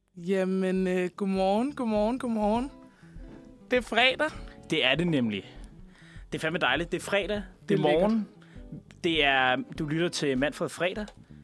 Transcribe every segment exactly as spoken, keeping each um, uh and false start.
Jamen, øh, godmorgen, godmorgen, godmorgen. Det er fredag. Det er det nemlig. Det er fandme dejligt. Det er fredag. Det, Det er er morgen. Det er, du lytter til Manfred Fredag.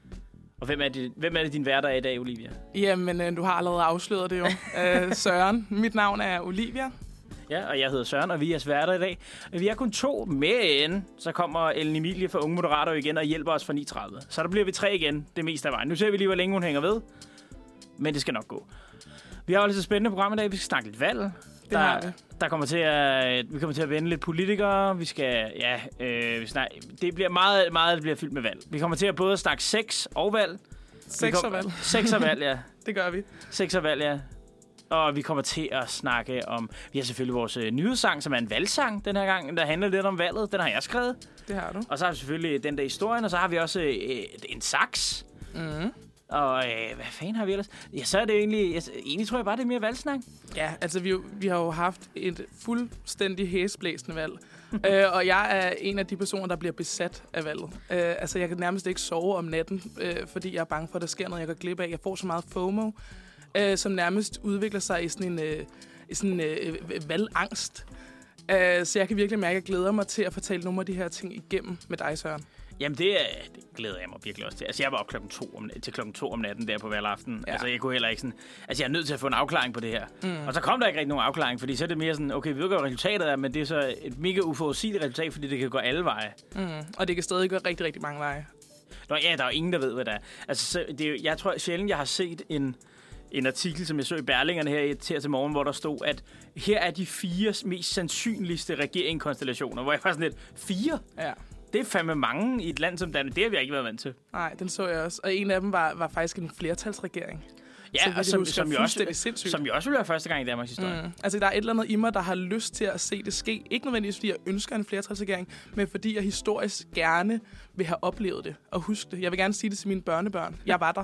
Og hvem er det, hvem er det din værter er i dag, Olivia? Jamen, øh, du har allerede afsløret det jo. øh, Søren. Mit navn er Olivia. Ja, og jeg hedder Søren, og vi er værter i dag. Vi er kun to, men så kommer Ellen Emilie fra Unge Moderater igen og hjælper os fra ni tredive. Så der bliver vi tre igen, det meste af vejen. Nu ser vi lige, hvor længe hun hænger ved. Men det skal nok gå. Vi har jo lidt spændende program i dag. Vi skal snakke lidt valg. Det der, har vi. Der kommer til at, vi kommer til at vende lidt politikere. Vi skal, ja, øh, vi snakker, det bliver meget, meget det bliver fyldt med valg. Vi kommer til at både snakke sex og valg. Sex og valg. Sex og valg, ja. Det gør vi. Sex og valg, ja. Og vi kommer til at snakke om... Vi har selvfølgelig vores øh, nyhedssang, som er en valgsang den her gang. Der handler lidt om valget. Den har jeg skrevet. Det har du. Og så har vi selvfølgelig den der historien, og så har vi også øh, en saks. Mm. Og øh, hvad fanden har vi ellers? Ja, så er det egentlig... Jeg, egentlig tror jeg bare, det er mere valgsnak. Ja, altså vi, vi har jo haft et fuldstændig hæsblæsende valg. øh, og jeg er en af de personer, der bliver besat af valget. Øh, altså jeg kan nærmest ikke sove om natten, øh, fordi jeg er bange for, at der sker noget, jeg går glip af. Jeg får så meget FOMO, øh, som nærmest udvikler sig i sådan en øh, i sådan, øh, valgangst. Øh, så jeg kan virkelig mærke, at jeg glæder mig til at fortælle nogle af de her ting igennem med dig, Søren. Jamen, det, er, det glæder jeg mig virkelig også til. Altså, jeg var op klokken to om, til klokken to om natten der på valgaften. Ja. Altså, jeg kunne heller ikke sådan... Altså, jeg er nødt til at få en afklaring på det her. Mm. Og så kom der ikke rigtig nogen afklaring, fordi så er det mere sådan, okay, vi ved godt, hvad resultatet er, men det er så et mega uforudsigeligt resultat, fordi det kan gå alle veje. Mm. Og det kan stadig gå rigtig, rigtig mange veje. Nå ja, der er jo ingen, der ved, hvad det er. Altså, så, det er jo, jeg tror sjældent, jeg har set en, en artikel, som jeg så i Berlingerne her til, til morgen, hvor der stod, at her er de fire mest sandsynligste regeringskonstellationer, hvor jeg var sådan lidt, fire? Ja. Det er fandme mange i et land som Danmark. Det har vi ikke været vant til. Nej, den så jeg også. Og en af dem var, var faktisk en flertalsregering. Ja, og som, som, jo også, sindssygt. som jo også ville være første gang i Danmarks historie. Mm. Altså, der er et eller andet i mig, der har lyst til at se det ske. Ikke nødvendigvis, fordi jeg ønsker en flertalsregering, men fordi jeg historisk gerne vil have oplevet det og huske det. Jeg vil gerne sige det til mine børnebørn. Jeg var der.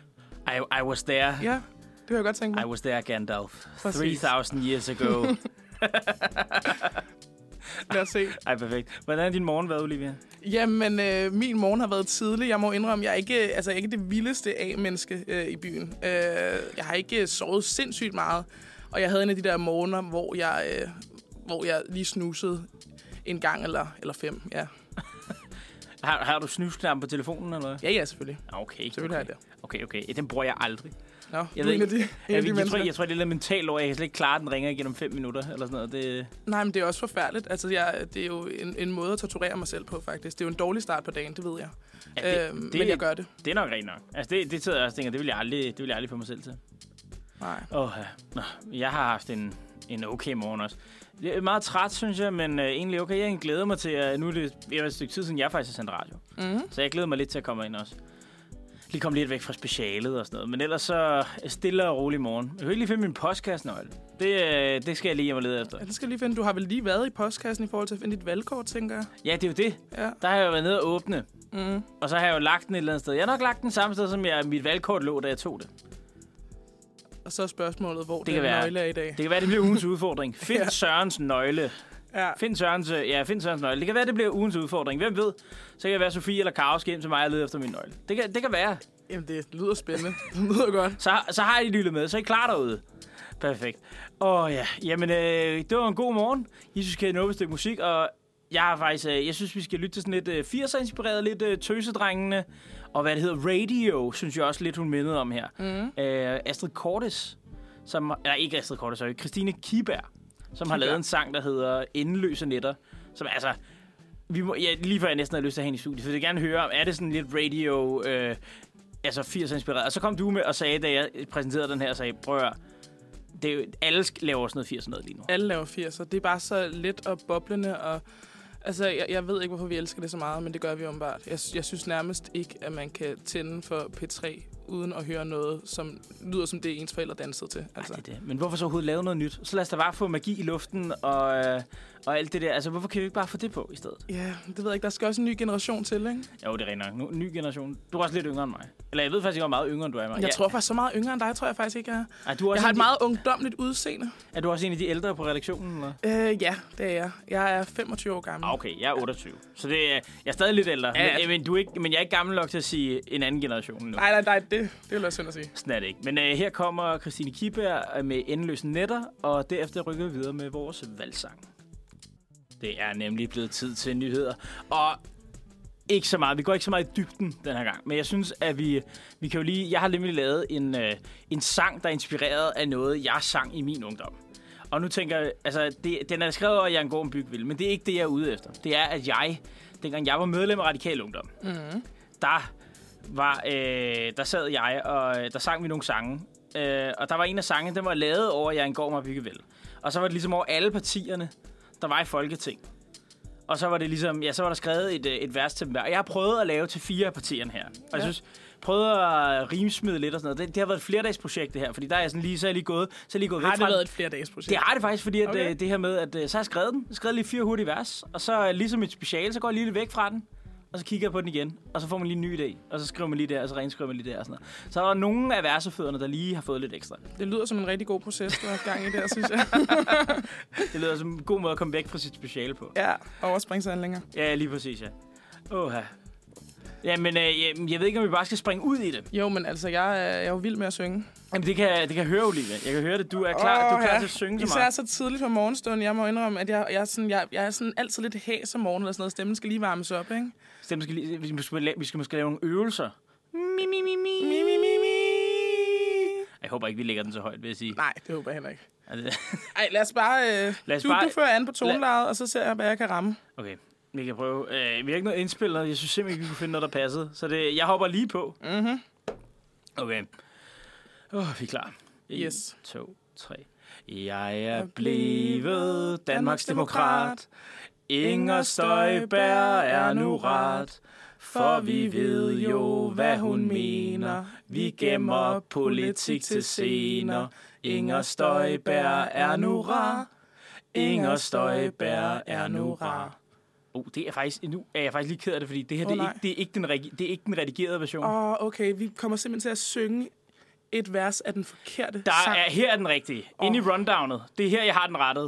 I, I was there. Ja, det kan jeg godt tænke mig. I was there, Gandalf. Præcis. three thousand years ago. Lad os se. Ej, perfekt. Hvordan er din morgen været, Olivia? Jamen, øh, min morgen har været tidlig. Jeg må indrømme, jeg er ikke, altså, jeg er ikke det vildeste A-menneske øh, i byen. Øh, jeg har ikke sovet sindssygt meget. Og jeg havde en af de der morgener, hvor jeg, øh, hvor jeg lige snusede en gang eller, eller fem. Ja. har, har du snusknappen på telefonen, eller? Ja, ja, selvfølgelig. Okay. Selvfølgelig okay. har jeg det. Okay, okay. Den bruger jeg aldrig. Nå, jeg du ved er en af de, en jeg, af de jeg, jeg, tror, jeg tror, det er lidt mentalt over. Jeg kan slet ikke klare, at den ringer igen om fem minutter, eller sådan noget. Det... Nej, men det er også forfærdeligt. Altså, jeg, det er jo en, en måde at torturere mig selv på, faktisk. Det er jo en dårlig start på dagen, det ved jeg. Ja, det, øhm, det, men jeg gør det. Det er nok rent nok. Altså, det, det sidder jeg også tænker, det vil jeg aldrig, det vil jeg aldrig få mig selv til. Nej. Åh, ja. Jeg har haft en, en okay morgen også. Jeg er meget træt, synes jeg, men uh, egentlig okay. Jeg glæder mig til, at nu er det et stykke tid siden, jeg faktisk har sendt radio. Mm-hmm. Så jeg glæder mig lidt til at komme ind også. Lige komme lidt væk fra specialet og sådan noget. Men ellers så stille og rolig morgen. Jeg kan ikke lige finde min postkassenøgle. Det, det skal jeg lige hjem og lede efter. Ja, det skal lige finde. Du har vel lige været i postkassen i forhold til at finde dit valgkort, tænker jeg? Ja, det er jo det. Ja. Der har jeg jo været nede og åbne. Mm. Og så har jeg jo lagt den et eller andet sted. Jeg har nok lagt den samme sted, som jeg, mit valgkort lå, da jeg tog det. Og så er spørgsmålet, hvor det den være, nøgle er i dag. Det kan være, det bliver ugens udfordring. Find ja. Sørens nøgle. Ja. Find Sørens, ja, find Sørens nøgle. Det kan være, det bliver ugens udfordring. Hvem ved? Så kan det være Sofie eller Karo skal hjem til mig og lede efter min nøgle. Det kan, det kan være. Jamen, det lyder spændende. Det lyder godt. Så, så har I lyttet med. Så er I klar derude. Perfekt. Åh ja, jamen øh, det var en god morgen. I synes, kan nå et stykke musik, og jeg har faktisk, øh, jeg synes, vi skal lytte til sådan lidt øh, firser-inspireret, lidt øh, tøsedrengene, og hvad det hedder, Radio, synes jeg også lidt, hun mindede om her. Mm. Øh, Astrid Cordes, som, eller ikke Astrid Cordes, sorry, Christine Kibær, som Kibær. har lavet en sang, der hedder Endeløse nætter, som altså, vi må, ja, lige før jeg næsten har lyst til at have hende i studiet, for jeg vil gerne høre, er det sådan lidt radio, øh, altså firser-inspireret, og så kom du med og sagde, da jeg præsenterede den her, og sagde, prøv at det er jo, alle laver sådan noget firser noget lige nu. Alle laver firser. Det er bare så let og boblende, og altså, jeg, jeg ved ikke, hvorfor vi elsker det så meget, men det gør vi åbenbart. Jeg, jeg synes nærmest ikke, at man kan tænde for P tre uden at høre noget, som lyder som det, ens forældre dansede til. Altså. Ej, det er det. Men hvorfor så overhovedet lave noget nyt? Så lad os da bare få magi i luften og, øh, og alt det der. Altså, hvorfor kan vi ikke bare få det på i stedet? Ja, det ved jeg ikke. Der skal også en ny generation til, ikke? Jo, det er rent nok. En ny generation. Du er også lidt yngre end mig. Eller jeg ved faktisk ikke, hvor meget yngre end du er. Mig. Jeg ja. tror faktisk så meget yngre end dig, tror jeg faktisk ikke, jeg er. Ej, du er også jeg har et de... meget ungdomligt udseende. Er du også en af de ældre på redaktionen, eller? Øh, ja, det er jeg. Jeg er femogtyve år gammel. Okay, jeg er otteogtyve. Så det er, jeg er stadig lidt ældre. Ja, ja. Men, men, du er ikke, men jeg er ikke gammel nok til at sige en anden generation nu. Nej, nej, nej. Det, det, det vil være synd at sige. Sådan er det ikke. Men øh, her kommer Christine Kibær med Endeløse Nætter, og derefter rykker vi videre med vores valgsang. Det er nemlig blevet tid til nyheder, og ikke så meget. Vi går ikke så meget i dybden den her gang, men jeg synes, at vi, vi kan jo lige... Jeg har nemlig lavet en, øh, en sang, der er inspireret af noget, jeg sang i min ungdom. Og nu tænker jeg, altså, det, den er skrevet over Jan Gorm Bygvild, men det er ikke det, jeg er ude efter. Det er, at jeg, dengang jeg var medlem af Radikal Ungdom, mm-hmm. der, var, øh, der sad jeg, og der sang vi nogle sange. Øh, og der var en af sangene, den var lavet over Jan Gorm Bygvild. Og så var det ligesom over alle partierne, der var i Folketing. Og så var det ligesom, ja, så var der skrevet et, et vers til dem hver. Og jeg har prøvet at lave til fire af partierne her. Og ja. jeg synes, prøvet at rimsmide lidt og sådan noget. Det, det har været et flerdagsprojekt det her, fordi der er jeg sådan lige, så er jeg lige gået, så er jeg lige gået har væk det fra været et flerdagsprojekt? Det har det faktisk, fordi at, okay. det her med, at så har jeg skrevet den. Jeg har skrevet lige fire hurtige vers, og så ligesom et speciale, så går jeg lige lidt væk fra den. Og så kigger jeg på den igen, og så får man lige en ny idé. Og så skriver man lige der, og så renskriver man lige der og sådan noget. Så er der nogle af versefødderne, der lige har fået lidt ekstra. Det lyder som en rigtig god proces, du har gang i der, synes jeg. Det lyder som en god måde at komme væk fra sit speciale på. Ja, overspringshandlinger. Ja, lige præcis, ja. Åh, ja, men øh, jeg, jeg ved ikke, om vi bare skal springe ud i det. Jo, men altså, jeg, jeg er jo vild med at synge. Jamen, det kan, det kan jeg høre, Olivia. Jeg kan høre det. Du er klar, oh, du er klar ja. til at synge så meget. Især så tidligt for morgenstunden. Jeg må indrømme, at jeg, jeg, er, sådan, jeg, jeg er sådan altid lidt hæs om morgenen eller sådan noget. Stemmen skal lige varmes op, ikke? Stemmen skal lige... Vi skal, vi skal måske lave nogle øvelser. Mi, mi, mi, mi. Mi, mi, mi, mi. Jeg håber ikke, vi lægger den så højt, vil jeg sige. Nej, det håber jeg heller ikke. Ej, lad os bare... Øh, lad os du, bare... du fører an på tonelaget, og så ser jeg, hvad jeg kan ramme. Okay. Vi kan prøve. Øh, vi har ikke noget indspil, og jeg synes simpelthen ikke, vi kunne finde noget, der passede. Så det, jeg hopper lige på. Mhm. Okay. Åh, oh, vi er klar. Yes. en, to, tre. Jeg er blevet Danmarks demokrat. Inger Støjberg er nu ret. For vi ved jo, hvad hun mener. Vi gemmer politik til senere. Inger Støjberg er nu rar. Inger Støjberg er nu rar. Oh, det er faktisk, nu er jeg faktisk lige ked af det, fordi det her, oh, det, er ikke, det, er ikke den, det er ikke den redigerede version. Åh, oh, okay. Vi kommer simpelthen til at synge et vers af den forkerte Der sang. er, her er den rigtige. Oh. Inde i rundownet. Det er her, jeg har den rettet.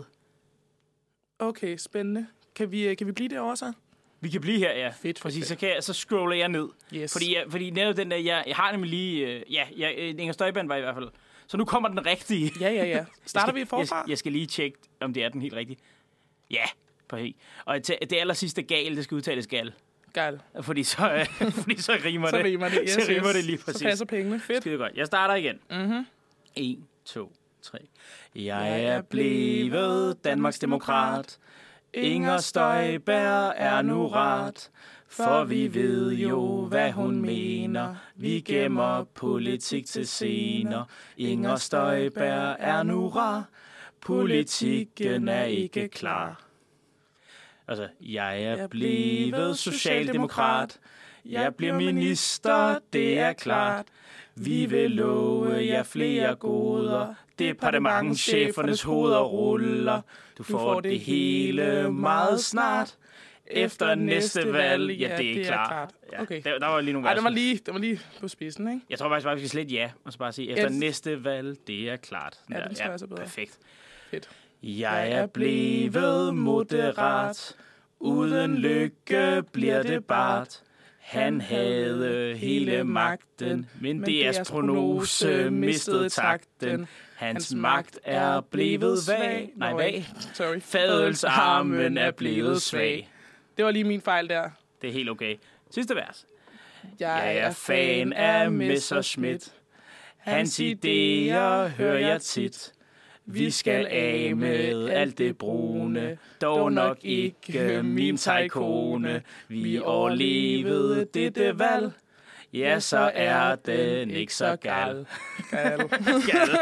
Okay, spændende. Kan vi, kan vi blive derovre så? Vi kan blive her, ja. Fedt, Præcis, fedt. så, kan jeg, så scroller jeg ned. Yes. Fordi, jeg, fordi netop den der, jeg, jeg har nemlig lige... Uh, ja, jeg, Inger Støjberg var i hvert fald. Så nu kommer den rigtige. Ja, ja, ja. Starter skal, vi forfra? Jeg, jeg skal lige tjekke, om det er den helt rigtige. Ja, på helt. Og det, det aller sidste gal, det skal udtales gal. Gal. Fordi så, øh, fordi så rimer så det. Rimer det. Yes, så rimer yes. det lige præcis. Så passer pengene. Fedt. Skide godt. Jeg starter igen. Mhm. en, to, tre. Jeg er blevet Danmarks demokrat. Inger Støjberg er nu ret. For vi ved jo, hvad hun mener. Vi gemmer politik til senere. Inger Støjberg er nu rar. Politikken er ikke klar. Altså, jeg er blevet socialdemokrat. Jeg bliver minister, det er klart. Vi vil love jer flere goder. Departementschefernes hoveder ruller. Du får det hele meget snart. Efter næste valg, ja, det er, det er klart. klart. Ja, okay. der, der var lige nogle Ej, der var lige, der var lige på spidsen, ikke? Jeg tror faktisk bare, vi skal slet ja, og så bare sige, efter Et... næste valg, det er klart. Ja, det tror jeg så bedre. Perfekt. Fedt. Jeg er blevet moderat. Uden lykke bliver det bart. Han havde hele magten, men deres prognose mistede takten. Hans magt er blevet svag. Nej, vag. Sorry. Fadelsarmen er blevet svag. Det var lige min fejl der. Det er helt okay. Sidste vers. Jeg er fan af Messerschmidt. Hans idéer hører jeg tit. Vi skal af med alt det brune, dog nok ikke min tajkone. Vi overlevede dette valg, ja, så er den ikke så gal. Gal. Gal.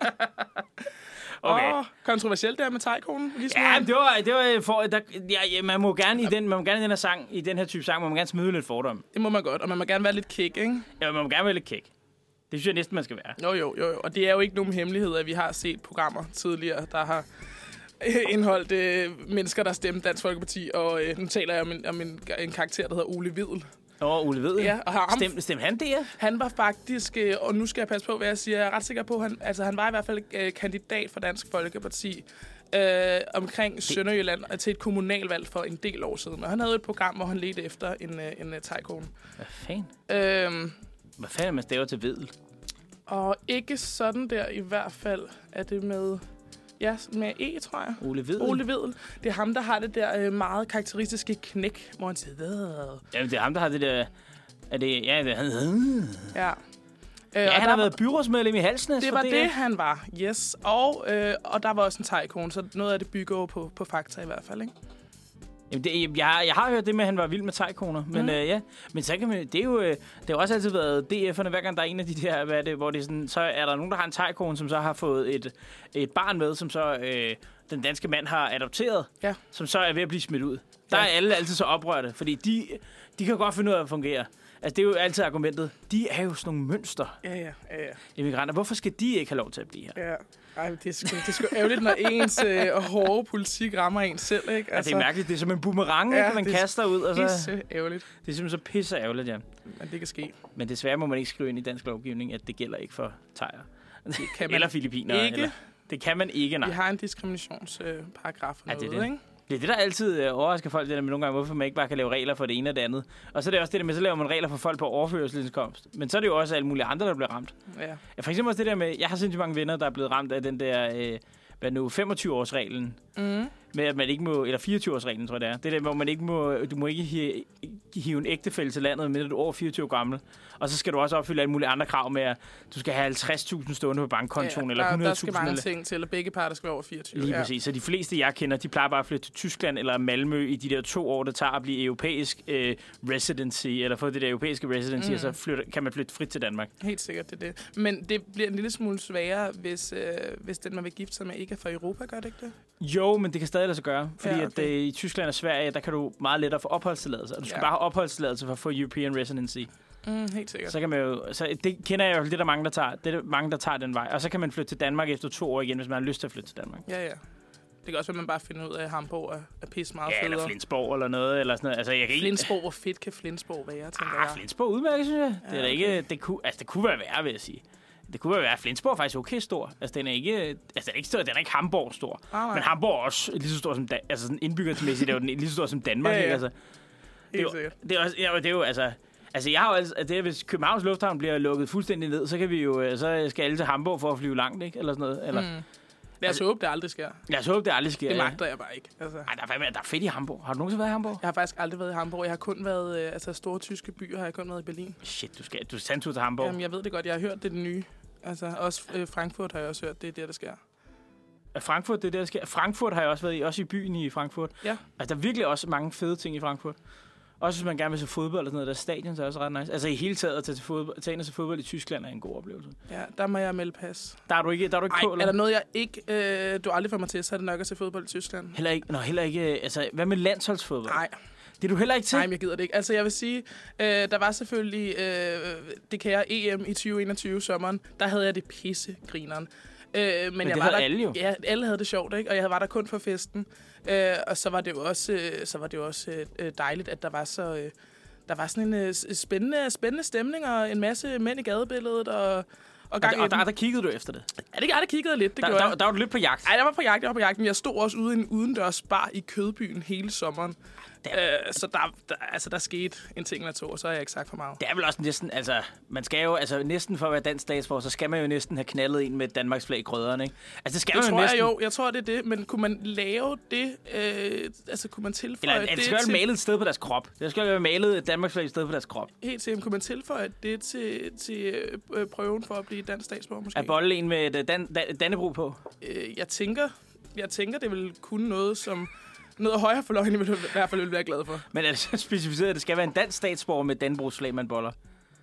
Okay. Oh, kontroversielt der med tajkonen. Ja, det var, det var for, der, ja, man må gerne i den, man må gerne i den her sang, i den her type sang, man må gerne smide lidt fordom. Det må man godt, og man må gerne være lidt kick, ikke? Ja, man må gerne være lidt kick. Det synes jeg næsten, man skal være. Jo, jo, jo, jo. Og det er jo ikke nogen hemmelighed, at vi har set programmer tidligere, der har indholdt øh, mennesker, der stemte Dansk Folkeparti. Og øh, nu taler jeg om, en, om en, en karakter, der hedder Ole Videl. Åh, oh, Ole Videl? Ja, og ham, Stem, stemte han det? Han var faktisk, øh, og nu skal jeg passe på, hvad jeg siger, jeg er ret sikker på, han, altså han var i hvert fald øh, kandidat for Dansk Folkeparti øh, omkring det... Sønderjylland til et kommunalvalg for en del år siden. Og han havde et program, hvor han ledte efter en, øh, en uh, tajkone. Hvad fanden? Øhm, Hvad fanden man staver til vedel? Og ikke sådan der i hvert fald. Er det med... Ja, med E, tror jeg. Ole Vedel. Ole Vedel. Det er ham, der har det der øh, meget karakteristiske knæk, hvor han siger... Hvad? Jamen, det er ham, der har det der... Er det... Ja, det er... Ja. Øh, ja, han har været byrådsmedlem i Halsnæs. Det var det, han var. Yes. Og, øh, og der var også en tegkone, så noget af det bygger jo på, på fakta i hvert fald, ikke? Jamen, det, jeg, jeg har hørt det med, at han var vild med tegkoner, men mm. øh, ja, men så kan man, det er jo, det har også altid været D F'erne, hver gang der er en af de der, hvad er det, hvor det er sådan, så er der nogen, der har en tegkone, som så har fået et, et barn med, som så øh, den danske mand har adopteret, ja. Som så er ved at blive smidt ud. Der ja. Er alle altid så oprørte, fordi de, de kan godt finde ud af at fungere. Altså, det er jo altid argumentet. De er jo sådan nogle mønster. Ja, ja, ja, ja. Immigranter. Hvorfor skal de ikke have lov til at blive her? Ja. Ej, det er sgu, det er sgu ærgerligt, når ens øh, hårde politik rammer en selv, ikke? Altså, ja, det er mærkeligt. Det er som en boomerang, ja, man kaster ud. Og så, pisse ærgerligt. Det er simpelthen så pisse ærgerligt, ja. Men det kan ske. Men desværre må man ikke skrive ind i dansk lovgivning, at det gælder ikke for thaier. Det kan man eller filippiner. Ikke. Eller, det kan man ikke, nej. Vi har en diskriminationsparagraf øh, ja, det er noget, det. Ikke? Det er det, der altid øh, overrasker folk, det der med nogle gange, hvorfor man ikke bare kan lave regler for det ene og det andet. Og så er det også det der med, så laver man regler for folk på overførselsindkomst. Men så er det jo også alle mulige andre, der bliver ramt. Ja. For eksempel også det der med, jeg har sindssygt mange venner, der er blevet ramt af den der, øh, hvad nu, femogtyve-års-reglen. Mm. Med at man ikke må, eller fireogtyve-års-reglen, tror jeg det er. Det der, hvor man ikke må, du må ikke hive, hive en ægtefælle til landet, med du er over fireogtyve år gammel. Og så skal du også opfylde alle mulige andre krav med, at du skal have halvtreds tusind stående på bankkontoen, ja, eller hundrede tusind. Der skal mange ting til, og begge parter skal være over fireogtyve. Lige ja. Præcis. Så de fleste, jeg kender, de plejer bare at flytte til Tyskland eller Malmø i de der to år, det tager at blive europæisk øh, residency, eller få det der europæiske residency, mm. og så flytter, kan man flytte frit til Danmark. Helt sikkert, det er det. Men det bliver en lille smule sværere, hvis, øh, hvis den, man vil gifte sig med, ikke er fra Europa, gør det ikke det? Jo, men det kan stadig lade sig gøre. Fordi ja, okay. at, øh, i Tyskland og Sverige, der kan du meget lettere få opholdstilladelse. Og du skal ja. bare have opholdstilladelse for at få European residency. Mm, helt sikkert. Så kan man jo, så det kender jeg jo, det er der mange, der tager. Det er mange, der tager den vej. Og så kan man flytte til Danmark efter to år igen, hvis man har lyst til at flytte til Danmark. Ja, ja. Det kan også være, at man bare finder ud af, at Hamburg er, er pisse meget ja, federe. eller Flensborg eller noget. Eller sådan noget. Altså, jeg kan Flensborg, hvor fedt kan Flensborg være, tænker ah, jeg. Flensborg udmærket, synes jeg. Ja, det er okay. ikke, det kunne, altså, det kunne være værre, vil jeg sige. Det kunne være, at Flensborg er faktisk okay stor. Altså, den er ikke, altså, den er ikke stor, den er ikke Hamburg stor. Ah, men Hamburg er også lige så stor som, Dan- altså sådan indbyggermæssigt, det er jo lige så stor som Danmark, ja, ja. ikke? Altså, helt det, er jo, det, er også, ja, det er jo, altså, altså, jeg har jo altså, det er, hvis Københavns Lufthavn bliver lukket fuldstændig ned, så kan vi jo, så skal alle til Hamburg for at flyve langt, ikke? Eller sådan noget, eller... Mm. Lad os håbe, det aldrig sker. Lad os håbe, det aldrig sker. Det magter jeg bare ikke. Altså. Ej, der er, fandme, der er fedt i Hamburg. Har du nogensinde været i Hamburg? Jeg har faktisk aldrig været i Hamburg. Jeg har kun været, øh, altså store tyske byer har jeg kun været i Berlin. Shit, du skal, du skal tage til Hamburg. Jamen, jeg ved det godt. Jeg har hørt, det er det nye. Altså, også øh, Frankfurt har jeg også hørt, det er der, der sker. Frankfurt, det er der, der sker. Frankfurt har jeg også været i, også i byen i Frankfurt. Ja. Altså, der er virkelig også mange fede ting i Frankfurt. Også hvis man gerne vil se fodbold eller sådan noget, der stadion, så er også ret nice. Altså i hele taget at tage til fodbold, tage ind og se fodbold i Tyskland er en god oplevelse. Ja, der må jeg melde pas. Der er du ikke, der er du ikke Ej, på, eller? Er der noget, jeg ikke, øh, du aldrig får mig til, så er det nok at se fodbold i Tyskland. Heller ikke, nå, heller ikke, altså hvad med landsholdsfodbold? Nej. Det er du heller ikke til? Nej, men jeg gider det ikke. Altså jeg vil sige, øh, der var selvfølgelig øh, det kære E M i tyve enogtyve sommeren, der havde jeg det pisse grineren. Øh, men men jeg det var havde der, alle jo. Ja, alle havde det sjovt, ikke? Og jeg var der kun for festen. Øh, og så var det jo også, øh, så var det jo også øh, dejligt, at der var så... Øh, Der var sådan en øh, spændende, spændende stemning, og en masse mænd i gadebilledet, og, og gang og, og der, der kiggede du efter det? Ja, det, jeg, det kiggede lidt, det der, gjorde der, jeg. Der var du lidt på jagt? Nej, jeg var på jagt, jeg var på jagt, men jeg stod også ude i en udendørs bar i Kødbyen hele sommeren. Øh, så der, der, altså, der skete en ting eller to, og så har jeg ikke sagt for meget. Det er vel også næsten, altså, man skal jo, altså næsten for at være dansk statsborger, så skal man jo næsten have knaldet en med Danmarks flag i grødderne, ikke? Altså det skal det man tror jo næsten. Jeg jo, jeg tror det er det, men kunne man lave det, øh, altså kunne man tilføje Eller, det det skal til... være malet et sted på deres krop. Det skal være malet et Danmarks flag et sted på deres krop. Helt sikkert, kunne man tilføje det til, til øh, prøven for at blive dansk statsborger måske? Er bolle en med et dan, dan, Dannebro på? Øh, jeg tænker, jeg tænker, det vil kunne noget, som... Noget højere for løgn, vil du i hvert fald vil være glad for. Men er det så specificeret, at det skal være en dansk statsborger med Dannebrogs flag, man boller?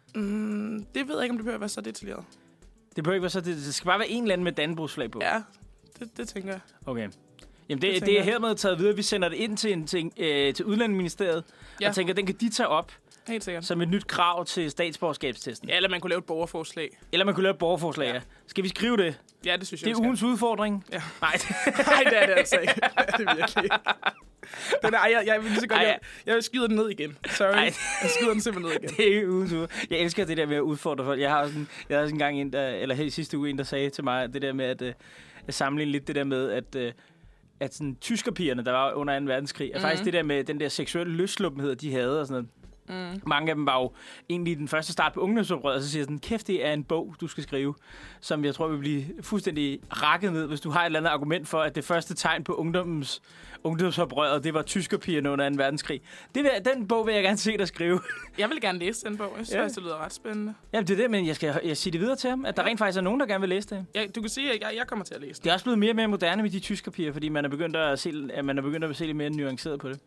Mm, det ved jeg ikke, om det behøver være så detaljeret. Det behøver ikke være så det. Det skal bare være en eller anden med Dannebrogs flag på. Ja, det, det tænker jeg. Okay. Jamen, det, det, det er hermed taget videre. Vi sender det ind til, en ting, øh, til Udlændingeministeriet, ja. Og tænker, den kan de tage op. Helt sikkert. Som et nyt krav til statsborgerskabstesten. Ja, eller man kunne lave et borgerforslag. Eller man kunne lave et borgerforslag, ja. Skal vi skrive det? Ja, det synes jeg, det er ugens udfordring. Ja. Nej. Nej, det er det altså ikke. Det er virkelig ikke. Den er, jeg, jeg vil lige så godt, jeg, jeg skyder den ned igen. Sorry, Ej. jeg skyder den simpelthen ned igen. Det er ikke ugens uge. Jeg elsker det der med at udfordre folk. Jeg har også en, jeg har også en gang en, der, eller her i sidste uge en, der sagde til mig, det der med at, at sammenligne lidt det der med, at, at sådan, tyskerpigerne, der var under anden verdenskrig, er mm-hmm. faktisk det der med den der seksuelle løsluppenhed, de havde og sådan noget. Mm. Mange af dem var jo egentlig den første start på ungdomsoprøret, og så siger jeg sådan, kæft, det er en bog, du skal skrive, som jeg tror vil blive fuldstændig rakket ned, hvis du har et eller andet argument for, at det første tegn på ungdoms, ungdomsoprøret, det var tyskerpigerne under anden verdenskrig. Det vil, den bog vil jeg gerne se dig skrive. Jeg vil gerne læse den bog. Jeg synes, ja. Det lyder ret spændende. Jamen, det er det, men jeg skal jeg sige det videre til ham, at der ja. rent faktisk er nogen, der gerne vil læse det. Ja, du kan sige, at jeg, jeg kommer til at læse det. Det er også blevet mere og mere moderne med de tyskerpiger, fordi man er begyndt at se, at man er begyndt at se lidt mere nuanceret på det.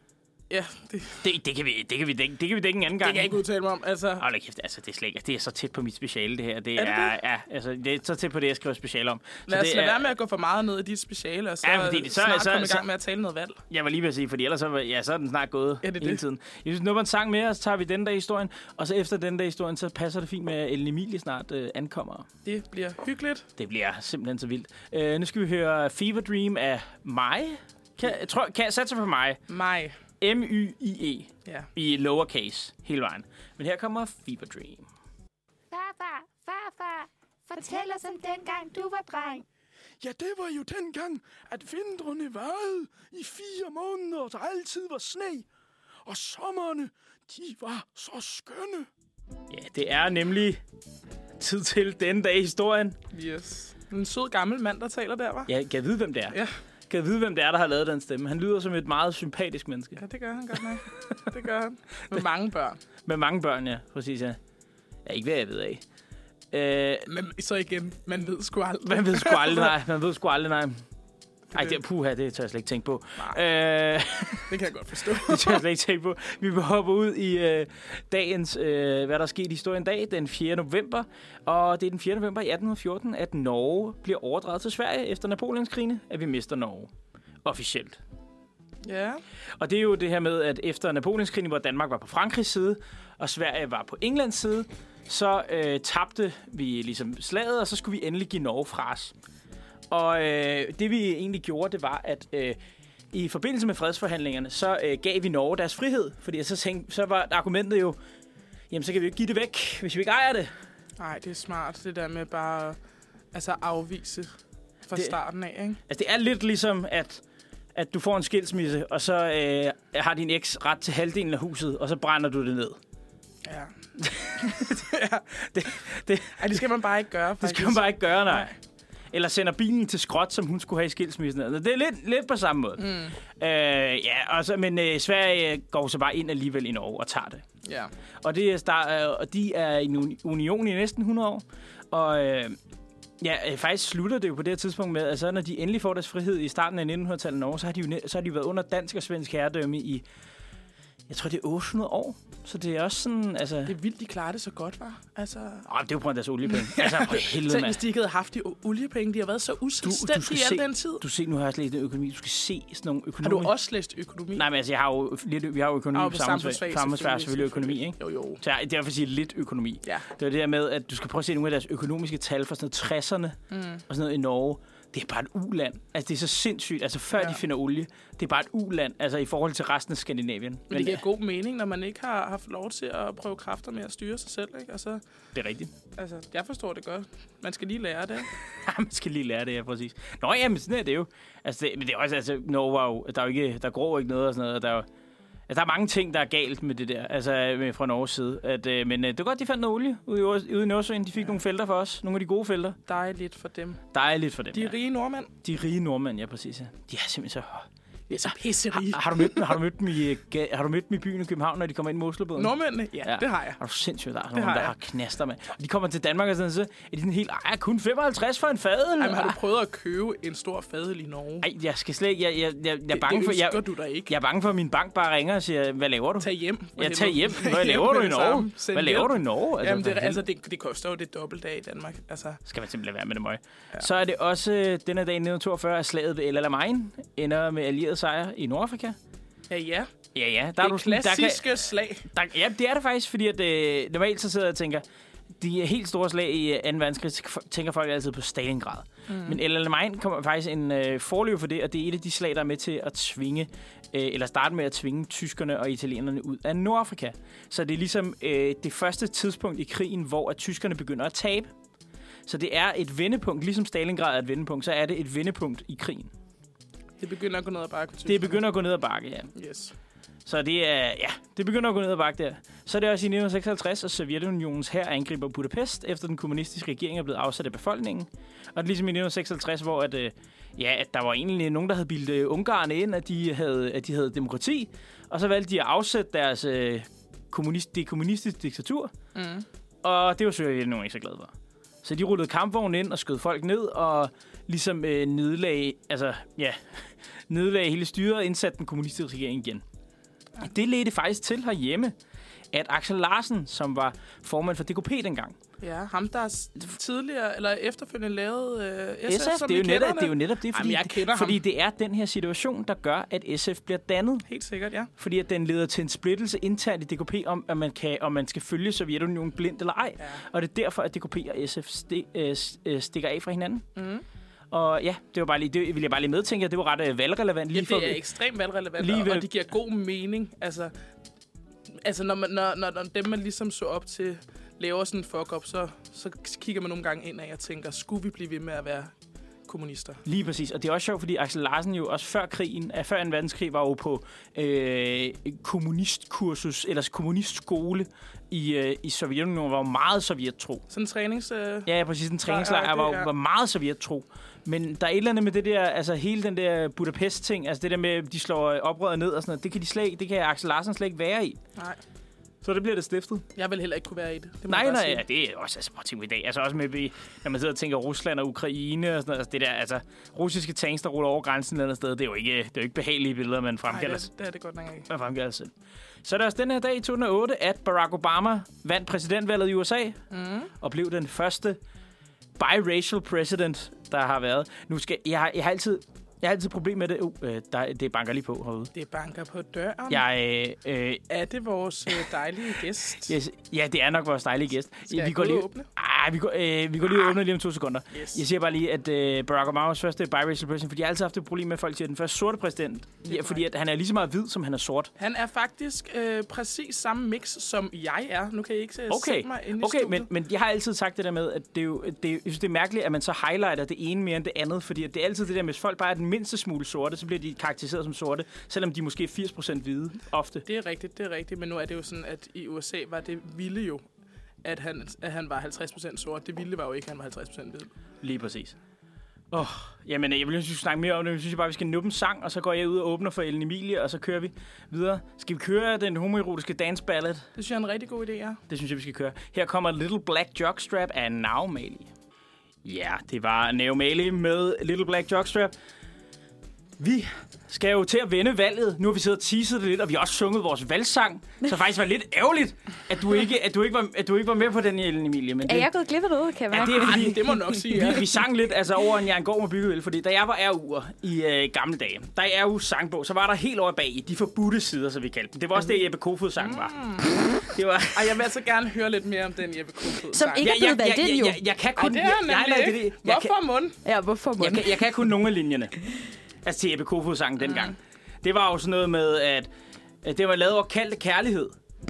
Ja, det... Det, det kan vi det kan vi dække, det kan vi dække en anden gang. Det kan jeg ikke udtale mig om, altså. Hold da kæft, altså det er slet ikke, det er så tæt på mit speciale det her. Det er, det er det? ja, altså det er så tæt på det jeg skriver speciale om. Lad os lade er... være med at gå for meget ned i dit speciale og så, ja, fordi det, så snart så, komme i gang så, med at tale noget valg. Jeg var lige ved at sige, fordi ellers så, ja, så er den snart gået ja, det hele det. tiden. Jeg synes, nu var en sang mere, og så tager vi den der historien, og så efter den der historien, så passer det fint med at Ellen Emilie snart øh, ankommer. Det bliver hyggeligt. Det bliver simpelthen så vildt. Øh, nu skal vi høre Fever Dream af mig. Kan jeg tror, kan jeg satse på mig? Mig. M Y I E ja. I lowercase hele vejen. Men her kommer Fever Dream. Farfar, farfar, fortæl os om dengang du var dreng. Ja, det var jo dengang, at vintrene varede i fire måneder, og der altid var sne. Og sommerne, de var så skønne. Ja, det er nemlig tid til den dag i historien. Yes. En sød gammel mand, der taler der, var. Ja, kan jeg vide, hvem det er? Ja. Kan jeg vide, hvem det er, der har lavet den stemme? Han lyder som et meget sympatisk menneske. Ja, det gør han godt nok. Det gør han. Med mange børn. Med mange børn, ja. Præcis, ja. Ja, ikke hvad jeg ved af. Øh, Men så igen, man ved sgu aldrig. Man ved sgu aldrig, nej. Man ved sgu aldrig, nej. Ej, det er puha, det tør jeg slet ikke tænke på. Nej, øh, det kan jeg godt forstå. Det tør jeg slet ikke tænke på. Vi vil hoppe ud i øh, dagens, øh, hvad der er sket i historien dag, den fjerde november. Og det er den fjerde november i atten fjorten, at Norge bliver overdraget til Sverige efter Napoleonskrigene, at vi mister Norge. Officielt. Ja. Og det er jo det her med, at efter Napoleonskrigene, hvor Danmark var på Frankrigs side, og Sverige var på Englands side, så øh, tabte vi ligesom slaget, og så skulle vi endelig give Norge fra os. Og øh, det vi egentlig gjorde, det var, at øh, i forbindelse med fredsforhandlingerne, så øh, gav vi Norge deres frihed. Fordi så, tænkte, så var argumentet jo, jamen så kan vi jo ikke give det væk, hvis vi ikke ejer det. Nej, det er smart, det der med bare altså afvise fra det, starten af, ikke? Altså det er lidt ligesom, at, at du får en skilsmisse, og så øh, har din eks ret til halvdelen af huset, og så brænder du det ned. Ja. ja. Det, det, Ej, det skal man bare ikke gøre, faktisk. Det skal man bare ikke gøre, nej. nej. Eller sender bilen til skrot, som hun skulle have i skilsmissen. Altså, det er lidt, lidt på samme måde. Mm. Øh, ja, altså, men øh, Sverige går så bare ind alligevel i Norge og tager det. Ja. Og, det er start, og de er i en union i næsten hundrede år. Og øh, ja, faktisk slutter det jo på det her tidspunkt med, at altså, når de endelig får deres frihed i starten af nittenhundredetallet i Norge, så har de jo så har de været under dansk og svensk herredømme i, jeg tror, det er otte hundrede år. Så det er også sådan, altså... Det er vildt, de klarer det så godt, var. Altså... Åh, det er jo på deres oliepenge. altså, på helvede, Tænk, hvis de ikke havde haft de oliepenge, de har været så uselvstændige i al den tid. Du ser, nu har jeg læst økonomi. Du skal se sådan nogle økonomi. Har du også læst økonomi? Nej, men altså, jeg har jo, lidt, vi har jo økonomi på samfundsfag, samfundsfag, selvfølgelig økonomi, ikke? Jo, jo. Så jeg, derfor siger lidt økonomi. Ja. Det er det der med, at du skal prøve at se nogle af deres økonomiske tal fra sådan noget tresserne mm. og sådan noget i Norge. Det er bare et uland. Altså, det er så sindssygt. Altså, før ja. de finder olie, det er bare et uland, altså i forhold til resten af Skandinavien. Men, Men det giver god mening, når man ikke har haft lov til at prøve kræfter med at styre sig selv, ikke? Altså, det er rigtigt. Altså, jeg forstår det godt. Man skal lige lære det, ikke? Man skal lige lære det, ja, præcis. Nå, jamen, sådan er det jo. Altså, det, men det er også, altså, Norge var jo, der er jo ikke, der gror ikke noget og sådan noget, der er jo, altså, der er mange ting, der er galt med det der, altså med, fra Norges side. At, øh, men øh, det er godt, de fandt noget olie ude i, ude i Nordsøen. De fik ja. nogle felter for os. Nogle af de gode felter. Dejligt for dem. Dejligt for dem, De ja. rige nordmænd. De rige nordmænd, ja, præcis. Ja. De er simpelthen så... Det er så pisserige. Har, har, du mødt dem, har, du mødt dem i, har du mødt dem i byen i København, når de kommer ind i Oslobåden? Nordmændene? Ja, ja, det har jeg. Har du sindssygt, der er nogen, der har knaster, mand. Og de kommer til Danmark og sådan, så er de sådan helt, ej, kun femoghalvtreds for en fadel. Ej, men har du prøvet at købe en stor fadel i Norge? Ej, jeg skal slet ikke, jeg, jeg, jeg, jeg er bange det, for... Jeg, jeg, du da ikke. Jeg er bange for, at min bank bare ringer og siger, hvad laver du? Tag hjem. Ja, tag hjem. Hvad laver du i Norge? Hvad laver du i Norge? Altså, Jamen, det, altså, det, det koster jo det dobbelte af i Danmark. Altså. Skal man simpelthen være med det møg. Ja. Så er det også denne dag i nitten toogfyrre, at slaget ved El Alamein ender med allieret sejr i Nordafrika. Ja, ja. Ja, ja. Der det er du sådan, klassiske der kan, slag. Der, ja, det er det faktisk, fordi at, øh, normalt så sidder jeg og tænker, de helt store slag i anden verdenskrig, tænker folk altid på Stalingrad. Mm. Men El Alamein kommer faktisk en øh, forløb for det, og det er et af de slag, der er med til at tvinge, øh, eller starte med at tvinge tyskerne og italienerne ud af Nordafrika. Så det er ligesom øh, det første tidspunkt i krigen, hvor at tyskerne begynder at tabe. Så det er et vendepunkt, ligesom Stalingrad er et vendepunkt, så er det et vendepunkt i krigen. Det begynder at gå ned ad bakke. Det begynder at gå ned ad bakke, ja. Yes. Så det er, ja, det begynder at gå ned ad bakke der. Så er det også i nitten seksoghalvtreds, at Sovjetunionens hær angriber Budapest, efter den kommunistiske regering er blevet afsat af befolkningen. Og det er ligesom i nitten seksoghalvtreds, hvor at, øh, ja, at der var egentlig nogen, der havde bildet øh, Ungarn ind, at de, havde, at de havde demokrati. Og så valgte de at afsætte deres øh, kommunist, det kommunistiske diktatur. Mm. Og det var Sovjetunionen ikke så glad for. Så de rullede kampvognen ind og skød folk ned, og ligesom øh, nedlagde, altså, ja, nedlagde hele styret og indsatte den kommunistiske regering igen. Det ledte faktisk til herhjemme, at Aksel Larsen, som var formand for D K P dengang. Ja, ham der tidligere, eller efterfølgende lavede øh, S F, S F, som det er, jo netop, det. det er jo netop det, fordi, Jamen, jeg kender fordi ham. det er den her situation, der gør, at S F bliver dannet. Helt sikkert, ja. Fordi at den leder til en splittelse internt i D K P, om at man, kan, om man skal følge Sovjetunionen blindt eller ej. Ja. Og det er derfor, at D K P og S F sti, øh, stikker af fra hinanden. Mm. Og ja, det var bare lige, det vil jeg bare lige medtænke, at det var ret øh, valgrelevant. Lige Ja, det for, er ekstremt valgrelevant, lige og, ved, og det giver god mening. Altså, altså når, man, når, når, når dem, man ligesom så op til, laver sådan en fuck-up, så, så kigger man nogle gange ind og jeg tænker, skulle vi blive ved med at være kommunister? Lige præcis, og det er også sjovt, fordi Aksel Larsen jo også før krigen, før en verdenskrig, var jo på øh, kommunistkursus, eller kommunistskole i, øh, i Sovjetunionen, var jo meget sovjettro. Sådan en trænings... Øh... Ja, ja, præcis, en træningslejr ja, var, ja. var meget sovjettro. Men der er et eller andet med det der, altså hele den der Budapest-ting, altså det der med, at de slår oprøret ned og sådan noget, det kan de slet ikke, det kan Aksel Larsen slet ikke være i. Nej. Så det bliver det stiftet. Jeg vil heller ikke kunne være i det. det nej, nej, ja, det er også, altså, prøv at tænke i dag. Altså også med, når man sidder og tænker Rusland og Ukraine og sådan noget, altså det der, altså russiske tanks, der ruller over grænsen et eller andet sted, det er jo ikke, det er jo ikke behagelige billeder, man fremkalder. Nej, det, det er det godt nok ikke. Man fremkalder selv. Så er der også den her dag i to tusind og otte, at Barack Obama vandt præsidentvalget i U S A, mm. og blev den første biracial president, der har været. Nu skal, jeg, har, jeg har altid... Jeg har altid problem med det. Uh, der, det banker lige på herude. Det banker på døren. Jeg, øh, er det vores øh, dejlige gæst? Yes, ja, det er nok vores dejlige gæst. Skal jeg vi gå går lige, åbne? Ah, vi går, øh, vi går lige ah. åbne lige om to sekunder. Yes. Jeg siger bare lige, at øh, Barack Obamas første biracial president, fordi jeg har altid haft et problem med, at folk siger, at den første sorte præsident, ja, fordi at han er lige så meget hvid, som han er sort. Han er faktisk øh, præcis samme mix, som jeg er. Nu kan I ikke se, okay. se mig inde i okay, studiet. men, men jeg har altid sagt det der med, at det er jo, det, jeg synes, det er mærkeligt, at man så highlighter det ene mere end det andet, fordi at det er altid det der med, hvis folk bare er den mindste smule sorte, så bliver de karakteriseret som sorte, selvom de måske er firs procent hvide ofte. Det er rigtigt, det er rigtigt, men nu er det jo sådan, at i U S A var det vilde jo, at han, at han var halvtreds procent sort. Det vilde var jo ikke, at han var halvtreds procent hvid. Lige præcis. Åh, oh, jamen, jeg vil ikke snakke mere om det. Jeg synes bare, vi skal nuppe en sang, og så går jeg ud og åbner for Ellen Emilie, og så kører vi videre. Skal vi køre den homoerotiske dance ballad? Det synes jeg er en rigtig god idé, ja. Det synes jeg, vi skal køre. Her kommer Little Black Jockstrap af Now Maley. Ja, det var Now Maley med Little Black Jockstrap. Vi skal jo til at vende valget. Nu har vi siddet og teaset det lidt, og vi har også sunget vores valgsang. Så faktisk var det lidt ærgerligt, at du ikke, at du ikke, var, at du ikke var med på den, Ellen Emilie. Men det, er jeg gået glip af noget, kan jeg ja, det er fordi, det må nok sige, ja. vi, vi sang lidt altså, over en Jern Gård med byggevæld, fordi da jeg var R U'er i øh, gamle dage, der er R U sangbog, så var der helt over bag i de forbudte sider, som vi kaldte dem. Det var også det, Jeppe Kofod sang var. Mm. Det var... Ej, jeg vil altså gerne høre lidt mere om den Jeppe Kofod sang. Som ikke er blevet valgt ind, jo. Jeg, jeg, jeg kan kun... Ej, det er jeg, jeg, jeg, nemlig jeg, jeg, Hvorfor mund? Ja, hvorfor mund? Jeg, jeg, jeg kan kun nogle af linjerne. Altså til Jeppe Kofod sang dengang. Mm. Det var jo sådan noget med, at, at det var lavet over kaldte kærlighed.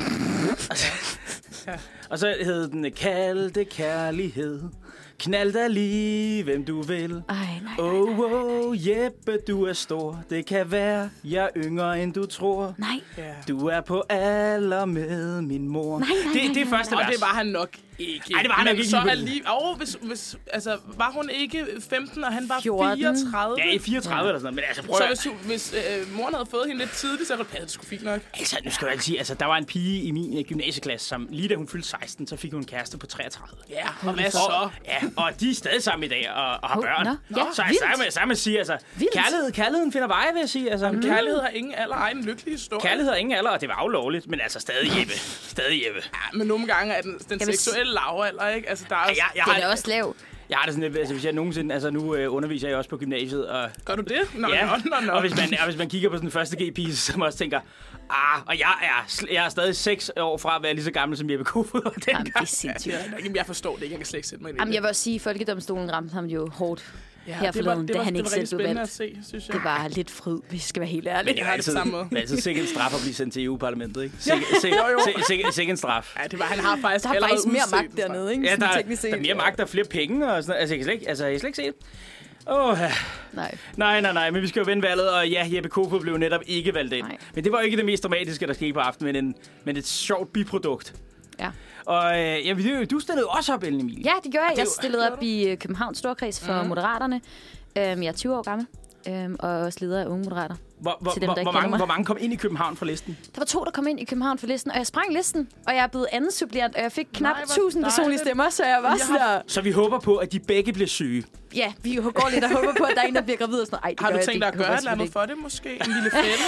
Ja. Og så hed den kaldte kærlighed. Knald dig lige, hvem du vil. Ej, nej, nej, oh, oh, Jeppe, du er stor. Det kan være, jeg er yngre, end du tror. Nej. Du er på alder med min mor. Nej, nej, det, det er første vers. Og det var han nok ikke. Nej, det var han nok ikke. Så alligevel... Oh, hvis, hvis, altså, var hun ikke femten, og han var fjorten. fireogtredive? Ja, i fireogtredive ja. Eller sådan noget. Men altså, prøv så at... hvis, hun, hvis øh, moren havde fået hende lidt tidligt, så havde det sgu fint nok. Altså, nu skal jeg sige, altså, der var en pige i min uh, gymnasieklasse, som lige da hun fyldte seksten, så fik hun en kæreste på treogtredive. Ja, og hvad så? Og, ja, og de er stadig sammen i dag og, og har oh, børn. No. Ja, så så må man sige, altså, kærlighed, kærligheden finder veje, vil jeg sige. Altså, mm. Kærlighed har ingen alder, egen lykkelig historie. Kærlighed har ingen alder, og det var aflovligt, men altså stadig Jeppe. Stadig Jeppe. Ja, men nogle gange er den, den seksuelle lavalder, ikke? Altså, der er ja, jeg, jeg den er også lav. Jeg har det sådan lidt, altså hvis jeg nogensinde, altså nu øh, underviser jeg også på gymnasiet, og... Gør du det? Nå, ja, nå, nå, nå. Og, hvis man, og hvis man kigger på sådan den første G-pige, så man også tænker, ah, og jeg er, jeg er stadig seks år fra at være lige så gammel som Jeppe Kofod var dengang. Jamen, det er sindssygt. Ja, jeg forstår det ikke, jeg kan slet ikke sætte mig ind i Jamen, det. jeg vil også sige, at Folkedomstolen ramte ham jo hårdt. Ja, her det var, forleden, det da var, han det ikke var selv rigtig blev spændende valgt. at se, synes jeg. Det var lidt fryd, hvis jeg skal være helt ærlig. Jeg har det på samme måde. Men altså sikkert en straf at blive sendt til E U-parlamentet, ikke? Sikkert sikkert en straf. Ja, det var, han har faktisk Der er allerede faktisk mere udset magt en straf. dernede, ikke? Ja, Sådan der, teknisk set. der er mere magt og flere penge og sådan noget. Altså, jeg kan slet ikke, altså, jeg kan slet ikke se det. Åh, oh, Nej. nej, nej, nej, men vi skal jo vinde valget, og ja, Jeppe Kofod blev netop ikke valgt ind. Nej. Men det var ikke det mest dramatiske, der skete på aftenen, men, en, men et sjovt biprodukt. Ja. Og øh, ja, du stillede også op, Ellen Emilie. Ja, det gør jeg. det Jeg jo- stillede op i øh, Københavns Storkreds for Mhm. Moderaterne. Øhm, jeg er tyve år gammel, øhm, og også leder af Unge Moderater. Hvor, hvor, Til dem, hvor, der ikke hvor, kender mange, mig. hvor mange kom ind i København fra listen? Der var to, der kom ind i København for listen, og jeg sprang listen, og jeg er blevet anden suppleant, og jeg fik knap Nej, hvor tusind personlige dejligt. stemmer, så jeg var Jeg sådan der... Så vi håber på, at de begge bliver syge. Ja, vi går lidt og håber på, at der er en, der bliver gravid og sådan noget. Ej, det Har gør du jeg, tænkt det dig at håber gøre jeg et eller andet selvfølgelig for det, måske? En lille fælde?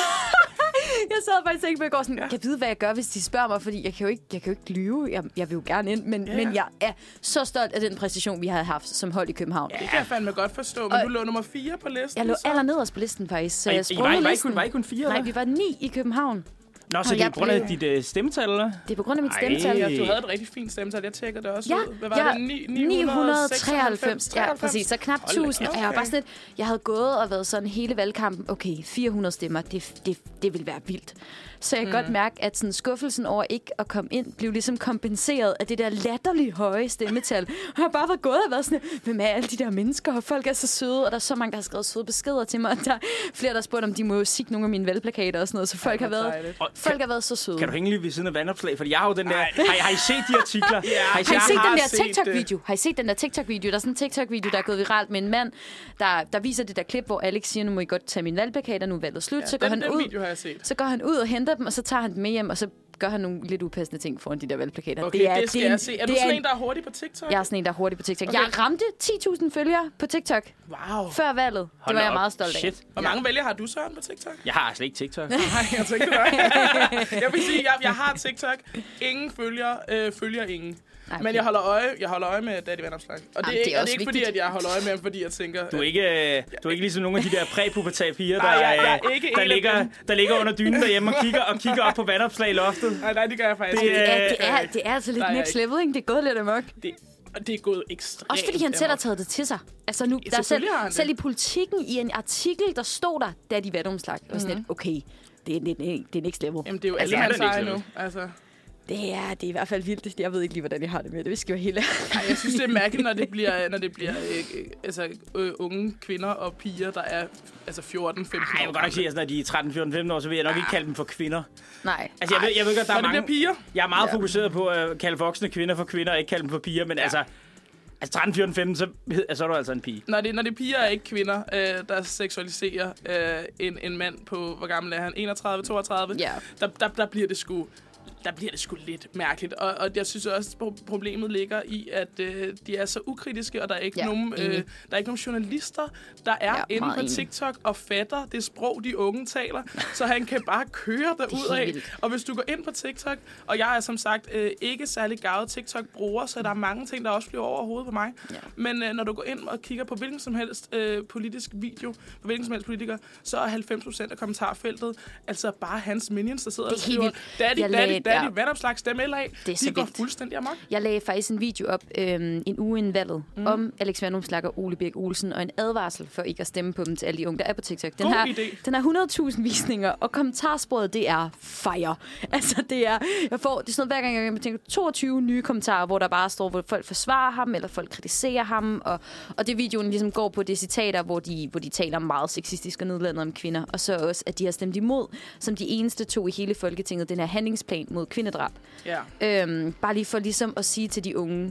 Jeg sad faktisk ikke med at gå sådan, jeg ved, hvad jeg gør, hvis de spørger mig, fordi jeg kan jo ikke, jeg kan jo ikke lyve. Jeg, jeg vil jo gerne ind, men, Ja. men jeg er så stolt af den præstation, vi har haft som hold i København. Det kan jeg fandme godt forstå, men Og- du lå nummer fire på listen. Jeg lå så. allernederst på listen faktisk, så Og I, jeg I, sprang var, I, var, I, listen. kun, var I kun fire? Nej, eller? vi var ni i København. Nå, så og det er jeg på grund af blev- dit øh, stemmetal, eller? Det er på grund af mit Ej. stemmetal. Ja, du havde et rigtig fint stemmetal. Jeg tjekkede det også Ja, ud. Hvad var ja, det? Ni- ni hundrede treoghalvfems. Ja, treoghalvfems. præcis. Så knap Hold da tusind. kæft. Og jeg var bare sådan lidt, jeg havde gået og været sådan hele valgkampen, okay, fire hundrede stemmer, det, det, det ville være vildt. Så jeg kan mm. godt mærke, at sådan skuffelsen over ikke at komme ind, blev ligesom kompenseret af det der latterlige høje stemmetal. Og jeg har bare været gået og været sådan, hvem er alle de der mennesker? Og folk er så søde, og der er så mange, der har skrevet søde beskeder til mig. Og der er flere, der har spurgt, om de må sige nogle af mine valgplakater og sådan noget. Så folk har hvor været, dejligt. Og folk kan, har været så søde. kan du hænge lige ved siden af vandopslag? Fordi jeg har jo den der... Har, I- har I set de artikler? Ja. Har I Har I Jeg set har den der set TikTok-video? Har I set den der TikTok-video? Der er sådan en TikTok-video, der er gået viralt med en mand, der, der viser det der klip, hvor Alex siger, nu må I godt tage mine valgplakater, nu er valget slut. Ja, så går den, han den ud, video har jeg set. så går han ud og henter dem, og så tager han dem med hjem, og så gør han nogle lidt upassende ting foran de der valgplakater. Okay, det er, det skal det er, jeg se. Er du det sådan er en, der er hurtig på TikTok? Jeg er sådan en, der er hurtig på TikTok. Okay. Jeg ramte ti tusind følgere på TikTok Wow. før valget. Det Hold var da jeg op. meget stolt af. Shit. Hvor mange vælgere har du, Søren, på TikTok? Jeg har slet ikke TikTok. Nej, jeg tænkte det. Jeg vil sige, jeg, jeg har TikTok. Ingen følger, øh, følger ingen. Nej, Men jeg holder øje, jeg holder øje med Daddy Vandopslag. Og det, Jamen, er, det er og også det er ikke fordi, vigtigt. at jeg holder øje med ham, fordi jeg tænker... Du er ikke, øh, du er ikke ligesom nogle af de der præpubertale piger, der, Nej, jeg- jeg er øh, ikke der, en af ligger, dem. der ligger under dynen derhjemme og kigger, og kigger op på vandopslag i loftet. Nej, nej, det gør jeg faktisk Det ikke. Det er, Øh, det, er, det er altså lidt Nej, jeg next ikke. level, ikke? Det er gået lidt amok. Det, og det er gået ekstremt. Også fordi han selv har amok. taget det til sig. Altså nu, Ja, der er selv, selvfølgelig har han det. selv i Politikken, i en artikel, der stod der, da de vandumslag. Og sådan lidt, okay, det er, det, er, det er next level. Jamen, det er jo Altså, alle er mands det eje ikke nu. Altså, Det er, det er i hvert fald vildt. Jeg ved ikke lige, hvordan jeg har det med det. Vi skal jo helt ej, jeg synes, det er mærkeligt, når det bliver, når det bliver øh, øh, altså, øh, unge kvinder og piger, der er altså fjorten femten Nej, jeg vil godt nok sige, at når de er tretten, fjorten, femten år, så vil jeg nok ikke kalde dem for kvinder. Nej. Altså, jeg ved, jeg ved godt, der Når er det bliver mange... piger. Jeg er meget Ja. fokuseret på at kalde voksne kvinder for kvinder, og ikke kalde dem for piger, men altså... Altså tretten, fjorten, femten, så, så er du altså en pige. Når det, når det er piger og ikke kvinder, øh, der seksualiserer øh, en, en mand på, hvor gammel er han? enogtredive, toogtredive? Ja. Der, der, der bliver det sgu... Der bliver det sgu lidt mærkeligt. Og, og jeg synes også, at problemet ligger i, at øh, de er så ukritiske, og der er ikke, Ja, nogen, øh, enig. der er ikke nogen journalister, der er Ja, inde meget på enig. TikTok og fatter det sprog, de unge taler. Så han kan bare køre derud af. helt vildt. Og hvis du går ind på TikTok, og jeg er som sagt øh, ikke særlig gavet TikTok-bruger, så der er mange ting, der også flyver over hovedet på mig. Ja. Men øh, når du går ind og kigger på hvilken som helst øh, politisk video, på hvilken som helst politiker, så er halvfems procent af kommentarfeltet altså bare hans minions, der sidder Det og er skriver, helt vildt. daddy, Jeg daddy, lagde- daddy, ja. vandopslag, stem L A. Det er så De går vildt. fuldstændig amok. Jeg lagde faktisk en video op øhm, en uge inden valget mm. om Alex Vanopslagh og Ole Birk Olsen, og en advarsel for ikke at stemme på dem til alle de unge, der er på TikTok. Den God har, idé. den har hundrede tusind visninger, og kommentarsporet, det er fire. Altså, det er, jeg får, det er sådan noget, hver gang jeg tænker, toogtyve nye kommentarer, hvor der bare står, hvor folk forsvarer ham, eller folk kritiserer ham, og, og det videoen ligesom går på, det er citater, hvor de, hvor de taler meget sexistisk og nedladende om kvinder, og så også, at de har stemt imod, som de eneste to i hele Folketinget, den her handlingsplan mod kvindedrab. Ja. Øhm, bare lige for ligesom at sige til de unge,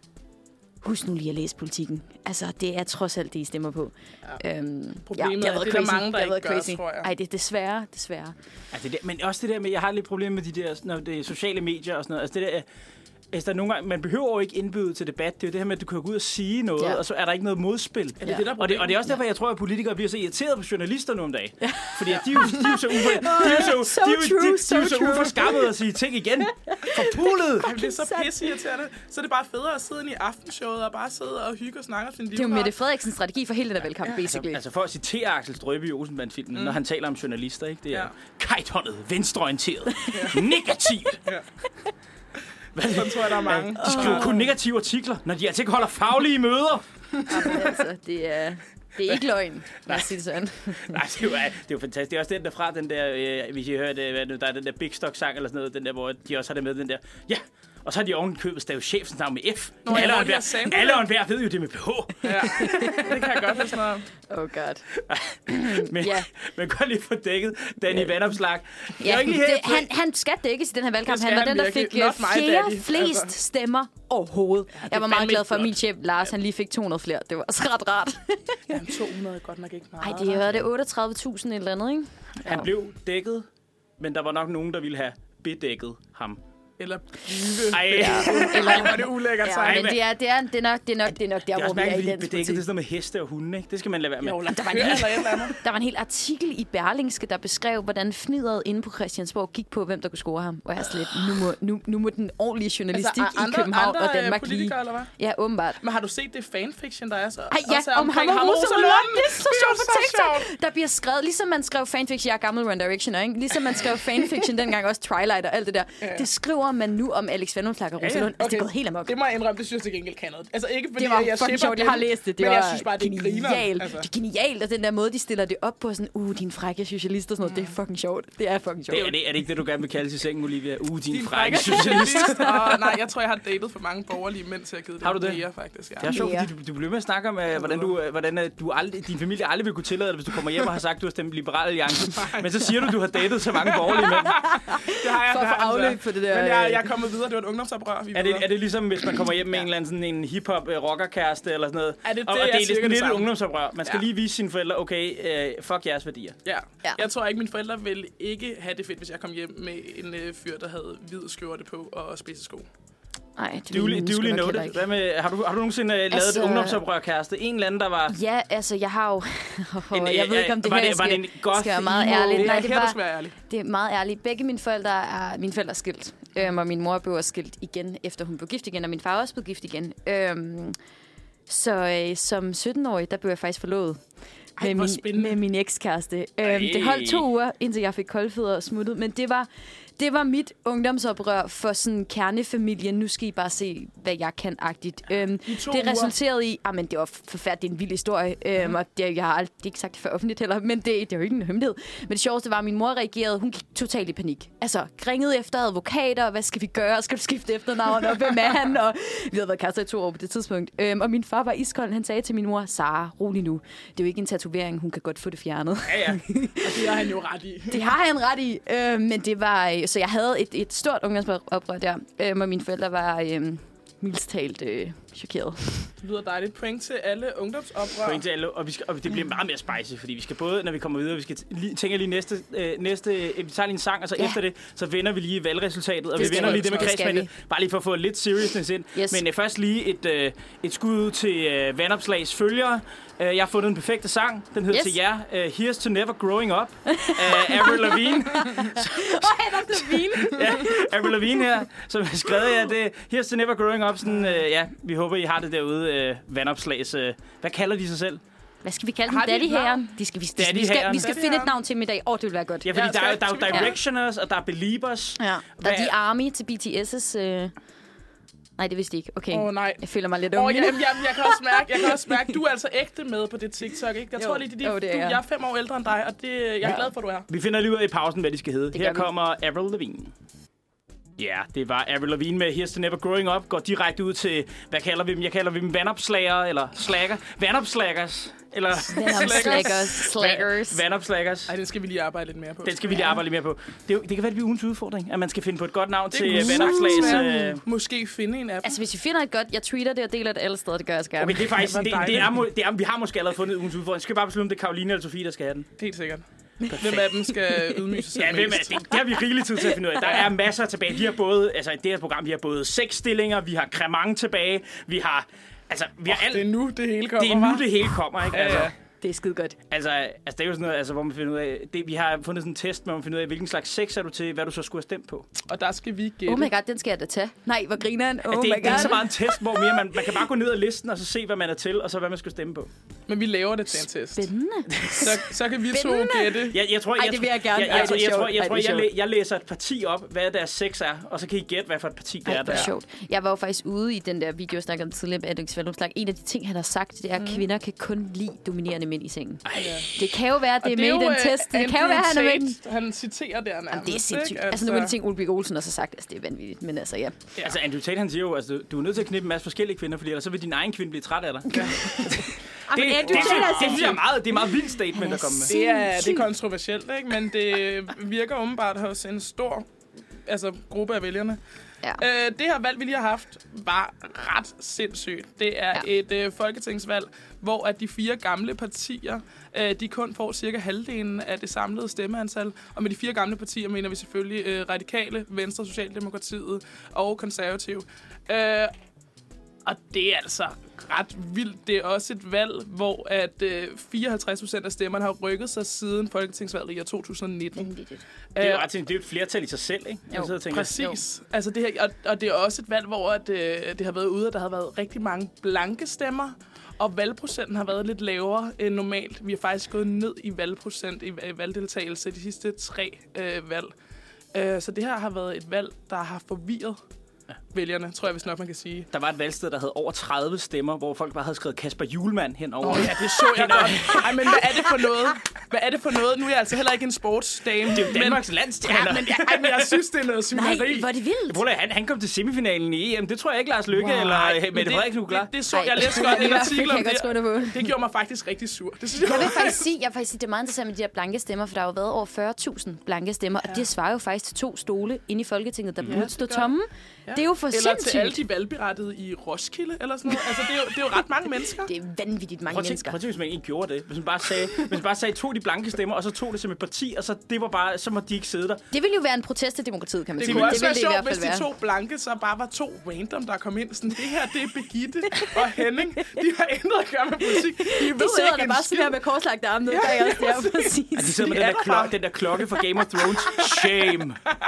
husk nu lige at læse Politikken. Altså, det er trods alt det, I stemmer på. Ja. Øhm, Problemet det har er, været det er der crazy. mange, der Det har ikke været gør, crazy. tror jeg. Ej, det er desværre, desværre. Altså, det der, men også det der med, jeg har lidt problem med de der når det er sociale medier og sådan noget. Altså det der, altså, der er nogle gange, man behøver jo ikke indbyde til debat. Det er jo det her med, at du kan gå ud og sige noget, Ja. og så er der ikke noget modspil. Er det det, der er Og det, og det er også derfor, jeg tror, at politikere bliver så irriteret på journalister nu om dagen. Fordi at de, er jo, de er jo så ufor, de er jo så, So de er jo, de, true, de, de er so jo så true. uforskammede at sige ting igen. Forpulet! Ej, det er så pisseirriterende. Så er det bare federe at sidde inde i aftenshowet og bare sidde og hygge og snakke om sin Det er jo livret. Mette Frederiksens strategi for hele den der valgkamp, Ja. basically. Altså for at citere Axel Strøby i Olsenband-filmen, mm. når han taler om journalister, ikke? Det er Ja. ja. kajthåndet, venstreorienteret, negativt. Sådan tror jeg, der er mange. De skriver kun negative artikler, når de altså ikke holder faglige møder. Jamen, altså, det er... Det er ikke løgn, lad os sige det sådan. Nej, det er, jo, det er jo fantastisk. Det er også den der fra, den der, øh, hvis I har hørt, øh, der er den der Big Stock-sang eller sådan noget, den der, hvor de også har det med, den der, ja, og så har de oven købet stavet chefens navn med F. Nå, alle, ja, og enhver, alle og enhver ved jo det med P H. Ja, det kan jeg godt lide sådan noget. Oh god. men, ja. men godt lige få dækket Danny ja. Vandopslag. Ja, det, han, han skal dækkes i den her valgkamp. Han var den, der fik fjerde flest altså. stemmer overhovedet. Ja, jeg var meget glad for, at min chef Lars han lige fik to hundrede flere. Det var også ret rart. Jamen, to hundrede er godt nok ikke meget. Nej, det var det otteogtredive tusind eller andet, ikke? Han blev dækket, men der var nok nogen, der ville have bedækket ham. Eller blive. Ej, ja, eller var det ulækkert ja, sig. men det er, det, er, det, er nok, det, er nok, det er nok der, hvor vi er i den bedækket, det er sådan noget med heste og hunde, ikke? Det skal man lade være med. Jo, der, var en hel, der var en hel artikel i Berlingske, der beskrev, hvordan fnidret inde på Christiansborg gik på, hvem der kunne score ham. Og jeg er slet, nu må, nu, nu må den ordentlige journalistik altså, andre, i København andre og Danmark lige. Eller hvad? Ja, åbenbart. Men har du set det fanfiction, der er så? Ej, ja, også om ham og Rosalund. Det er så sjovt på TikTok. Sjovt. Der bliver skrevet, ligesom man skrev fanfiction, jeg er gammel One Direction, ikke? Ligesom man skrev fanfiction dengang også Twilight og alt det der. Ja. Det skriver man nu om Alex Vanopslagh og Rosalund. Ja, ja. Okay. Altså, det er gået helt amok. Det må jeg indrømme, det synes jeg til gengæld kan noget. Altså ikke fordi det var jeg fucking sjovt, jeg har læst det. Det men var jeg synes bare, det er genialt. Altså. Det er genialt, og den der måde, de stiller det op på sådan, uh, din frække socialist og sådan noget, det er fucking sjovt. Det er fucking sjovt. Det er, det, er det ikke det, du gerne vil kalde til sengen, Olivia? Uh, din, din frække socialist. og, nej, jeg tror, jeg har datet for mange borgerlige mænd til at give det. Har du det? Mere, faktisk. Ja. Det er sjovt, fordi du, du bliver med at snakke om, uh, hvordan, du, uh, hvordan uh, du aldrig, din familie aldrig vil kunne tillade dig, hvis du kommer hjem og har sagt, du har stemt Liberal Alliance. Men så siger du, du har datet så mange borgerlige mænd. Det har jeg. For at få afløb på det der. Men jeg, jeg er kommet videre. Det var et ungdomsoprør. Er det, er det ligesom, hvis man kommer hjem med ja. en eller anden sådan en hip-hop uh, rockerkæreste eller sådan noget? Er det det, og, og det er sådan et lille ungdomsoprør. Man skal ja. lige vise sine forældre, okay, uh, fuck jeres værdier. Ja. ja. Jeg tror ikke, mine forældre ville ikke have det fedt, hvis jeg kom hjem med en uh, fyr, der havde hvid skjorte på og spidse sko. Nej, det duly, duly noted. Hvad med, har, du, har du nogensinde altså, lavet et ungdomsoprørkæreste? En eller anden, der var... Ja, altså, jeg har jo... en, jeg ved ikke, om det var her det, skal, var det en skal være meget ærligt. Nej, det var... Det er meget ærligt. Begge mine forældre er, mine forældre er skilt. Øhm, og min mor blev også skilt igen, efter hun blev gift igen. Og min far er også blevet gift igen. Øhm, så øh, som sytten-årig, der blev jeg faktisk forlovet. Ej, med, min, med min ekskæreste. Øhm, det holdt to uger, indtil jeg fik koldfødder og smuttet. Men det var... Det var mit ungdomsoprør for sådan kernefamilien. Nu skal I bare se, hvad jeg kan-agtigt. Øhm, det resulterede i... Ah, men det var forfærdeligt en vild historie. Øhm, mm. Og det, jeg har aldrig ikke sagt det for offentligt heller, men det, det er jo ikke en hemmelighed. Men det sjoveste var, at min mor reagerede. Hun gik totalt i panik. Altså, ringede efter advokater. Hvad skal vi gøre? Skal du skifte efternavn? Og hvem er han? Og vi havde været kærester i to år på det tidspunkt. Øhm, og min far var iskold. Han sagde til min mor, Sara, rolig nu. Det er jo ikke en tatovering. Hun kan godt få det fjernet. Ja, ja. Og det har han jo ret i. Det har han ret i. Øhm, men det var... Så jeg havde et, et stort ungdomsoprør der, øhm, og mine forældre var øhm, mildest talt øh, chokeret. Det lyder dejligt. Point til alle ungdomsoprør. Point til alle, og, vi skal, og det bliver meget mere spicy, fordi vi skal både, når vi kommer videre, vi skal lige, tænke lige næste, øh, næste vi tager lige en sang, og så ja. efter det, så vender vi lige valgresultatet, og det vi vender lige det med kredsmændene, bare lige for at få lidt seriousness ind. Yes. Men øh, først lige et, øh, et skud ud til øh, Vandopslags følgere. Uh, jeg har fundet en perfekte sang. Den hedder yes. til jer. Uh, Here's to Never Growing Up. Uh, Avril Lavigne. Åh, Avril Lavigne. Ja, Avril Lavigne her. Så jeg skrev jeg det. Here's to Never Growing Up. Sådan, uh, ja, vi håber, I har det derude. Uh, Vandopslags. Uh, hvad kalder de sig selv? Hvad skal vi kalde dem? Daddy-herren? De skal, vi, de, vi skal, vi skal finde et navn til dem i dag. Åh, oh, det vil være godt. Ja, fordi ja, der, er, der er jo Directioners, og der er Beliebers. Ja. Der er The Army til B T S's... Uh... Nej, det vidste jeg ikke. Okay. Åh, oh, nej. Jeg føler mig lidt ung. Oh, jamen, jeg, jeg, kan også mærke, jeg kan også mærke, du er altså ægte med på det TikTok, ikke? Jeg jo. tror lige, det er, jo, det er. Du, jeg er fem år ældre end dig, og det, jeg er ja. glad for, at du er. Vi finder lige ud af i pausen, hvad de skal hedde. Det Her kommer Avril Lavigne. Ja, yeah, det var Avril Lavigne med Here's to Never Growing Up. Går direkte ud til, hvad kalder vi dem? Jeg kalder vi dem vandopslager, eller slager. Vandopslagers. Eller vandopslaggers. Slaggers. Vandopslaggers. Ej, den skal vi lige arbejde lidt mere på. Den skal vi lige arbejde lidt mere på. Det, det kan være, det bliver ugens udfordring, at man skal finde på et godt navn det til vandopslags. Øh... Måske finde en af dem. Altså, hvis vi finder et godt, jeg tweeter det og deler det alle steder, det gør jeg gerne. Okay, det er faktisk, det, det, er, det er, vi har måske allerede fundet ugens udfordring. Skal vi bare beslutte, om det er Karoline eller Sofie, der skal have den? Helt sikkert. Perfekt. Hvem af dem skal ydmyge sig selv? Ja, hvem er det? Det har vi rigelig tid til at finde ud af. Der er masser tilbage. Vi har både, altså i det her program, vi har både seks stillinger, vi har cremant tilbage, vi har, altså, vi har oh, alt. Det er nu, det hele kommer. Det er nu, det hele kommer, ikke? Altså, ja, ja. Det er skide godt. Altså, altså, det er jo sådan noget, altså, hvor man finder ud af, det, vi har fundet sådan en test, hvor man finder ud af, hvilken slags sex er du til, hvad du så skulle have stemt på. Og der skal vi gætte. Oh my god, den skal jeg da tage. Nej, hvor griner han. Oh ja, det, my god. Det er ikke så meget en test, hvor mere man, man kan bare gå ned ad listen og så se, hvad man er til, og så hvad man skal stemme på. Men vi laver det til en test. Spændende. Så, så kan vi Spændende. to gætte. Jeg, jeg tror, Ej, jeg, det vil jeg gerne. Jeg, jeg, Ej, jeg, det er jeg, tror, sjovt. jeg, Ej, tror, det er jeg, sjovt. læ- jeg læser et parti op, hvad deres sex er, og så kan I gætte, hvad for et parti det Ej, er, det er der. sjovt. Jeg var jo faktisk ude i den der video, jeg snakkede om tidligere med Alex Vanopslagh. En af de ting, han har sagt, det er, at mm. kvinder kan kun lide dominerende mænd i sengen. Ej. Det kan jo være, at det er Og med jo, i den øh, test. Det kan jo Andrew være, at han er med i den. Tate, Han citerer der nærmest. Jamen, det er sindssygt. ikke? Altså, nogle af de ting, Ole Birk Olsen også har sagt, altså, det er vanvittigt. Men altså, ja. Ja. Altså, Andrew Tate, han siger jo, altså, du er nødt til at knippe en masse forskellige kvinder, fordi ellers så vil din egen kvinde blive træt af dig. Ja. Det, det, det, det, det synes jeg er meget, det er meget vildt statement at komme med. Det er, det er kontroversielt, ikke? Men det virker åbenbart hos en stor altså, gruppe af vælgerne. Ja. Øh, det her valg, vi lige har haft, var ret sindssygt. Det er Ja. et øh, folketingsvalg, hvor at de fire gamle partier, øh, de kun får cirka halvdelen af det samlede stemmeantal. Og med de fire gamle partier mener vi selvfølgelig øh, Radikale, Venstre, Socialdemokratiet og Konservative. Øh, og det er altså ret vildt. Det er også et valg, hvor at øh, fireoghalvtreds procent af stemmerne har rykket sig siden folketingsvalget i år to tusind nitten. Vanvittigt. Det er jo Øh, ret, det er jo et flertal i sig selv, ikke? Jeg Jo, sidder og tænker, Præcis. Altså det her, og, og det er også et valg, hvor at, øh, det har været ude, at der har været rigtig mange blanke stemmer, og valgprocenten har været lidt lavere end normalt. Vi har faktisk gået ned i valgprocent i, i valgdeltagelse de sidste tre øh, valg. Øh, så det her har været et valg, der har forvirret ja. vælgerne, tror jeg, hvis nok man kan sige. Der var et valgsted, der havde over tredive stemmer, hvor folk bare havde skrevet Kasper Hjulmand henover. Åh oh, ja, det så jeg godt. Ej, men hvad er det for noget? Hvad er det for noget? Nu er jeg altså heller ikke en sportsdame. Det er jo Danmarks men, landstræner. Ja, men, jeg, ej, men jeg synes, det er noget Nej, svineri. hvor er det vildt. Prøv at, han, han kom til semifinalen i E M. Det tror jeg ikke, Lars Lykke wow. eller Men Mette Frederiksen kunne klare. Det, det så jeg læste godt en Det artikel kan om jeg godt skrive under det. på. Det gjorde mig faktisk rigtig sur. Det synes jeg, Jeg vil faktisk sige, jeg vil faktisk sige, det er meget interessant med de her blanke stemmer, for der har jo været over fyrre tusind blanke stemmer, ja. og det svarer jo faktisk til to stole inde i Folketinget, der Ja, burde stå det gør tomme. Ja. Det er jo for Eller til alle sindssygt. de valgberettede i Roskilde, eller sådan noget. Altså, det er jo, det er jo ret mange mennesker. Det er vanvittigt mange Prøv at tænke, mennesker. prøv at tænke, hvis man ikke gjorde det. Hvis man bare sagde, hvis man bare sagde, tog de blanke stemmer, og så tog det som et parti, og så det var bare, så må de ikke sidde der. Det ville jo være en protest til demokratiet, kan man Det sige. kunne også det være ville det i sjovt, hvert hvis fald de være. to blanke så bare var to random, der kom ind. Sådan, det her, det er Birgitte og Henning. De har intet at gøre med politik. De, De ved sidder ikke der en bare skid. sådan her med korslagte arme ned Ja, bag os. ja, Ja, præcis. Og de sidder med De den er der, der klok, bare. den der klokke fra Game of Thrones. Shame.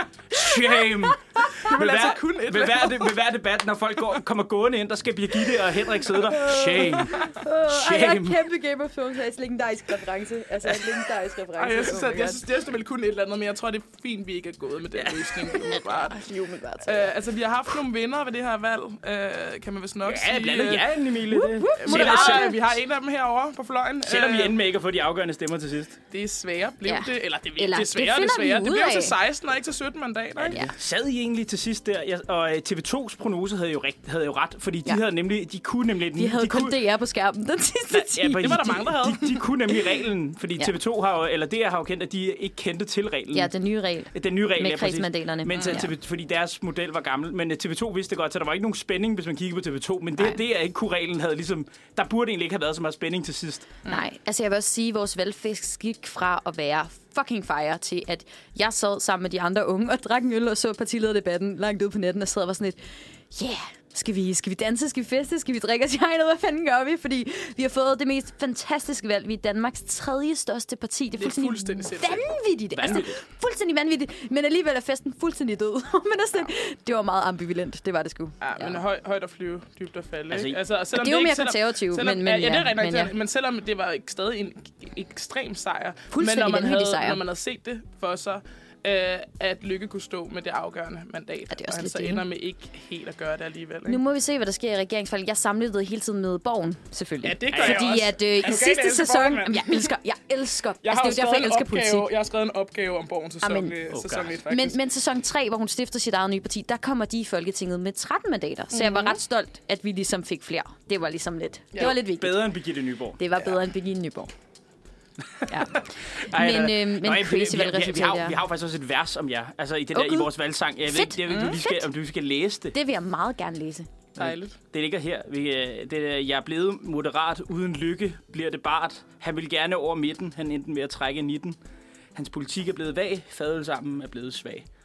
Shame. Ved altså hver, kun et ved, hver, ved hver debat, når folk går, kommer gående ind, der skal Birgitte og Henrik sidde der. Shame. Ej, jeg er Shame. kæmpe Game of Thrones. Det er en legendarisk reference. Altså en legendarisk reference. Ej, jeg synes, Oh at, my jeg God. synes, det er vel kun et eller andet, men jeg tror, det er fint, vi ikke er gået med den løsning. umiddelbart. Jo, men bare Øh, altså, vi har haft nogle vinder ved det her valg, øh, kan man vist nok sige. Ja, blandt andet Øh, ja, Emilie. Det. Vi Selvom, har, vi har en af dem herovre på fløjen. selvom vi Øh, endte med ikke at få de afgørende stemmer til sidst. Det er svære, blev Ja. det. Eller det, Eller, det er det svære, det, finder er svære. vi Det ud blev af. til seksten og ikke til sytten mandater, ikke? Ja. Sad I egentlig til sidst der? Ja, og øh, T V to's prognose havde jo, rigt, havde jo ret, fordi de, Ja. havde nemlig, de kunne nemlig... De havde kun kunne, D R på skærmen den sidste time. fordi Det var der de, mange, der havde. De, de kunne nemlig reglen, fordi Ja. T V to har jo, eller D R har jo kendt, at de ikke kendte til reglen. Ja, den nye regel. Den nye regel, Med ja, præcis. kredsmandaterne. Mens Ja. ja. T V, fordi deres model var gammel. Men T V to vidste det godt, så der var ikke nogen spænding, hvis man kiggede på T V to. Men Nej. det, det er ikke kunne-reglen havde ligesom... Der burde egentlig ikke have været så meget spænding til sidst. Nej, altså jeg vil også sige, at vores valgfisk gik fra at være fucking fire til, at jeg sad sammen med de andre unge og drak en øl og så partilederdebatten langt ude på netten og sad og var sådan lidt, yeah, skal vi, skal vi danse, skal vi feste, skal vi drikke os i hegnet, hvad fanden gør vi? Fordi vi har fået det mest fantastiske valg. Vi er Danmarks tredje største parti. Det er fuldstændig, fuldstændig sindssygt. vanvittigt. Altså, Vanvittigt. fuldstændig vanvittigt. Men alligevel er festen fuldstændig død. Men altså, det var meget ambivalent. Det var det sgu. Ja, men høj, højt at flyve, dybt at falde. Altså, Ikke? Altså, selvom Og det er jo ikke- mere selvom- konservativt, selvom, men- men ja, ja, det er ja, rigtig men men, ja. men selvom det var stadig en ekstrem sejr. Men Fuldstændig når man, vanvittig havde, sejr. når man havde set det for sig, øh, at Lykke kunne stå med det afgørende mandat, det er også og han lidt så det, ender med ikke helt at gøre det alligevel. Ikke? Nu må vi se, hvad der sker i regeringsfaldet. Jeg samlede hele tiden med Borgen, selvfølgelig. Ja, det gør jeg Fordi også. at øh, Er i du gal, sidste jeg elsker sæson... Borgen, mand. Jamen, jeg elsker, jeg elsker... Jeg har, altså, det er jo jo derfor, jeg skrevet elsker en politik. opgave, jeg har skrevet en opgave om Borgens sæson, Amen. øh, Oh, sæson God. et, faktisk. Men, men sæson tre, hvor hun stifter sit eget nye parti, der kommer de i Folketinget med tretten mandater. Så jeg var ret stolt, at vi ligesom fik flere. Det var ligesom lidt... Ja. Det var lidt vigtigt. Bedre end Birgitte Nyborg. Det var bedre end Birgitte Nyborg. Ja. Ej, Men, nej. øh, men Nå, ja, crazy, vi, hvad vi, det vi, vi, resultat har, er. vi har jo faktisk også et vers om jer, altså i, det Åh, der, i Gud. vores valgsang. Jeg ved Fedt. ikke, jeg ved, du lige skal, Fedt. om du skal læse det. Det vil jeg meget gerne læse. Dejligt. Det ligger her. Vi, øh, det er, jeg er blevet moderat uden lykke, bliver det bart. Han vil gerne over midten, han endte med at trække nitten. Hans politik er blevet vag, fadelsammen er blevet svag.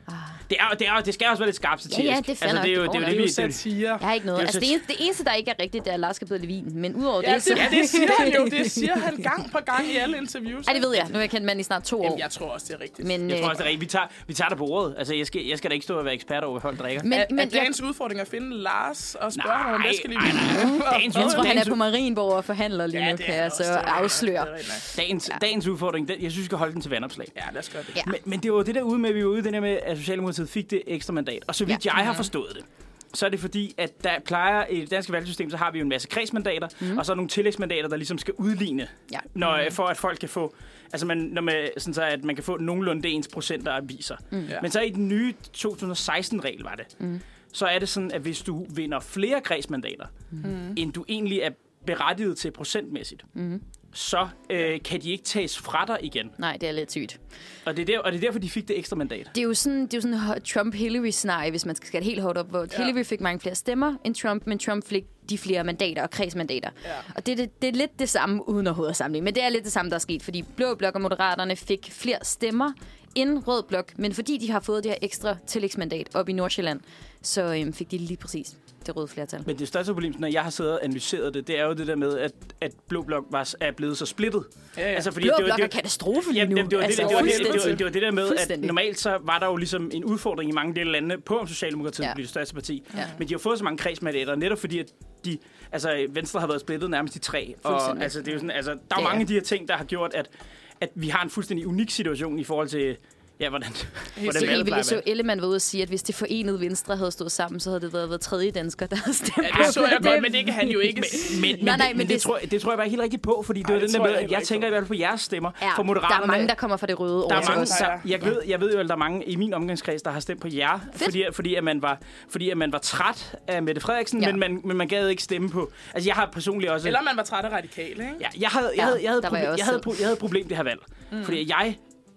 Ah. Det, er, det, er, det skal også være lidt skarpt satirisk. Ja, ja, det er fair nok. det er jo Det det, er jo Det er det, jo vi... satire. Jeg har ikke noget. Det er jo Altså, det, eneste, det eneste, der ikke er rigtigt, det er, at Lars skal bedre Levin. Men udover Ja, det, så... det, ja, det siger han jo. Det siger han gang på gang i alle interviews. Ej, det ved jeg. Nu har jeg kendt manden i snart to år. Jamen, jeg tror også, det er rigtigt. Men, Jeg tror øh, også, det er rigtigt. Vi tager, vi tager det på ordet. Altså, jeg skal, jeg skal da ikke stå og være ekspert over, hvad folk drikker. men, er, men er jeg, dagens udfordring at finde Lars og spørge ham, om Nej, hvad skal lige nej, nej. Dagens jeg tror, han er dagens- på Marienborg og forhandler lige Ja, nu, det kan er jeg også, så det er rigtigt. afsløre. Det er rigtig nice. Dagens, ja. dagens udfordring, den, jeg synes, vi skal holde den til vandopslag. Ja, lad os gøre det. Ja. Men, men det var det der ude med, at vi var ude det der med, at Socialdemokratiet fik det ekstra mandat. Og så vidt Ja. jeg har forstået det, så er det fordi, at der plejer i det danske valgsystem, så har vi jo en masse kredsmandater, mm. og så nogle tillægsmandater, der ligesom skal udligne, Ja. når, for at folk kan få, altså man, når man, sådan så, at man kan få nogenlunde det ens procenter af viser. Mm. Ja. Men så i den nye to tusind og seksten-regel var det, mm. så er det sådan, at hvis du vinder flere kredsmandater, mm. end du egentlig er berettiget til procentmæssigt, mm. så øh, kan de ikke tages fra dig igen. Nej, det er lidt sygt. Og det er, der, og det er derfor, de fik det ekstra mandat. Det er jo sådan, det er jo sådan en Trump-Hillary-scenarie, hvis man skal skære det helt hårdt op, hvor ja. Hillary fik mange flere stemmer end Trump, men Trump fik de flere mandater og kredsmandater. Ja. Og det, det, det er lidt det samme, uden at hovedsamling. Men det er lidt det samme, der er sket, fordi Blå Blok og Moderaterne fik flere stemmer end Rød Blok, men fordi de har fået det her ekstra tillægsmandat op i Nordsjælland, så øhm, fik de lige præcis det røde flertal. Men det største problem, når jeg har siddet og analyseret det, det er jo det der med, at, at Blå Blok var, er blevet så splittet. Ja, ja. Altså, fordi Blå det, var- Blok det, er katastrofe lige Jamen, nu. det, det, var, altså, det, det, var, det, det, fuldstændig. var, det var det der med, at Fuldstændig. normalt så var der jo ligesom en udfordring i mange dele af landene på, om Socialdemokratiet Ja. blev det største parti. Ja. Men de har fået så mange kredsmandater, netop fordi, at de, altså, Venstre har været splittet nærmest i tre. Og, Fuldstændig. altså, det er jo sådan, altså, der er Det jo er- mange af de her ting, der har gjort, at, at vi har en fuldstændig unik situation i forhold til, ja, hvordan, hvordan Det er helt valget vildt. plejer Jeg at så være. Ellemann var ude og sige, at hvis det forenede Venstre havde stået sammen, så havde det været, været tredje dansker, der havde stemt. Ja, det så jeg godt, men det kan han jo ikke. Men, men, Nej, nej, det, men men det, det- tror, jeg- det tror jeg bare ikke helt rigtigt på, fordi det Ej, var det den der tror med, jeg at heller jeg ikke tænker på. i hvert fald på jeres stemmer. Ja, For Moderaterne, der er mange, der kommer fra det røde der er over. mange, også. der, jeg, ved, jeg ved jo, at der er mange i min omgangskreds, der har stemt på jer, fordi, fordi, at man var, fordi at man var træt af Mette Frederiksen, Ja. men, man, men man gad ikke stemme på. Altså, jeg har personligt også... Eller man var træt af radikale, ikke? Ja, jeg havde, jeg Ja, havde, jeg havde, der var jeg problem, også jeg havde, selv. pro- jeg havde et problem det her valg. Mm. Fordi jeg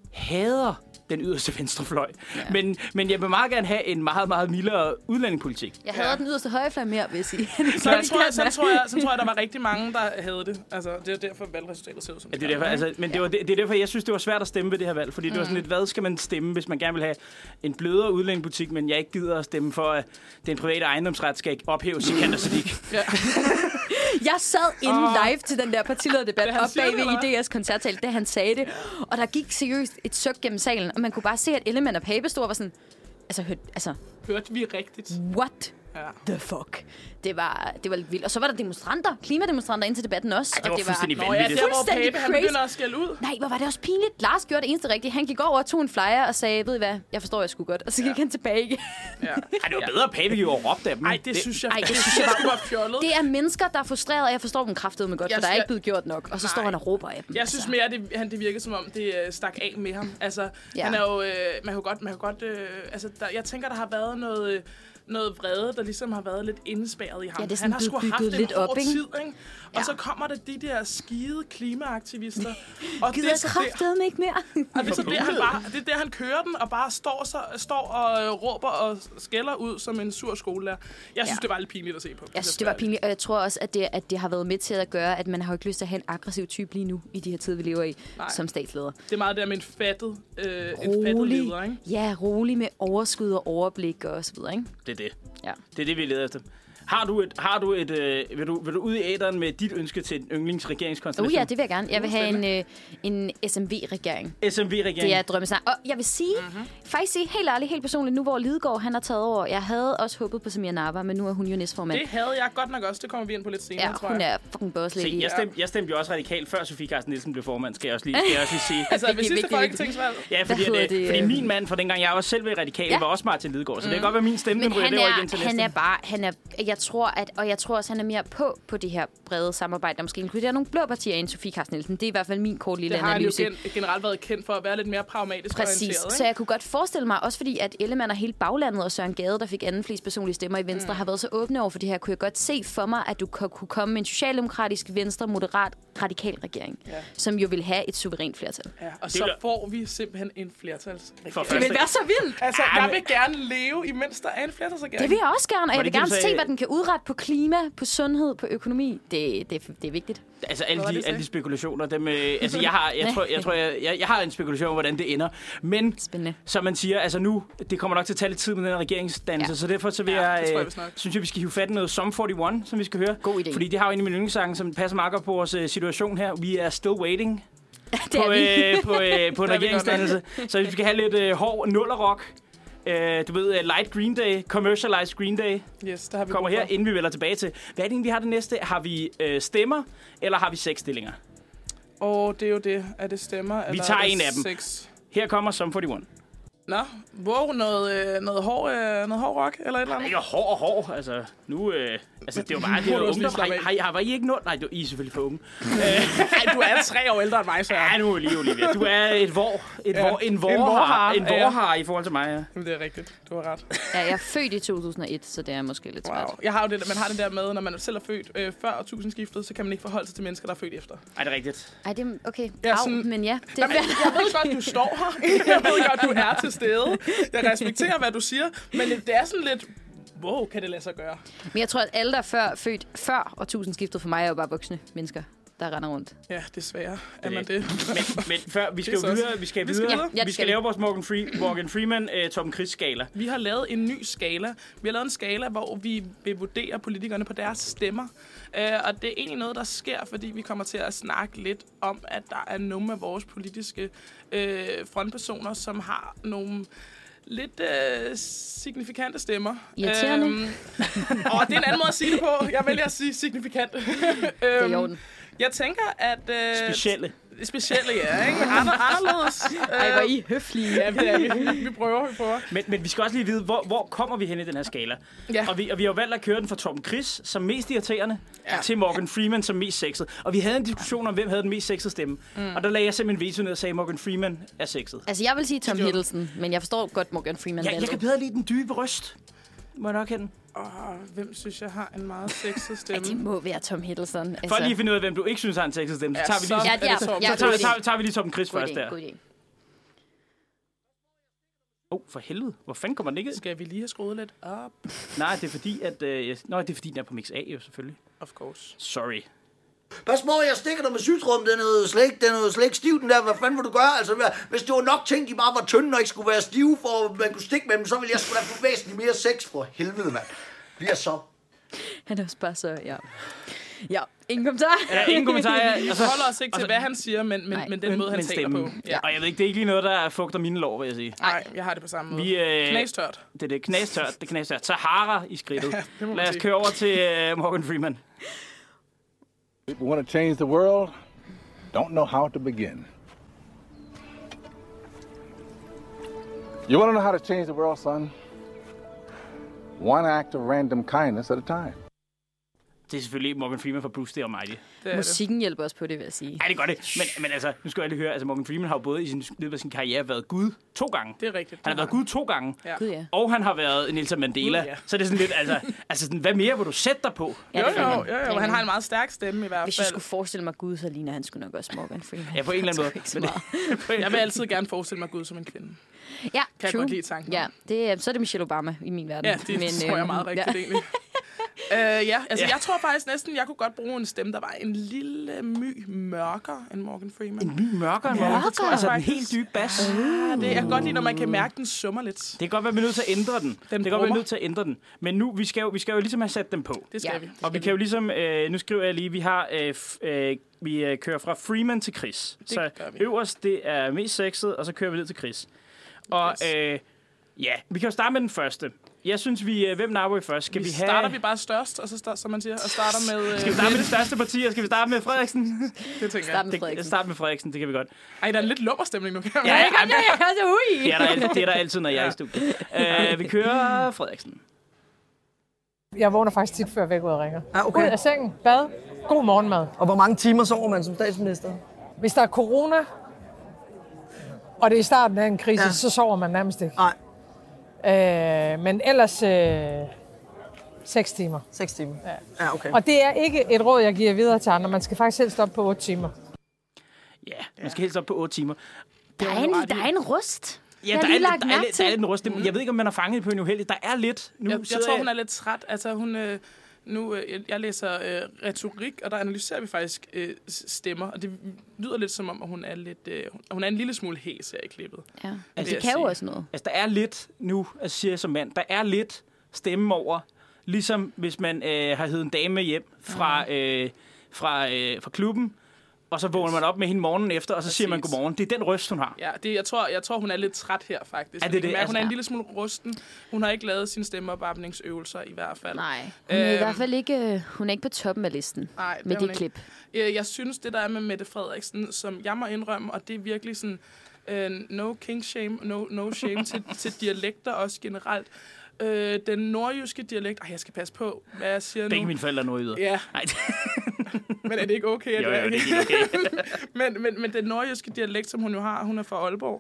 hader den yderste venstrefløj. Ja. Men, men jeg vil meget gerne have en meget, meget mildere udlændingepolitik. Jeg hader Ja. den yderste højrefløj mere, vil jeg sige. Så tror, jeg, så, tror jeg, så tror jeg, der var rigtig mange, der havde det. Altså, det er derfor, valgresultatet ser ud som Ja, det er derfor, altså, men det, var, det, det er derfor, jeg synes, det var svært at stemme ved det her valg. Fordi det var sådan lidt, hvad skal man stemme, hvis man gerne vil have en blødere udlændingepolitik, men jeg ikke gider at stemme for, at den private ejendomsret skal ophæves i Kander Siddiq. Ja. Jeg sad inde Åh. live til den der partilederdebat Hvad han op siger, bagved eller hvad? i D R's koncertsal, da han sagde det. Og der gik seriøst et suk gennem salen, og man kunne bare se, at Ellemann og Pape stod og var sådan... Altså, hør, altså, Hørte vi rigtigt? what Ja. the fuck? Det var, det var lidt vildt. Og så var der demonstranter, klimademonstranter ind til debatten også. Det var og det fuldstændig Nå ja, vanvittigt. der hvor Fuldstændig Pape, han crazy. begynder at skælde ud. Nej, hvor var det også pinligt. Lars gjorde det eneste rigtige. Han gik over og tog en flyer og sagde, ved I hvad, jeg forstår, jeg skulle godt. Og så gik Ja. han tilbage igen. Ja. Ej, det var bedre, at Pape jo råbte af dem. Ej, det synes jeg, Ej, det det synes jeg bare var fjollet. Det er mennesker, der er frustrerede, og jeg forstår dem kraftedeme godt, Jeg for der er skal- ikke blevet gjort nok. Og så står Nej. han og råber af dem. Jeg synes mere, det, han, det virkede som om, det øh, stak af med ham. Altså, Ja. han er jo, øh, man kan jo godt, man kan godt, øh, altså, der, jeg tænker, der har været noget, øh, noget vrede, der ligesom har været lidt indespærret i ham. Ja, det er sådan han har blevet sgu haft bygget en lidt hård op, ikke? tid, ikke? Og Ja. så kommer der de der skide klimaaktivister. og Gider det er så der, kraftedeme ikke mere. og det er så der, han bare, det er der, han kører den, og bare står, så, står og øh, råber og skælder ud som en sur skolelærer. Jeg synes, Ja. det var lidt pinligt at se på. Jeg synes, det var pinligt, og jeg tror også, at det, at det har været med til at gøre, at man har jo ikke lyst til at have en aggressiv type lige nu, i de her tider, vi lever i, Nej. som statsleder. Det er meget der med en fattet, øh, en fattet Rolig. leder, ikke? Ja, rolig med overskud og overblik og så videre, ikke? Det er det. Ja. Det er det, vi leder efter. Har du et, har du et øh, vil, du, vil du ud i æderen med dit ønske til en yndlingsregeringskonstellation? Uh, ja, det vil jeg gerne. Jeg vil have en, øh, en S M V-regering. S M V-regering. Det er drømmesnak. Og jeg vil sige, mm-hmm. faktisk sige helt ærligt, helt personligt, nu hvor Lidegaard han har taget over. Jeg havde også håbet på Samir Nawa, men nu er hun jo næstformand. Det havde jeg godt nok også. Det kommer vi ind på lidt senere, Ja, tror hun jeg. er fucking boss lady. Se, jeg, stemte, jeg stemte jo også radikalt, før Sofie Carsten Nielsen blev formand, skal jeg også lige, skal jeg også lige sige. Altså, ved Vigtigt, sidste vigtigt, folketingsvalg. Ja, fordi, Hvad at, hedder det, det, fordi øh? min mand, for dengang jeg også selv var radikal, Ja. var også Martin Lidegaard. Så mm. det kan godt være, min stemme Men den ryger han derover igen til er, han næste. er bare, han er, jeg tror, at, og jeg tror også, han er mere på, på det her brede samarbejde, der måske inkluderer nogle blå partier end Sofie Carsten Nielsen. Det er i hvert fald min kort lille Det har han jo analyse. gen- generelt været kendt for at være lidt mere pragmatisk Præcis, orienteret, så ikke? jeg kunne godt forestille mig, også fordi at Ellemann og hele baglandet og Søren Gade, der fik anden flest personlige stemmer i Venstre, mm. har været så åbne over for det her, kunne jeg godt se for mig, at du kunne komme med en socialdemokratisk, venstre, moderat radikal regering, Ja. som jo vil have et suverænt flertal. Ja, og så får vi simpelthen en flertalsregering. Det vil være så vildt! Altså, jeg vil gerne leve, imens der er en flertalsregering. Det vil jeg også gerne, og jeg vil det, gerne du se, sagde- hvad den kan udrette på klima, på sundhed, på økonomi. Det, det, det er vigtigt. Altså alle Hvad var de, det, alle du de spekulationer, dem, øh, altså jeg har, jeg tror, jeg, tror jeg, jeg, jeg har en spekulation om, hvordan det ender. Men Spændende. som man siger, altså nu, det kommer nok til at tage lidt tid med den her regeringsdannelse, Ja. så derfor så vil Ja, jeg, det tror jeg øh, vist nok. synes jeg, vi skal hive fat i noget Sum enogfyrre, som vi skal høre. God idé. Fordi det har jo en af mine yndlingssange, som passer meget godt på vores øh, situation her. We are still waiting Det på, er vi. øh, på, øh, på en Det er vi godt nok. regeringsdannelse. Så vi skal have lidt øh, hård nullerrock. Øh, du ved, uh, Light Green Day, Commercialized Green Day, Yes, der har vi kommer brug her, for. inden vi vender tilbage til. Hvad er det egentlig, vi har det næste? Har vi øh, stemmer, eller har vi seks stillinger? Og det er jo det, at det stemmer. Vi eller tager er det en af dem. Seks? Her kommer Sum enogfyrre. Nå, wow, noget, øh, noget, hård, øh, noget hård rock eller et eller andet. Ikke hård og hård, altså nu... Øh, altså det var bare det Må du var også lige ungdom. Har, slappe af. har, har, var I ikke nået? Nej, du, I er selvfølgelig for unge. Ej, du er tre år ældre end mig, så Ja, nu er lige Olivia. Du er et vor, et Ja, vor, en en vorhar, vorhar, en ja. vorhar i forhold til mig. Ja. Jamen, det er rigtigt. Du har ret. Ja, jeg er født i to tusind og et, så det er måske lidt svært. Wow. Jeg har jo det, man har det der med, når man selv er født øh, før tusindskiftet, så kan man ikke forholde sig til mennesker, der er født efter. Ej, det er rigtigt. Ej, det er okay. Ja, Au, sådan- men ja, det er Jamen, jeg ved godt, du står her. Jeg ved godt, du er til stede. Jeg respekterer, hvad du siger. Men det er sådan lidt... Wow, kan det lade sig gøre? Men jeg tror, at alle, der er før, født før årtusindskiftet for mig, er jo bare voksne mennesker, der render rundt. Ja, desværre er Det er man det. Men, men før, vi skal Det er jo så videre. Vi skal Vi skal videre. videre. Ja, det vi skal skal vi. lave vores Morgan, Free, Morgan Freeman uh, Tom Chris-skala. Vi har lavet en ny skala. Vi har lavet en skala, hvor vi vil vurdere politikerne på deres stemmer. Uh, og det er egentlig noget, der sker, fordi vi kommer til at snakke lidt om, at der er nogle af vores politiske uh, frontpersoner, som har nogle lidt uh, signifikante stemmer. Irriterende. Øhm, og det er en anden måde at sige det på. Jeg vælger at sige signifikant. Det er i orden. Jeg tænker, at... Uh, Specielle. Specielle, ja. Ikke? Ander, anderledes. Ej, hvor er I høflige. Ja, det er vi. Vi prøver, vi prøver. Men, men vi skal også lige vide, hvor, hvor kommer vi hen i den her skala? Ja. Og vi, og vi har jo valgt at køre den fra Tom Chris som mest irriterende, Ja. ja. til Morgan Freeman som mest sexet. Og vi havde en diskussion om, hvem havde den mest sexede stemme. Mm. Og der lagde jeg simpelthen veto ned og sagde, at Morgan Freeman er sexet. Altså, jeg vil sige Tom Det er jo- Hiddleston, men jeg forstår godt Morgan Freeman. Ja, jeg kan bedre lide den dybe røst. Må jeg nok kende. Åh, hvem synes jeg har en meget sexet Ja, stemme? det må være Tom Hiddleston. Altså. For lige at finde ud af, hvem du ikke synes har en sexet stemme, så Ja, tager vi lige, så- Ja, er det ja, Tom? ja, så god tager, idé. tager, tager vi lige Tom Chris God først idé, der. god idé. Åh, oh, for helvede. Hvor fanden kommer den ikke? Skal vi lige have skruet lidt op? Nej, det er fordi, at... Øh, jeg- Nå, det er fordi, den er på Mix A jo, selvfølgelig. Of course. Sorry. Pas på, jeg stikker dig med sygtrum, den er noget slet ikke, den er noget slet ikke stiv, den der. Hvad fanden vil du gøre? Altså, hvad- hvis det var nok ting, de bare var tynde og ikke skulle være stive, for at man kunne stikke med dem, så ville jeg sgu da få væsentligt mere sex. For helvede, mand. Bliver så. Han er også bare så, ja. Ja, ingen kommentar. Ja, ingen kommentarer. Vi Altså, holder os ikke til, altså- hvad han siger, men, men, Nej, men den måde, han men taler stemmen. på. Ja. Og jeg ved ikke, det er ikke lige noget, der fugter mine lår, vil jeg sige. Nej, jeg har det på samme måde. Vi, øh, Knastørt. Det er det knastørt, det er knastørt. Sahara i skridtet. det må man Lad os sige. køre over til uh, Morgan Freeman. People want to change the world, don't know how to begin. You want to know how to change the world, son? One act of random kindness at a time. Det er selvfølgelig Morgan Freeman fra Bruce the Almighty. Det er det. Musikken hjælper også på det, vil jeg sige. Ja, det gør det. Men, men altså, nu skal jeg lige høre, altså Morgan Freeman har jo både i sin, løbet af sin karriere været Gud to gange. Det er rigtigt. Han har været Gud to gange. Ja. Gud, ja. Og han har været Nelson Mandela. Gud, ja. Så det er sådan lidt, altså, altså sådan, hvad mere vil du sætte dig på? Ja, Jo, det jo, er jo, jo. Han har en meget stærk stemme i hvert Hvis jeg fald. skulle forestille mig Gud, så ligner han skulle nok også Morgan Freeman. Ja, på en eller anden måde. Ikke så Men- meget. Jeg vil altid gerne forestille mig Gud som en kvinde. Ja, Kan jeg true. godt lide tanken. Ja, det, er- så er det Michelle Obama i min verden. Ja, det Men, tror jeg øhm, meget rigtigt ja. egentlig. Uh, ja, altså Ja. jeg tror faktisk næsten, jeg kunne godt bruge en stemme, der var en lille my mørkere end Morgan Freeman. En my mørkere end Ja, Morgan. det tror jeg Altså den faktisk. helt dybe bas. Ah, det, jeg kan godt lide, når man kan mærke, den summer lidt. Det kan godt være, vi er nødt til at ændre den. det kan godt være, vi er brummer. nødt til at ændre den. Men nu, vi skal jo, vi skal jo ligesom have sat dem på. Det skal Ja. vi. Og vi kan jo ligesom, øh, nu skriver jeg lige, vi har, øh, f- øh, vi øh, kører fra Freeman til Chris. Det Så gør vi. øverst, det er mest sexet, og så kører vi ned til Chris. Og Yes. øh, ja, vi kan jo starte med den første. Jeg synes, vi, øh, hvem napper vi først? Skal vi vi, have... starter vi bare størst, og så start, som man siger, og starter med... Øh, Skal vi starte med de største partier? Skal vi starte med Frederiksen? det tænker Start jeg. med Det, Frederiksen. start med Frederiksen, det kan vi godt. Ej, der er en lidt lummerstemning nu. Kan man Ja, mærke. ja, ja. Ja, det er ui. Det er der, al- det er der altid, når jeg er i studiet. Uh, vi kører Frederiksen. Jeg vågner faktisk tit før vækkeuret ringer. Ja, okay. Ud af sengen, bad, god morgenmad. Og hvor mange timer sover man som statsminister? Hvis der er corona, og det er i starten af en krise, Ja. ja. så sover man nærmest ikke. Nej. Øh, men ellers, øh, Seks timer. Seks timer. Ja. Ja, okay. Og det er ikke et råd, jeg giver videre til andre. Man skal faktisk helst op på otte timer. Ja, man skal helst op på otte timer. Der er, en, der er en rust. Ja, der er, der, er, der, er, der er lidt en rust. Jeg ved ikke, om man har fanget på en uheldig. Der er lidt. Nu jeg, jeg tror, hun er lidt træt. Altså, hun... Øh, nu, øh, jeg læser øh, retorik, og der analyserer vi faktisk øh, stemmer, og det lyder lidt som om, at hun er lidt... Øh, hun er en lille smule hæs her i klippet. Ja, altså, det kan jo også noget. Altså, der er lidt nu, altså siger jeg som mand, der er lidt stemme over, ligesom hvis man øh, har heddet en dame med hjem fra, øh, fra, øh, fra klubben, og så vågner man op med hende morgenen efter, og så Præcis. siger man godmorgen. Det er den røst, hun har. Ja, det, jeg, tror, jeg tror, hun er lidt træt her, faktisk. Er det det? Mærke, Altså, hun er en lille smule rusten. Hun har ikke lavet sine stemmeopvarmningsøvelser i hvert fald. Nej, hun er øhm, i hvert fald ikke, hun er ikke på toppen af listen nej, med det klip. Jeg, jeg synes, det der er med Mette Frederiksen, som jeg må indrømme, og det er virkelig sådan, uh, no king shame, no, no shame til, til dialekter også generelt. Øh, den nordjyske dialekt... Ej, jeg skal passe på, hvad jeg siger nu. Begge mine forældre er nordjyder. Ja. Nej. Men er det ikke okay? Jo, jo, det er ikke okay. men, men, men den nordjyske dialekt, som hun jo har, hun er fra Aalborg.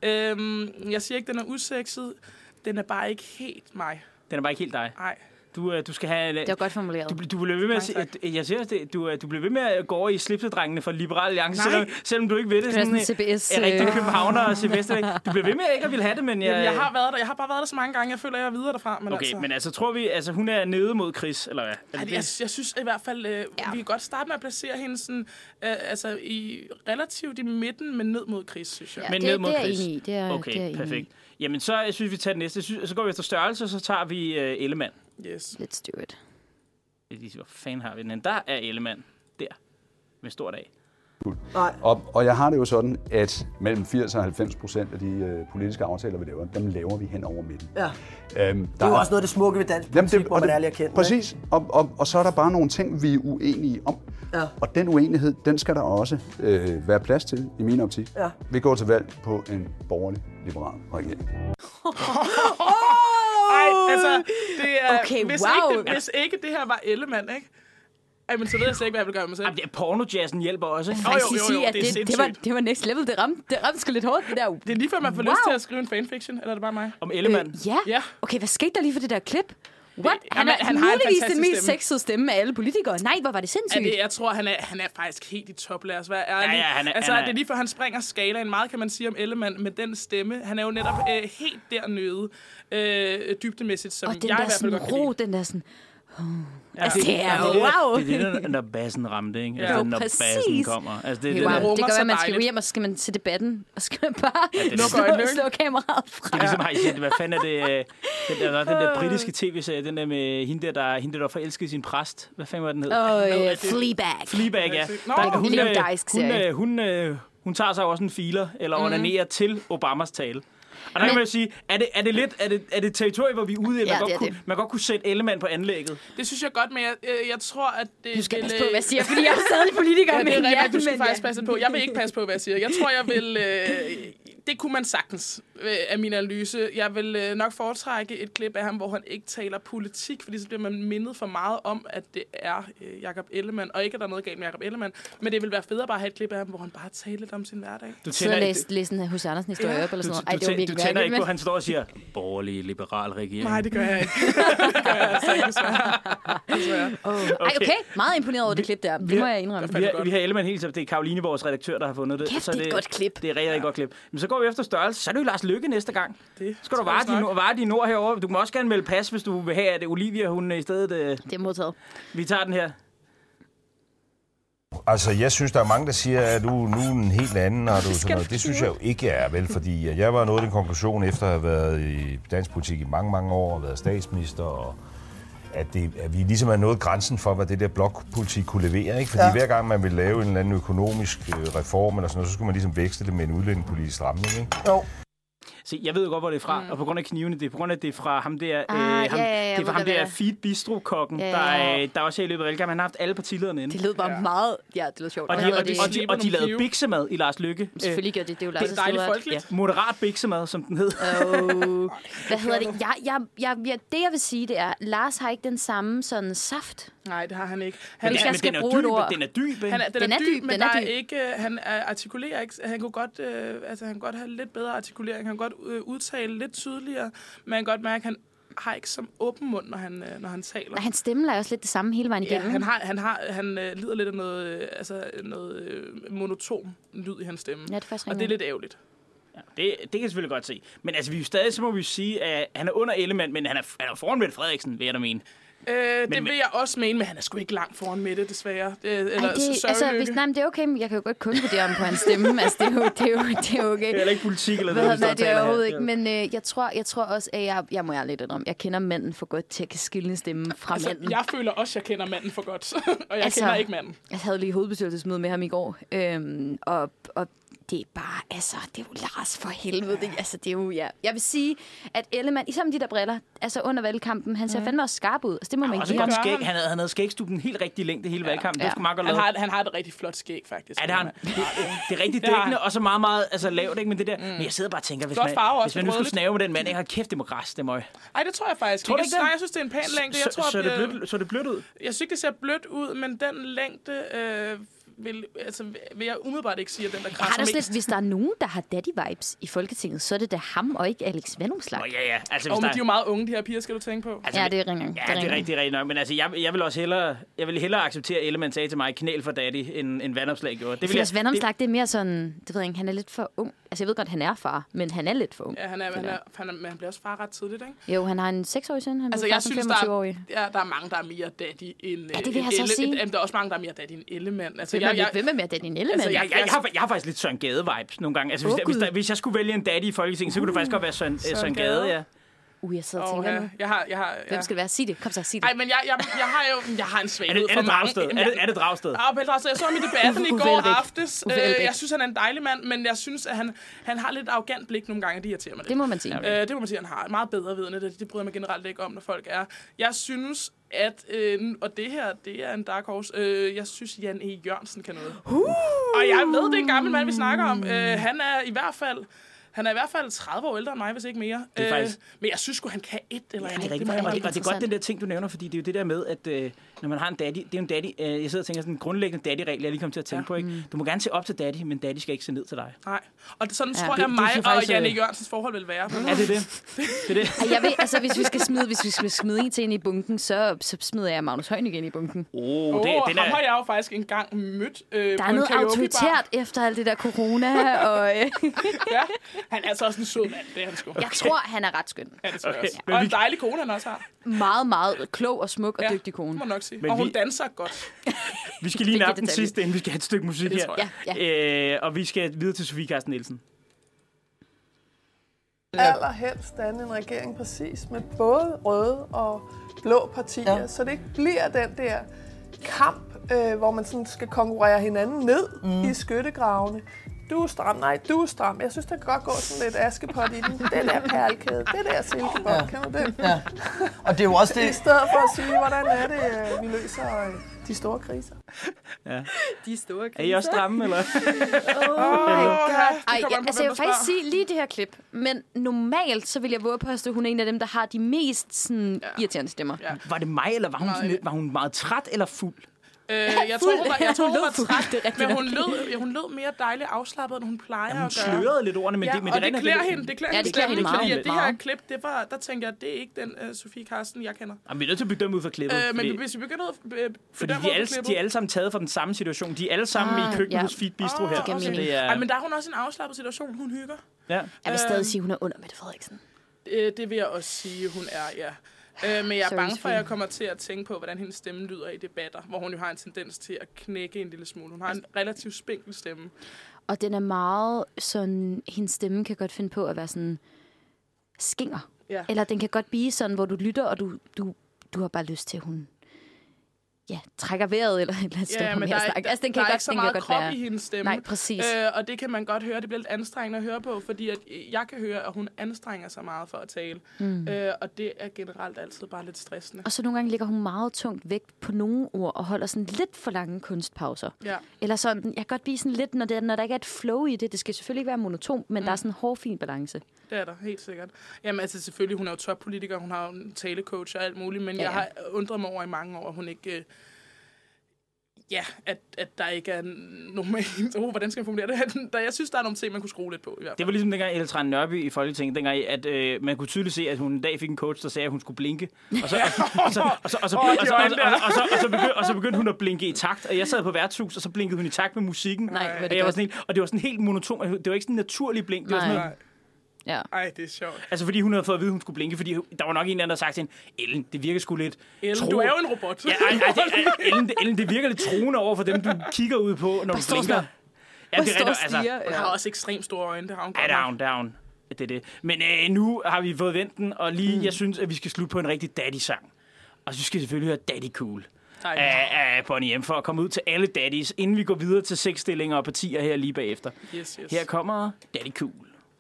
Øhm, jeg siger ikke, den er usekset. Den er bare ikke helt mig. Den er bare ikke helt dig? Nej. Du, du skal have... Det var godt formuleret. Du, du bliver ved med at, at, jeg siger det, du, du bliver ved med at gå over i slipsedrengene for Liberal Alliance, selvom, selvom du ikke ved det. Sådan en C B S. Er rigtig københavner og Silvester. Du bliver ved med at ikke at ville have det, men jeg... Jamen, jeg har været der. Jeg har bare været der så mange gange. Jeg føler, jeg er videre derfra. Men okay, altså. men altså, tror vi, altså hun er nede mod Chris, eller hvad? Altså, jeg, jeg synes i hvert fald, øh, ja. vi kan godt starte med at placere hende sådan, øh, altså i relativt i midten, men ned mod Chris, synes jeg. Ja, men det, ned mod det er Chris. enig i. Det er, okay, det er perfekt. Jamen, så jeg synes vi tager det næste. Synes, så går vi efter størrelse, og så tager vi uh, Ellemann. Yes. Let's do it. Hvor fanden har vi den? Der er Ellemann. Der. Med stort A. Nej. Og, og jeg har det jo sådan, at mellem firs og halvfems procent af de øh, politiske aftaler, vi laver, dem laver vi hen over midten. Ja. Øhm, det er jo er, også noget af det smukke ved dansk politik, hvor man er ærlig at kende. Præcis. Og, og, og så er der bare nogle ting, vi er uenige om. Ja. Og den uenighed, den skal der også øh, være plads til, i min optik. Ja. Vi går til valg på en borgerlig liberal regering. Ej, altså, det er, okay, hvis, wow. ikke det, hvis ikke det her var Ellemann, ikke? Ej, men så ved jeg slet ikke, hvad jeg vil gøre med mig selv. Jamen, det er pornojazzen hjælper også, ikke? Jeg vil faktisk sige, at det, det, det, var, det var next level. Det ramte, det ramte sgu lidt hårdt, det der. Det er lige før, man får wow. lyst til at skrive en fanfiction, eller er det bare mig? Om Ellemann? Øh, ja. ja. Okay, hvad skete der lige for det der klip? What? Det, han, jamen, er han har muligvis den mest stemme. sexede stemme af alle politikere. Nej, hvor var det sindssygt. Ja, det, jeg tror, han er, han er faktisk helt i top, lad os være ærlige. Ja, ja, han er, altså, han er... det er lige før, han springer skalaen. Meget kan man sige om Ellemann med den stemme. Han er jo netop øh, helt dernede, øh, dybdemæssigt, som og den jeg der i hvert fald godt ro, kan lide. den der sådan... Oh. Ja, altså, det er det, wow. Det er det, når bassen ramte, ikke? Ja. Altså, Jo, når præcis. bassen kommer. Altså, det, det, det, wow. det, det gør, at man skal gå hjem, og så skal man til debatten, og skal man bare ja, det, slå, det, slå kameraet fra. Det er ligesom, har I set, hvad fanden er det, den der, den der britiske tv-serie, den der med hende der, der, hende der, der forelskede sin præst. Hvad fanden var den hed? Åh, oh, yeah. Fleabag. Fleabag, ja. Nå, der, hun, hun, hun, hun, hun, hun tager sig også en filer, eller mm. onanerer til Obamas tale. Og der kan man jo sige, er det, er det lidt, er det, er det territoriet, hvor vi er ude i, ja, man, godt det kunne, man godt kunne sætte Ellemann på anlægget? Det synes jeg godt, men jeg, jeg tror, at det... Du skal vil, passe på, hvad jeg siger, fordi jeg er stadig politiker. Ja, det er men rigtigt, ja, du skal men, faktisk ja. passe på. Jeg vil ikke passe på, hvad jeg siger. Jeg tror, jeg vil... Øh, det kunne man sagtens øh, af min analyse. Jeg vil øh, nok foretrække et klip af ham, hvor han ikke taler politik, fordi så bliver man mindet for meget om, at det er øh, Jakob Ellemann. Og ikke, at der er noget galt med Jakob Ellemann, men det vil være federe bare at have et klip af ham, hvor han bare taler lidt om sin hverdag. Du så læste læs en Hos Andersen historie ja. op eller sådan noget. Ej, du, det var virkelig du tænder ikke på, men... at han står og siger, borgerlig, liberal regering. Nej, det gør jeg ikke. det gør jeg altså ikke, desværre. Oh. Ej, okay. Meget imponeret over det klip der. Det må jeg indrømme. Vi har, vi har Ellemann helt så det er Karoline, vores redaktør, der har fundet det. Kæft, så det er et godt klip. Det er rigtig, rigtig godt klip. Men så går vi efter størrelse. Så er det jo Lars Løkke næste gang. Det skal du vare din, vare din ord herovre. Du må også gerne melde pas, hvis du vil have, at Olivia, hun i stedet... Det er modtaget. Vi tager den her. Altså, jeg synes, der er mange, der siger, at du nu er en helt anden, og du sådan noget. Det synes jeg jo ikke, jeg er, vel, fordi jeg var nået den konklusion efter at have været i dansk politik i mange, mange år, og været statsminister, og at, det, at vi ligesom er nået grænsen for, hvad det der blokpolitik kunne levere, ikke? Fordi ja. hver gang man vil lave en eller anden økonomisk reform, eller sådan noget, så skulle man ligesom vækste det med en udlændingepolitisk stramning, ikke? Jo. Se, jeg ved jo godt, hvor det er fra, mm. og på grund af knivene, det er på grund af, det er fra ham der, ah, øh, ham, ja, ja, ja, det er fra ham der Feed Bistro-kokken, ja, ja. der, øh, der også er i løbet af valgkampen. Han har haft alle partilederne inde. Det lød bare ja. meget, ja, det lød sjovt. Og de, og de, og de, og de lavede biksemad i Lars Løkke. Selvfølgelig gjorde det, det er jo Lars' Det er dejligt folkeligt. Ja, moderat biksemad, som den hed. Oh. Hvad hedder det? Jeg, jeg, jeg, jeg, det, jeg vil sige, det er, Lars har ikke den samme sådan saft. Nej, det har han ikke. Han, han men, skal men bruge dyb, et ord. Den er dyb, han er, den, den er, er dyb, men den der er er dyb. ikke, han artikulerer ikke, han kunne godt, øh, altså han kunne godt have lidt bedre artikulering, han kan godt øh, udtale lidt tydeligere, men han kan godt mærke, at han har ikke som åben mund, når han, øh, når han taler. Nej, hans stemme er også lidt det samme hele vejen igennem. Ja, han, har, han, har, han øh, lider lidt af noget, øh, altså, noget øh, monoton lyd i hans stemme. Ja, det er faktisk og det er lidt ærgerligt. Ja, det, det kan jeg selvfølgelig godt se. Men altså, vi er jo stadig, så må vi sige, at han er under Ellemann, men han er, han er foran Mette Frederiksen, vil jeg da mene. Øh, det men, vil jeg også mene, men han er sgu ikke langt foran Mette, desværre. Det, eller, Ej, det, altså, hvis, nej, men det er okay, men jeg kan jo godt kun vurdere ham på hans stemme. Altså, det er jo, det er jo, det er okay. Det er ikke politik eller noget, noget, det er overhovedet ikke. Men øh, jeg, tror, jeg tror også, at jeg, jeg må jeg lidt om. Jeg kender manden for godt til at kan skille stemmen fra altså, manden. Jeg føler også, at jeg kender manden for godt. og jeg altså, kender ikke manden. Jeg havde lige hovedbestyrelsesmøde med ham i går. Øhm, og, og det er bare, altså, det er jo Lars for helvede. Det, altså, det er jo, ja. Jeg vil sige, at Ellemann, især med de der briller, altså under valgkampen, han ser mm. fandme også skarp ud. Altså, det må man ikke give ham. Skæg. Han havde, han havde skægstuben helt rigtig længde hele ja. valgkampen. Ja. Det meget godt han, har, han har et rigtig flot skæg, faktisk. Ja, det har han. Det, det er rigtig dækkende, og så meget, meget altså, lavt, ikke? Men det der. Mm. Men jeg sidder bare og tænker, hvis man, farve, hvis man nu skulle snave med den mand, ikke har kæft, det må græs, det møg. Nej, det tror jeg faktisk tror ikke. Jeg, nej, jeg synes, det er en pæn længde. Jeg tror, så, så, det så det blødt ud? Jeg synes ikke, det ser blødt ud, men den længde... Øh, Vil, altså, vil jeg umiddelbart ikke sige, at den der krasser mest. Lidt, hvis der er nogen, der har daddy-vibes i Folketinget, så er det da ham og ikke Alex Vanopslagh. Oh, ja, ja. Altså, og men der... de er jo meget unge, de her piger, skal du tænke på. Altså, ja, det er ringen. Ja, det er rigtig, rigtig nok. Men altså, jeg, jeg vil også hellere, jeg vil hellere acceptere, at Ellemann sagde til mig, knæl for daddy, end, end Vanopslagh gjorde. Det vil jeg, Vanopslagh, det... det er mere sådan, det ved jeg ikke, han er lidt for ung. Altså, jeg ved godt, han er far, men han er lidt for ung. Ja, han er, han er, han er, men han bliver også far ret tidligt, ikke? Jo, han har en seksårig søn, han altså, bliver jeg synes, der er, ja, der er mange, der er mere daddy end... Ja, det vil jeg så sige. Der er også mange, der er mere daddy end Ellemann. Altså, jeg, jeg, hvem er mere daddy end Ellemann? Altså, jeg, jeg, jeg, har, jeg har faktisk lidt Søren Gade-vibes nogle gange. Altså, hvis, oh, der, hvis, der, hvis jeg skulle vælge en daddy i Folketinget, uh, så kunne det faktisk godt være Søren, Søren, Søren Gade, ja. Uh, jeg sidder og oh, tænker ja. nu. Jeg har, jeg har, ja. Hvem skal det være? Sig det. Kom så, sig det. Nej, men jeg, jeg, jeg har jo jeg har en svaghed for mange. Er det, er det Dragsted? Ja, Pelle Dragsted. Jeg så ham i debatten i går aftes. Uh, jeg synes, han er en dejlig mand, men jeg synes, at han, han har lidt arrogant blik nogle gange, det irriterer mig lidt. Det må man sige. Okay. Uh, det må man sige, han har. Meget bedre vidne. Det, det bryder mig generelt ikke om, når folk er. Jeg synes, at, øh, og det her, det er en dark horse, øh, jeg synes, Jan E. Jørgensen kan noget. Uh. Og jeg ved, det er en gammel mand, vi snakker om. Uh, han er i hvert fald... Han er i hvert fald tredive år ældre end mig, hvis ikke mere. Det er faktisk... øh, men jeg synes sgu, han kan et eller andet. Ja, det er rigtigt. Det, og det, og det er godt, den der ting, du nævner, fordi det er jo det der med, at øh, når man har en daddy, det er jo en daddy, øh, jeg sidder og tænker sådan en grundlæggende daddy-regel, jeg lige kom til at tænke ja. på, ikke? Du må gerne se op til daddy, men daddy skal ikke se ned til dig. Nej. Og det, sådan ja. tror det, jeg, mig det, og faktisk, Jan E. Jørgensens forhold vil være. Ja, det er det. det, er det. Jeg ved, altså, hvis vi skal smide, hvis vi skal smide en til ind i bunken, så, så smider jeg Magnus Højne igen i bunken. Åh, oh, oh, den er... ham har jeg jo faktisk engang mødt øh, der er noget autoritært efter alt det der corona. Og, øh. ja, han er altså også en sød mand, det er han sgu. Okay. Jeg tror, han er ret skøn. Ja, det tror jeg også. Okay. Og en dejlig kone, han også har. Meget, meget klog og smuk og ja, dygtig kone. Det må man nok sige. Men og hun vi... danser godt. Vi skal lige nappe den sidste, inden vi skal have et stykke musik her. Ja, ja. Øh, og vi skal videre til Sofie Carsten Nielsen. Allerhelst danne en regering præcis med både røde og blå partier, ja. Så det ikke bliver den der kamp, øh, hvor man sådan skal konkurrere hinanden ned mm. i skyttegravene. Du er stram, nej, du er stram. Jeg synes, der kan godt gå sådan lidt askepot i den. Det der perlekæde, det der silkebånd, ja. Kan du det? Ja. Og det er jo også det... I stedet for at sige, hvordan er det, vi løser de store kriser. Ja. De store kriser. Er I også stramme, eller? Oh my god. Ej, ja, altså, jeg vil faktisk sige lige det her klip. Men normalt, så vil jeg våge på, at hun er en af dem, der har de mest sådan, ja. irriterende stemmer. Ja. Var det mig, eller var hun, sådan lidt, var hun meget træt eller fuld? Øh, jeg tror, hun var, jeg tror, hun var træt, men hun lød, hun lød mere dejligt afslappet, end hun plejer ja, hun at gøre. Hun slørede lidt ordene, men ja, det, men og det, det klæder hende. Det klæder ja, hende, det klæder hende meget. Fordi det, det her klip, det var, der tænker jeg, det er ikke den uh, Sofie Carsten, jeg kender. Jamen, vi er nødt til at bygge dem ud for klippet. Øh, men fordi, hvis vi begynder ud øh, fordi de er, alle, de er alle sammen taget fra den samme situation. De er alle sammen ah, i køkkenet ja. hos Fit Bistro oh, her. Okay. Så det er... Ej, men der er hun også en afslappet situation. Hun hygger. Ja. Jeg vil stadig sige, hun er under Mette Frederiksen. Øh, det vil jeg også sige, hun er, ja. Øh, men jeg er bange for, at jeg kommer til at tænke på, hvordan hendes stemme lyder i debatter, hvor hun jo har en tendens til at knække en lille smule. Hun har en relativt spinkel stemme. Og den er meget sådan, hendes stemme kan godt finde på at være sådan skinger. Ja. Eller den kan godt blive sådan, hvor du lytter, og du, du, du har bare lyst til, at hun ja, trækker vejret eller et eller andet ja, men der, er, altså, den kan der er godt, ikke så meget krop være. I hendes stemme. Nej, præcis. Øh, og det kan man godt høre. Det bliver lidt anstrengende at høre på, fordi at jeg kan høre, at hun anstrenger sig meget for at tale. Mm. Øh, og det er generelt altid bare lidt stressende. Og så nogle gange ligger hun meget tungt vægt på nogle ord og holder sådan lidt for lange kunstpauser. Ja. Eller sådan, jeg kan godt blive sådan lidt, når, det, når der ikke er et flow i det. Det skal selvfølgelig ikke være monotont, men mm. der er sådan en hårfin balance. Det er der, helt sikkert. Jamen altså selvfølgelig, hun er jo toppolitiker, hun har jo en talecoach og alt muligt, men ja. jeg har undret mig over i mange år, at hun ikke... Ja, at, at der ikke er normalt... Oh, hvordan skal jeg formulere det? Der, jeg synes, der er nogle ting, man kunne skrue lidt på. I hvert fald. Det var ligesom dengang Ellen Trane Nørby i Folketinget, dengang, at øh, man kunne tydeligt se, at hun en dag fik en coach, der sagde, at hun skulle blinke. Og så begyndte hun at blinke i takt. Og jeg sad på værtshus, og så blinkede hun i takt med musikken. Nej, og, jeg var sådan helt, og det var sådan helt monoton. Det var ikke sådan en naturlig blink. Det var sådan noget, ja. Ej, det er sjovt. Altså, fordi hun havde fået at vide, at hun skulle blinke, fordi der var nok en eller anden, der sagde til hende, Ellen, det virker sgu lidt... Ellen, tro... du er jo en robot. Ja, ej, ej, det, ej, Ellen, det, Ellen, det virker lidt truende over for dem, du kigger ud på, når du blinker. Ja, det er rigtigt. Altså, hun har også ekstremt store øjne, det har hun godt. Ja, down, down. Det er det. Men øh, nu har vi fået vendt den, og lige, mm. jeg synes, at vi skal slutte på en rigtig daddy-sang. Og så skal vi selvfølgelig høre Daddy Cool af, af Bonnie M, for at komme ud til alle daddies, inden vi går videre til sexstillinger og partier her lige bagefter. Yes, yes. Her kommer Daddy Cool.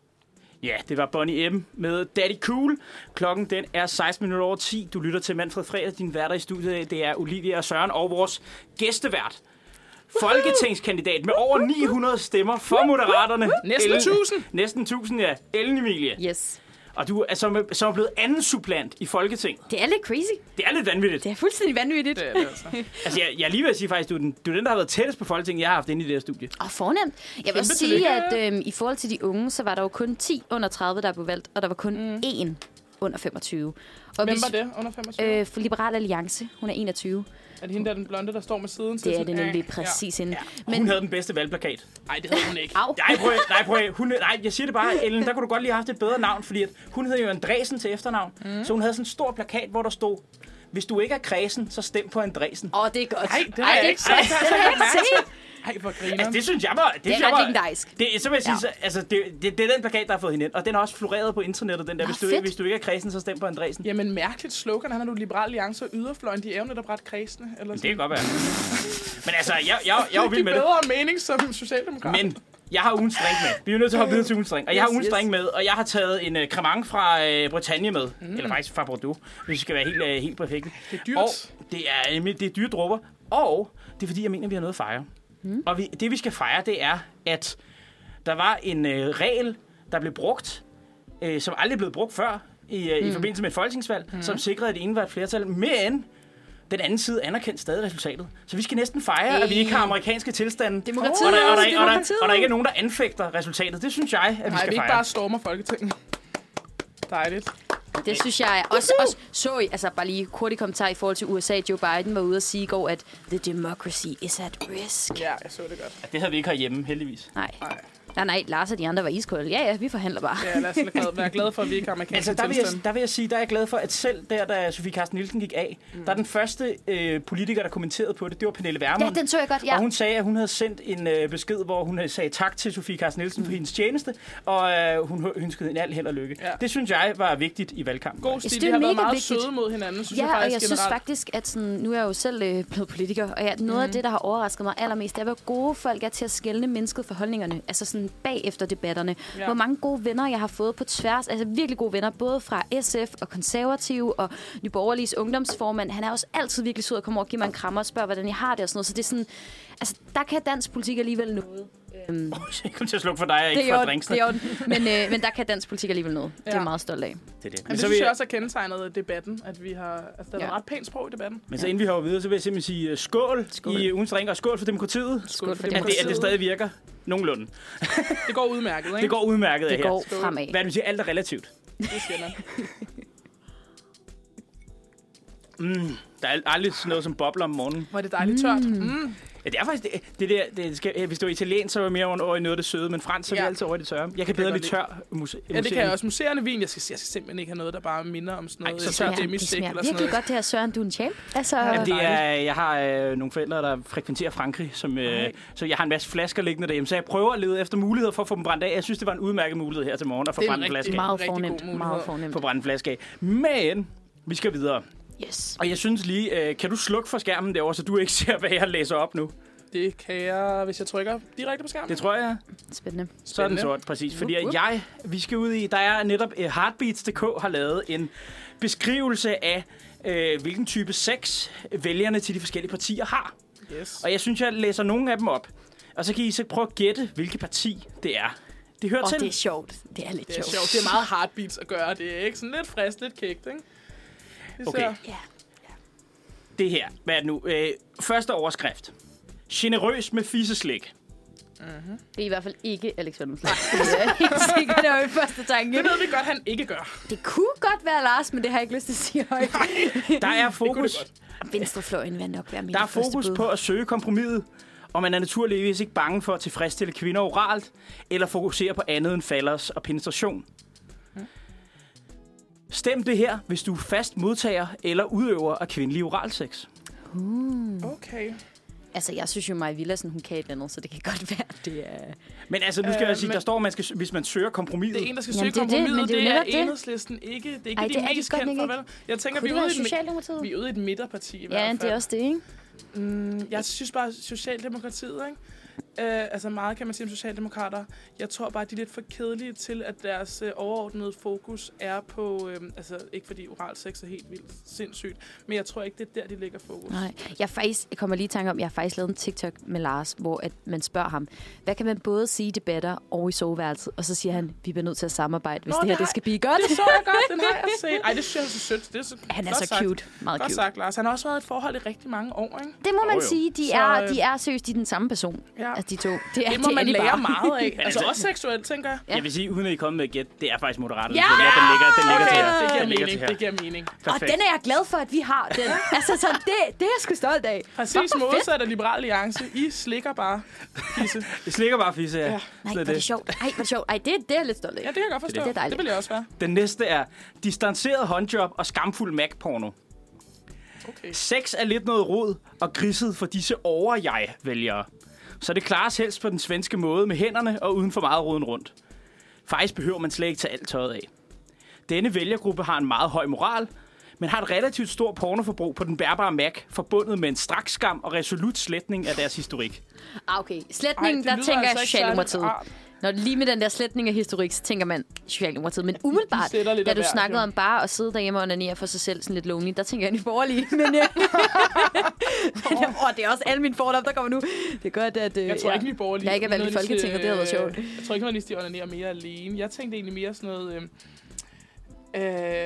Ja, det var Bonnie M med Daddy Cool. Klokken den er seksten minutter over ti. Du lytter til Manfred Fredag, din værter i studiet. Det er Olivia og Søren og vores gæstevært. Folketingskandidat med over ni hundrede stemmer for Moderaterne. Næsten Ellen, tusind. Næsten tusind, ja. Ellen Emilie. Yes. Og du er som, som er blevet anden supplant i Folketinget. Det er lidt crazy. Det er lidt vanvittigt. Det er fuldstændig vanvittigt. Det er det altså. altså, jeg, jeg er lige ved at sige faktisk, du er, den, du er den, der har været tættest på Folketinget, jeg har haft inde i det her studie. Åh, fornemt. Jeg vil også sige, at øhm, i forhold til de unge, så var der jo kun ti under tredive, der blev valgt, og der var kun mm. én under femogtyve. Og Hvem hvis, var det under femogtyve? Øh, for Liberal Alliance. Hun er enogtyve. Er det hende der, den blonde, der står med siden til? Det er det nemlig præcis ja. hende. Ja. Men hun havde den bedste valgplakat. Nej, det havde hun ikke. Au. Nej, prøv, nej, prøv. Hun, nej, jeg siger det bare, Ellen, der kunne du godt lige have haft et bedre navn, fordi at hun hed jo Andresen til efternavn. Mm. Så hun havde sådan en stor plakat, hvor der stod, hvis du ikke er kredsen, så stem på Andresen. Åh, oh, det er godt. Nej, det har jeg ikke set. Det har jeg ikke set. Ej, hvor griner. Altså, det synes jeg var... Det, det er ret legendarisk. Det, så vil jeg sige, ja. så, altså, det, det, det er den plakat, der har fået hende ind. Og den er også floreret på internettet, den der. Nå, hvis, du, hvis du ikke er kredsen, så stem på Andresen. Jamen, mærkeligt slogan. Han har du Liberal Alliance og yderfløjen. De er jo netop ret kredsende. Eller det kan godt være. Men altså, jeg, jeg, jeg, jeg er jo vild med det. Det er bedre mening som socialdemokrat. Men jeg har ugens drink med. Vi er jo nødt til at hoppe videre til ugens drink. Og jeg har ugens yes, yes. drink med, og jeg har taget en uh, cremant fra uh, Bretagne med. Mm. Eller faktisk fra Bordeaux, hvis vi skal være helt, uh, helt perfekte. Det er dyrt. Og det er, det er dyre dråber. Og det er fordi, jeg mener, vi har noget at fejre. Mm. Og vi, det vi skal fejre, det er, at der var en øh, regel, der blev brugt, øh, som aldrig blev brugt før, i, øh, mm. i forbindelse med et folketingsvalg, mm. som sikrede et enevældigt flertal. Men den anden side anerkendte stadig resultatet. Så vi skal næsten fejre, hey. at vi ikke har amerikanske tilstande. Demokratiet, og, der, og, der, demokratiet. og, der, og, der, og der ikke er nogen, der anfægter resultatet. Det synes jeg, at vi Nej, skal fejre. vi ikke bare stormer Folketinget. Dejligt. Det synes jeg også, også så I, altså bare lige hurtig kommentar i forhold til U S A. Joe Biden var ude at sige i går, at the democracy is at risk. Ja, jeg så det godt. Ja, det havde vi ikke herhjemme, heldigvis. Nej. Nej. Nej, nej, Lars og de andre var iskolde. Ja, ja, vi forhandler bare. Ja, lad os være glade for, at vi ikke har amerikanske altså, der vil, jeg, der vil jeg sige, der er jeg glad for, at selv der, da Sofie Carsten Nielsen gik af, mm. der er den første øh, politiker, der kommenterede på det, det var Pernille Vermund. Ja, den så jeg godt, ja. Og hun sagde, at hun havde sendt en øh, besked, hvor hun sagde tak til Sofie Carsten Nielsen mm. for hendes tjeneste, og øh, hun ønskede en al held og lykke. Ja. Det synes jeg var vigtigt i valgkampen. God stil, de har været meget vigtigt. Søde mod hinanden, synes ja, jeg faktisk og jeg generelt. synes faktisk, at sådan, nu er jeg jo selv øh, blevet politiker, og ja, noget mm. af det, der har overrasket mig allermest, det er, hvor gode folk er til at skelne mennesket for holdningerne, altså sådan bagefter debatterne. Ja. Hvor mange gode venner, jeg har fået på tværs, altså virkelig gode venner, både fra S F og Konservative og Nye Borgerliges ungdomsformand. Han er også altid virkelig sød at komme over og give mig en krammer og spørge, hvordan jeg har det og sådan noget. Så det er sådan, altså der kan dansk politik alligevel noget. Øhm, jeg kom til at slukke for dig, og ikke for drinksene. Det er men, øh, men der kan dansk politik alligevel noget. Ja. Det er jeg meget stolt af. Det er det. Men det synes jeg også har kendetegnet debatten, at vi har, altså der er ja. ret pænt sprog i debatten. Men så inden vi hopper videre, så vil jeg simpelthen sige uh, skål, skål i ugens drink, og skål for demokratiet. Skål for at demokratiet. Det, at det stadig virker nogenlunde. Det går udmærket, ikke? Det går udmærket det her. Det går fremad. Hvad vil sige, alt er relativt. Det skal man. Mm, der er aldrig sådan noget som bobler om morgenen. Hvor er det dejligt tørt. Mm. Mm. Ja, det er faktisk det, det der, det skal, hvis du er italien, så er mere over i noget af det søde, men fransk, så er vi ja. altid over i det tørre. Jeg kan bedre lide tør museer. Ja, det kan jeg også. Museerne vin, jeg skal, jeg skal simpelthen ikke have noget, der bare minder om sådan noget. Ej, så tør det, det smager virkelig noget. Godt det her, Søren, du er en champ. Altså, ja, det er, jeg har øh, nogle forældre, der frekventerer Frankrig, som, øh, så jeg har en masse flasker liggende derhjemme, så jeg prøver at lede efter muligheder for at få dem brændt af. Jeg synes, det var en udmærket mulighed her til morgen at få brændt en flaske af. Meget fornemt. Meget fornemt. Få brændt en flaske af. Men vi skal videre. Yes. Og jeg synes lige, øh, kan du slukke for skærmen derovre, så du ikke ser, hvad jeg læser op nu? Det kan jeg, hvis jeg trykker direkte på skærmen. Det tror jeg. Spændende. Så er den sort, præcis. Fordi at jeg, vi skal ud i, der er netop uh, Heartbeats punktum d k har lavet en beskrivelse af, uh, hvilken type sex vælgerne til de forskellige partier har. Yes. Og jeg synes, jeg læser nogle af dem op. Og så kan I så prøve at gætte, hvilket parti det er. Det hører oh, til. det er sjovt. Det er lidt det er sjovt. sjovt. Det er meget Heartbeats at gøre. Det er ikke sådan lidt frisk, lidt kægt, ikke? Okay. Ja. Det her, hvad er det nu? Øh, første overskrift. Generøs med fiseslik. Mm-hmm. Det er i hvert fald ikke Alex Vanopslagh. Det er helt sikkert, det var min første tanke. Det ved vi godt, han ikke gør. Det kunne godt være Lars, men det har jeg ikke lyst til at sige højt. Der er fokus... Venstrefløjen vil nok være min Der er fokus på at søge kompromiset, og man er naturligvis ikke bange for at tilfredsstille kvinder oralt, eller fokusere på andet end fallers og penetration. Hmm. Stem det her, hvis du er fast modtager eller udøver af kvindelig oralsex. Uh. Okay. Altså, jeg synes jo, Maja Villadsen, hun kan et eller andet, så det kan godt være, det er... Men altså, nu skal øh, jeg sige, men... der står, man skal, hvis man søger kompromiset... Det er en, der skal søge kompromiset, det, det, det er Enhedslisten ikke. Det er ikke Ej, de det mest kendt for, vel? Jeg tænker, vi er, ude vi er ude i et midterparti i hvert fald. Ja, det er også det, ikke? Mm, jeg synes bare, Socialdemokratiet, ikke? Uh, altså meget kan man sige om socialdemokrater. Jeg tror bare, at de er lidt for kedelige til, at deres uh, overordnede fokus er på... Uh, altså ikke fordi oral sex er helt vildt sindssygt, men jeg tror ikke, det er der, de lægger fokus. Nej, jeg, faktisk, jeg kommer lige i tanke om, jeg har faktisk lavet en TikTok med Lars, hvor at man spørger ham, hvad kan man både sige i debatter og i soveværelset? Og så siger han, vi bliver nødt til at samarbejde, hvis Nå, det her det, har, det skal blive godt. Det så jeg godt, den har jeg set. Ej, det synes jeg er så sødt. Det er så han er så sagt. Cute. Meget godt cute. sagt, Lars. Han har også været i et forhold i rigtig mange år, ikke? Det må man oh, sige. De er, de er seriøst, de er den samme person. Ja. Altså, de to. Det, er, det må det man lære meget af. Altså også seksuelt, tænker jeg. Ja. Jeg vil sige, uden at I kommer med et gæt, det er faktisk Moderaterne. Ja! Den ligger, den ligger okay. til her. Det giver den ligger mening. Det giver mening. Perfekt. Og den er jeg glad for, at vi har den. Altså, så det, det er jeg sgu stolt af. Præcis modsat af Liberal Alliance. I slikker bare fisse. I slikker bare fisse, ja. ja. Nej, var det, det sjovt. Ej, var det sjovt. Ej, det, det er jeg lidt stolt af. Ja, det kan jeg godt forstå. Det, det, det vil jeg også være. Den næste er distanceret håndjob og skamfuld Mac-porno. Okay. Sex er lidt noget rod og griset for disse over-jeg-vælgere. Så det klares helst på den svenske måde med hænderne og uden for meget roden rundt. Faktisk behøver man slet ikke tage alt tøjet af. Denne vælgergruppe har en meget høj moral, men har et relativt stort pornoforbrug på den bærbare Mac, forbundet med en straks skam og resolut sletning af deres historik. Ah, okay. Sletning, Ej, der tænker jeg altså Socialdemokratiet. Når det lige med den der sletning af historik, så tænker man Socialdemokratiet. Men umiddelbart, da du snakkede om bare at sidde derhjemme og onanere for sig selv sådan lidt lonely, der tænker jeg Nye Borgerlige. Men, ja. men åh, det er også alle mine fordomme, der kommer nu. Det er godt, at... Jeg tror ja, ikke, Nye Borgerlige... Jeg ikke er valgt i Folketinget, det havde været sjovt. Jeg tror ikke, at de onanerer mere alene. Jeg tænkte egentlig mere sådan noget... Øh, Øh,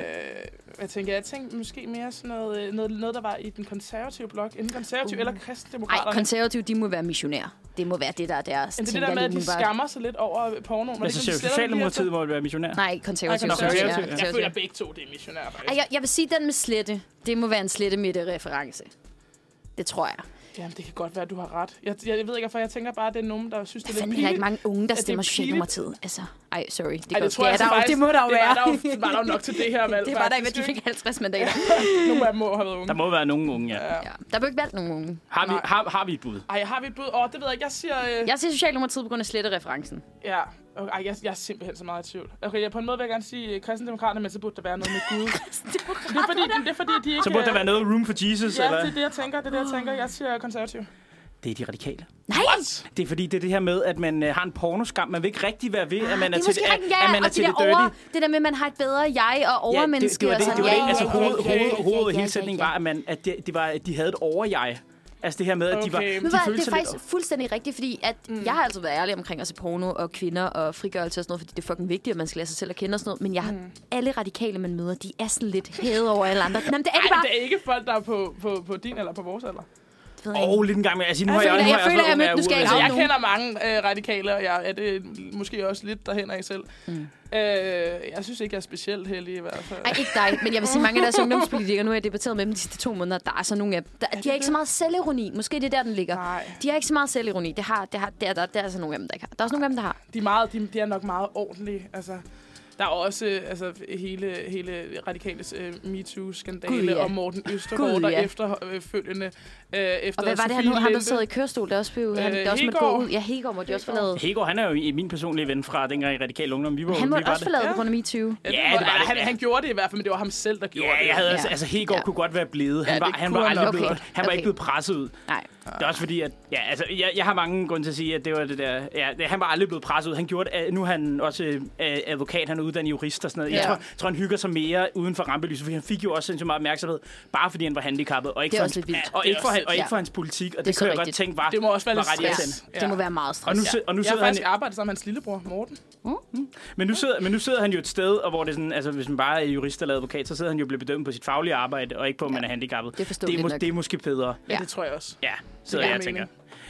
jeg tænker, jeg tænkte måske mere sådan noget, noget, noget der var i den konservative blok, enten konservative uh. eller kristendemokraterne. Nej, konservative, de må være missionære. Det må være det, der er deres. Det er det der med, at de skammer sig lidt over pornoen. Men så Socialdemokratiet må være missionær. Nej, konservative. Nej, konservative. Ja. Jeg føler begge to, det er missionær. Ej, jeg, jeg vil sige, den med slette, det må være en slette midte-reference. Det tror jeg. Jamen, det kan godt være, at du har ret. Jeg, jeg, jeg ved ikke, for jeg tænker bare, at det er nogen, der synes, det er lidt pinligt. Der er ikke mange unge, der stemmer Socialdemokratiet. Altså, ej, sorry. Det, ej, det, tror jeg, der, faktisk, det må der jo det være. Var der, jo, var der jo nok til det her valg. Det var der ikke, at de fik halvtreds mandater. Nogle af dem må have været unge. Der må være nogen unge, ja. ja. Der blev ikke valgt nogen unge. Har vi, har, har vi et bud? Ej, har vi et bud? Åh, oh, det ved jeg ikke. Jeg siger... Øh... Jeg siger Socialdemokratiet på grund af slette-referencen. Ja. Okay, ej, jeg, jeg er simpelthen så meget i tvivl. Okay, jeg, på en måde vil jeg gerne sige kristendemokraterne, men så burde der være noget med Gud. det, er fordi, det er fordi, de ikke... Så burde der være noget room for Jesus, ja, eller? Ja, det er det, jeg tænker. Det er det, jeg tænker. Jeg siger konservativ. Det er de radikale. Nej! What? Det er fordi, det er det her med, at man øh, har en pornoskam. Man vil ikke rigtig være ved, at man er, er til, at, ja, at man er til det, det over, det der med, at man har et bedre jeg og overmenneske. Ja, det, det, det var det. Det var det. Altså, hovedet ja, ja, hoved, hoved, ja, ja, hele sætningen ja, ja. var, at, man, at, det, det var, at de havde et over-jeg. Altså det her med, at okay. de var... De Men hvad, det er faktisk lidt... fuldstændig rigtigt, fordi at mm. jeg har altså været ærlig omkring at se porno og kvinder og frigørelse og sådan noget, fordi det er fucking vigtigt, at man skal lære sig selv at kende og sådan noget. Men jeg har mm. alle radikale, man møder, de er sådan lidt hævet over alle andre. Jamen, det er Ej, de bare... det er ikke folk, der er på, på, på din eller på vores alder. Åh, oh, lidt en gang med. Altså, nu jeg har jeg, føler, nu jeg, har jeg, føler, jeg, jeg, altså, jeg, jeg kender mange øh, radikale, og jeg er det måske også lidt derhen af selv. Mm. Øh, jeg synes ikke, jeg er specielt heldig i hvert fald. Ej, ikke dig, men jeg vil sige, mange af deres ungdomspolitikere, nu har jeg debatteret med dem de sidste to måneder, der er så nogle af dem, der, de har ikke så meget selvironi. Måske det er der, den ligger. Nej. De har ikke så meget selvironi. Det har, det har, der, der, der er altså nogle af dem, der ikke har. Der er også nogle af dem, der har. De er, meget, de, de er nok meget ordentlige, altså... Der er også altså, hele, hele radikales uh, MeToo-skandale Gud, ja. og Morten Østergaard, der ja. efterfølgende... Uh, efter og hvad var det, han, han der sad i kørestol, der også blev... Uh, han, der også måtte gå ud. Ja, Hegård måtte de også forlade. Hegård, han er jo i min personlige ven fra dengang i Radikal Ungdom. Vi var, han måtte vi også forlade det. på grund af MeToo. Ja, det ja, var, det var det. Han, han gjorde det i hvert fald, men det var ham selv, der gjorde ja, det. Jeg havde, ja, altså, altså Hegård ja. kunne godt være blevet. Han ja, var, han var, aldrig okay. blevet, han var okay. ikke blevet presset ud. Nej. Det er også fordi, at... Ja, altså, jeg, jeg har mange grunde til at sige, at det var det der... Ja, det, han var aldrig blevet presset ud. Han gjorde det... Nu er han også øh, advokat, han er uddannet jurist og sådan noget. Jeg ja. tror, tror, han hygger sig mere uden for rampelyset, for han fik jo også sindssygt meget opmærksomhed, bare fordi han var handicappet, og ikke, for hans, ja, og ikke, for, han, og ikke for hans politik. Og det, det kan jeg godt tænke var... Det må også være lidt stress. Ja. Det må være meget stress. Og nu, og nu jeg har faktisk han, arbejdet sammen med hans lillebror, Morten. Mm. Mm. Men, nu sidder, men nu sidder han jo et sted, og hvor det er sådan, altså hvis man bare er jurist eller advokat, så sidder han jo og bliver bedømt på sit faglige arbejde, og ikke på, om ja. man er handicappet. Det, det, er, mås- det er måske bedre. Ja, det tror jeg også. Ja, så jeg tænker.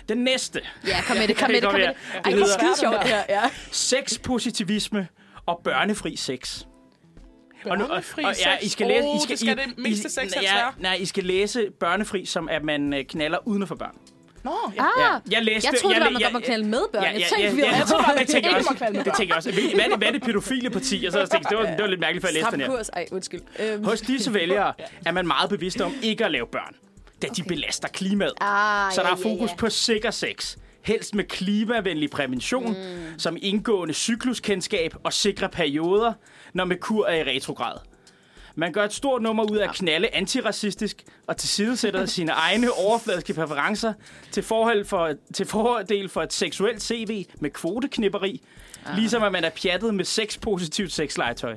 Den næste. Ja, kom med det, kom med det, kom med det. Ej, det er skide sjovt, det her. Ja. Sexpositivisme og børnefri sex. Børnefri og, og, ja, I skal læse, oh, I skal, det skal I, det meste sex, I, ja, nej, I skal læse børnefri, som at man øh, knaller uden for børn. Nå, ja. Ah, ja, jeg læste... Jeg troede, jeg, det var, man jeg, godt må knalde med børn. Ja, ja, jeg tænkte, ja, vi ja, havde... jeg tror bare, det tænker jeg også. Det tænker jeg også. Hvad er det, hvad er det pædofile parti? Og så tænkte jeg, det var, det var lidt mærkeligt, før jeg læste den her. Stram kurs. Ej, undskyld. Um. Hos disse vælgere er man meget bevidst om ikke at lave børn, da de okay. belaster klimaet. Ah, så der ja, er fokus ja, ja. på sikker sex. Helst med klimavenlig prævention, mm. som indgående cykluskendskab og sikre perioder, når Merkur er i retrograd. Man gør et stort nummer ud af at knalde antiracistisk og tilsidesætter sine egne overfladiske præferencer til, forhold for, til fordel for et seksuelt C V med kvoteknipperi, ah. ligesom at man er pjattet med sexpositivt sexlegetøj.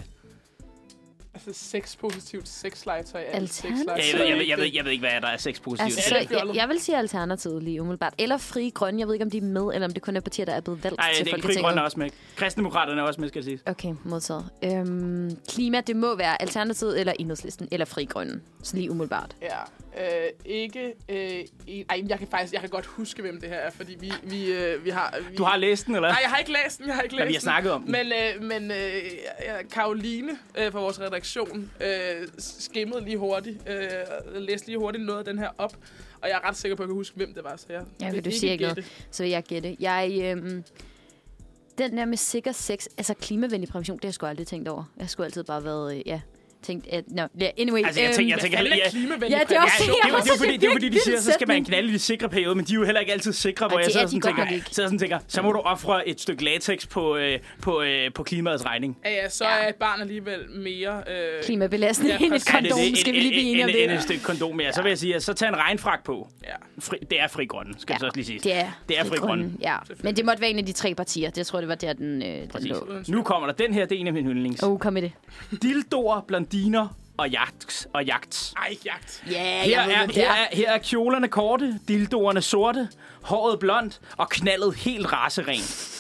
Altså sexpositivt sexlegetøj. Alternativ? Ja, jeg, ved, jeg, ved, jeg, ved, jeg ved ikke, hvad der er sexpositivt. Altså, jeg, jeg vil sige alternativet lige umiddelbart. Eller Frie Grønne. Jeg ved ikke, om de er med, eller om det kun er partier, der er blevet valgt Nej, til det er Folketinget. Frie Grønne er også med. Kristendemokraterne er også med, skal jeg sige. Okay, modtaget. Øhm, klima, det må være alternativet eller Enhedslisten, eller Frie Grønne. Så lige umiddelbart. Ja, øh, ikke... Øh, en, ej, jeg kan faktisk jeg kan godt huske, hvem det her er, fordi vi, vi, øh, vi har... Vi, du har læst den, eller? Nej, jeg har ikke læst den, jeg har ikke læst men vi har snakket om den. Men, øh, men øh, Karoline øh, fra vores redaktion øh, skimmede lige hurtigt, øh, læste lige hurtigt noget af den her op, og jeg er ret sikker på, at jeg kan huske, hvem det var, så jeg ja, vil du ikke siger ikke gætte. noget, så vil jeg gætte. Jeg... Øh, den der med sikker sex, altså klimavenlig prævention, det har jeg sgu aldrig tænkt over. Jeg har sgu altid bare været, øh, ja... tænkt, at... No, yeah, anyway. Altså, jeg tænker... Jeg tænker øhm, heller, ja, ja, det er også ja, det, er, det, er, fordi, det er fordi, de siger, så skal man knalde i de sikre perioder, men de er jo heller ikke altid sikre, hvor jeg sidder sådan, tænker, sidder sådan tænker, så må du ofre et stykke latex på, øh, på, øh, på klimaets regning. Ja, ja, så ja. er et barn alligevel mere... Øh, Klimabelastende ja, end et kondom, ja, det, skal vi lige blive enige om det. End et stykke kondom, ja. Så vil jeg sige, at så tag en regnfrak på. Ja. Fri, det er Frie Grønne, skal ja, så også lige sige. Det er, det er Frie Grønne. Ja, men det måtte være en af de tre partier. Det tror jeg, det var der, den, øh, den lå. Nu kommer der den her, det er en af mine yndlings. Åh, oh, kom med det. Dildoer, blondiner og jagt. Og jagt. Ej, jagt. Ja, her, jeg ved, er, her, er, her er kjolerne korte, dildoerne sorte, håret blondt og knaldet helt raseren.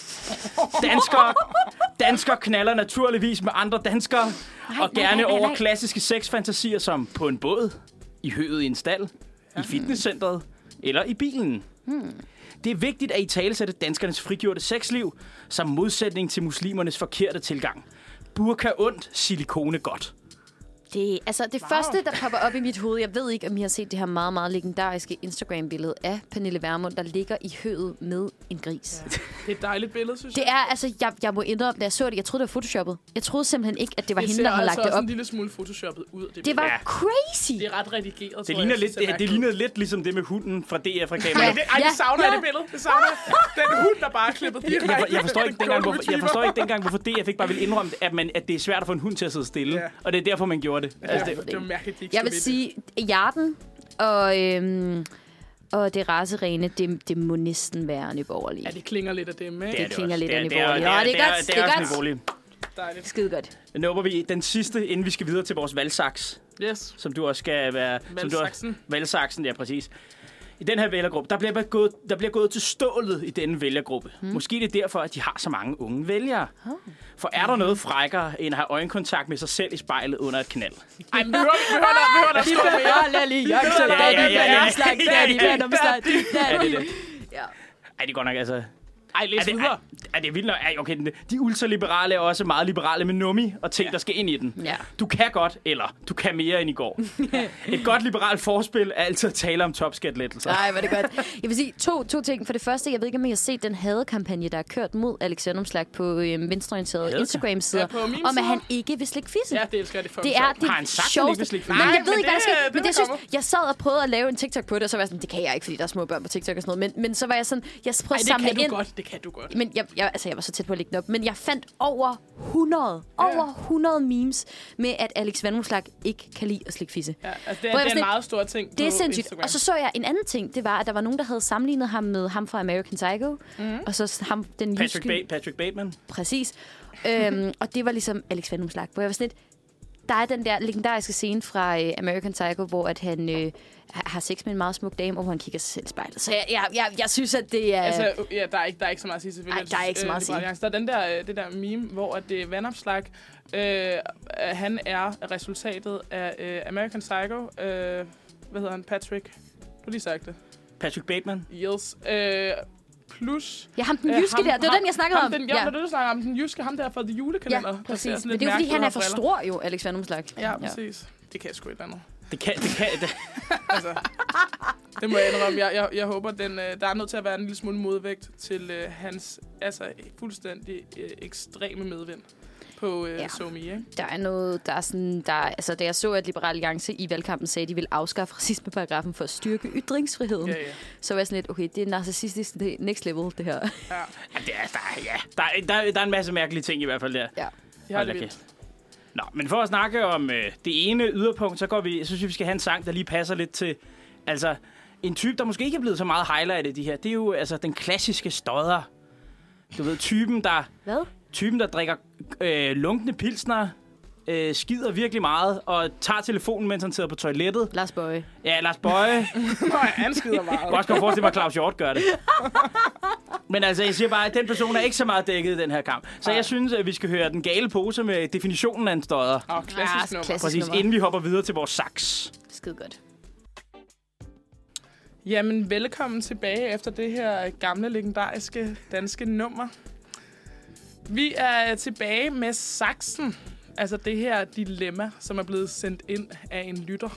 Danskere, danskere knaller naturligvis med andre danskere, nej, og gerne nej, nej, nej. over klassiske sexfantasier som på en båd, i høet i en stald, ja. i fitnesscentret eller i bilen. Hmm. Det er vigtigt at italesætte danskernes frigjorte sexliv som modsætning til muslimernes forkerte tilgang. Burka ondt, silikone godt. Det, altså det wow. første, der popper op i mit hoved, jeg ved ikke, om I har set det her meget, meget legendariske Instagram-billede af Pernille Vermund, der ligger i høet med en gris. Ja. Det er et dejligt billede, synes det jeg. Er, altså, jeg, jeg må indrømme, da jeg så det, jeg troede, det var photoshoppet. Jeg troede simpelthen ikke, at det var det hende, der havde altså lagt det op. Det ser en lille smule photoshoppet ud. Det, det var ja. crazy. Det er ret redigeret, det ligner jeg, lidt, det, det lignede lidt ligesom det med hunden fra D R-reklamen. Ja. Ej, det savner ja. jeg, det billede. Det savner jeg. Den hund, der bare er klippet direkte. Jeg, jeg, forstår ikke dengang, hvorfor, jeg forstår ikke dengang, hvorfor D R ikke bare ville indrømme, at, man, at det er svært at få en hund til at sidde stille. Ja. Og det er derfor, man gjorde det. Altså, det, det var mærkeligt, det jeg vil sige, Jarden og, øhm, og det racerene, det, det må næsten være nyborgerlige. Ja, det klinger lidt af dem, ikke? Det, det klinger lidt af nyborgerlige. Ja, det er godt. Det er godt. Dejligt. Skide godt. Nu håber vi den sidste, inden vi skal videre til vores valgsaks. Yes. Som du også skal være... Valgsaksen. Valgsaksen, ja, præcis. I den her vælgergruppe, der bliver gået, der bliver gået til stålet i denne vælgergruppe. Hmm. Måske det er derfor, at de har så mange unge vælgere. Oh. For er der noget frækkere, end at have øjenkontakt med sig selv i spejlet under et knald? Ej, men vi hører, vi hører der, vi hører der stå mere. Lille Jackson, daddy, omslag, daddy, omslag, daddy. Ja. Ej, det er godt nok, altså... Ej, læs videre. Er, er det vildt nok? Ej, okay, de ultraliberale er også meget liberale med nummi og ting, ja. der skal ind i den. Ja. Du kan godt, eller du kan mere end i går. Et godt liberalt forspil er altid at tale om topskatlettelser. Nej, var det godt. Jeg vil sige to, to ting. For det første, jeg ved ikke, om I har set den hadekampagne, der er kørt mod Alex Vanopslagh på øhm, venstreorienterede Instagram-sider, ja, om at han ikke vil slikke fisse. Ja, det elsker jeg det for. Det er det har han sagt, sjoveste. Han ikke vil slikke fisse? Men jeg ved men ikke, hvad der skal. det, Men det, det jeg synes, jeg sad og prøvede at lave en TikTok på det, og så var jeg sådan, det kan jeg ikke, fordi der er små børn på TikTok og sådan noget. Men, men så var jeg sådan, jeg prøvede at samle ind. Det kan du godt, det kan du godt. Men jeg, jeg, altså, jeg var så tæt på at lægge den op, men jeg fandt over hundrede, ja. over hundrede memes med, at Alex Vanopslagh ikke kan lide at slikke fisse. Ja, altså det er, det er en meget stor ting på Det er sindssygt. Instagram. Og så så jeg en anden ting, det var, at der var nogen, der havde sammenlignet ham med ham fra American Psycho, mm. og så ham, den Patrick, jyske... ba- Patrick Bateman. Præcis. øhm, og det var ligesom Alex Vanopslagh, hvor jeg var sådan lidt... Der er den der legendariske scene fra øh, American Psycho, hvor at han øh, har sex med en meget smuk dame, og hvor han kigger sig selv i spejlet. Så jeg, jeg, jeg, jeg synes, at det er... Altså, ja, der er ikke, der er ikke så meget at sige, selvfølgelig. Nej, der er ikke så meget at sige. Der er den der, det der meme, hvor at det er Vanopslagh, øh, han er resultatet af øh, American Psycho. Øh, hvad hedder han? Patrick? Du har lige sagt det. Patrick Bateman. Yes. Øh, plus... Ja, ham den jyske øh, ham, der. Det var den, jeg snakkede ham, om. Den, ja, ja. Du snakker om den jyske, ham der fra The Julekalender. Ja, præcis. Men det er jo, fordi han er for stor jo, Alex Vandomslag. Ja, præcis. Ja. Det kan jeg sgu et eller andet. Det kan, det kan det. altså, det må jeg indrømme. Jeg, jeg, jeg håber, den, øh, der er nødt til at være en lille smule modvægt til øh, hans altså, fuldstændig øh, ekstreme medvind på øh, ja. SoMe, ikke? Der er noget, der er sådan, der, altså da jeg så, at Liberal Alliance i valgkampen sagde, at de ville afskaffe racismeparagrafen for at styrke ytringsfriheden, ja, ja. så var jeg sådan lidt, okay, det er narcissistisk, det er next level, det her. Ja, ja det er, der, er, ja. Der, er, der, der er en masse mærkelige ting i hvert fald der. Ja. Jeg har det vildt. Nå, men for at snakke om øh, det ene yderpunkt, så går vi, så synes vi, vi skal have en sang, der lige passer lidt til, altså, en type, der måske ikke er blevet så meget highlightet i de her. Det er jo altså den klassiske stodder. Du ved, typen, der... Hvad? Typen, der drikker øh, lunkne pilsner, øh, skider virkelig meget, og tager telefonen, mens han sidder på toilettet. Lars Bøje. Ja, Lars Bøje. Nå, han skider meget. Jeg kan også godt forestille mig, at Claus Hjort gør det. Men altså, jeg siger bare, at den person er ikke så meget dækket i den her kamp. Så Ej. jeg synes, at vi skal høre den gale pose med definitionen af en stodder. Åh, oh, klassisk nummer. Klassisk Præcis, nummer. inden vi hopper videre til vores saks. Skide godt. Jamen, velkommen tilbage efter det her gamle, legendariske danske nummer. Vi er tilbage med saksen. Altså det her dilemma, som er blevet sendt ind af en lytter.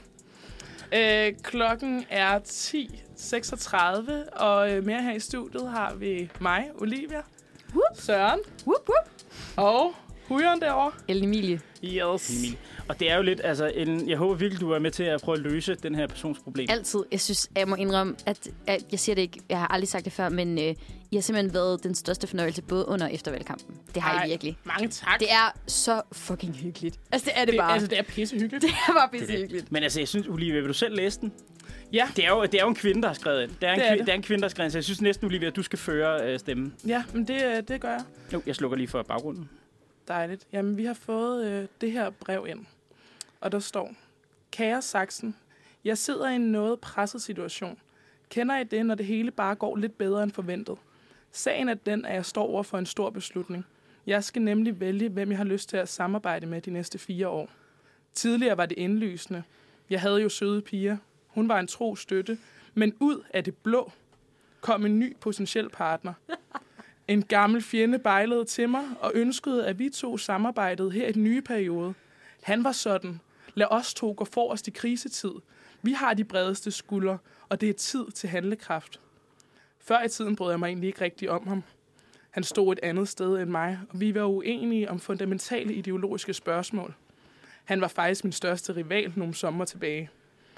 Øh, klokken er ti seksogtredive, og øh, mere her i studiet har vi mig, Olivia, Whoop. Søren Whoop, whoop. og Hujon derovre. Ellen Emilie. Yes. Emilie. Og det er jo lidt, altså, Ellen, jeg håber virkelig, du er med til at prøve at løse den her persons problem. Altid. Jeg synes, jeg må indrømme, at, at jeg siger det ikke, jeg har aldrig sagt det før, men øh, I har simpelthen været den største fornøjelse, både under og efter valgkampen. Det har Ej, I virkelig. Mange tak. Det er så fucking hyggeligt. Altså, det er det, det bare. Altså, det er pissehyggeligt. Det er bare pissehyggeligt. Men altså, jeg synes, Olivia, vil du selv læse den? Ja. Det er jo, det er jo en kvinde, der har skrevet ind. Det er en, det det er kvi- det. det er en kvinde, der har skrevet ind, så jeg synes næsten, Olivia, at du skal føre øh, stemmen. Ja, men det, det gør jeg. Jo, jeg slukker lige for baggrunden. Dejligt. Jamen, vi har fået øh, det her brev ind. Og der står, kære Saksen, jeg sidder i en noget presset situation. Kender I det, når det hele bare går lidt bedre end forventet? Sagen er den, at jeg står over for en stor beslutning. Jeg skal nemlig vælge, hvem jeg har lyst til at samarbejde med de næste fire år. Tidligere var det indlysende. Jeg havde jo søde piger. Hun var en tro støtte. Men ud af det blå kom en ny potentiel partner. En gammel fjende bejlede til mig og ønskede, at vi to samarbejdede her i den nye periode. Han var sådan. Lad os to gå forrest i krisetid. Vi har de bredeste skuldre, og det er tid til handlekraft. Før i tiden brød jeg mig egentlig ikke rigtig om ham. Han stod et andet sted end mig, og vi var uenige om fundamentale ideologiske spørgsmål. Han var faktisk min største rival nogle sommer tilbage.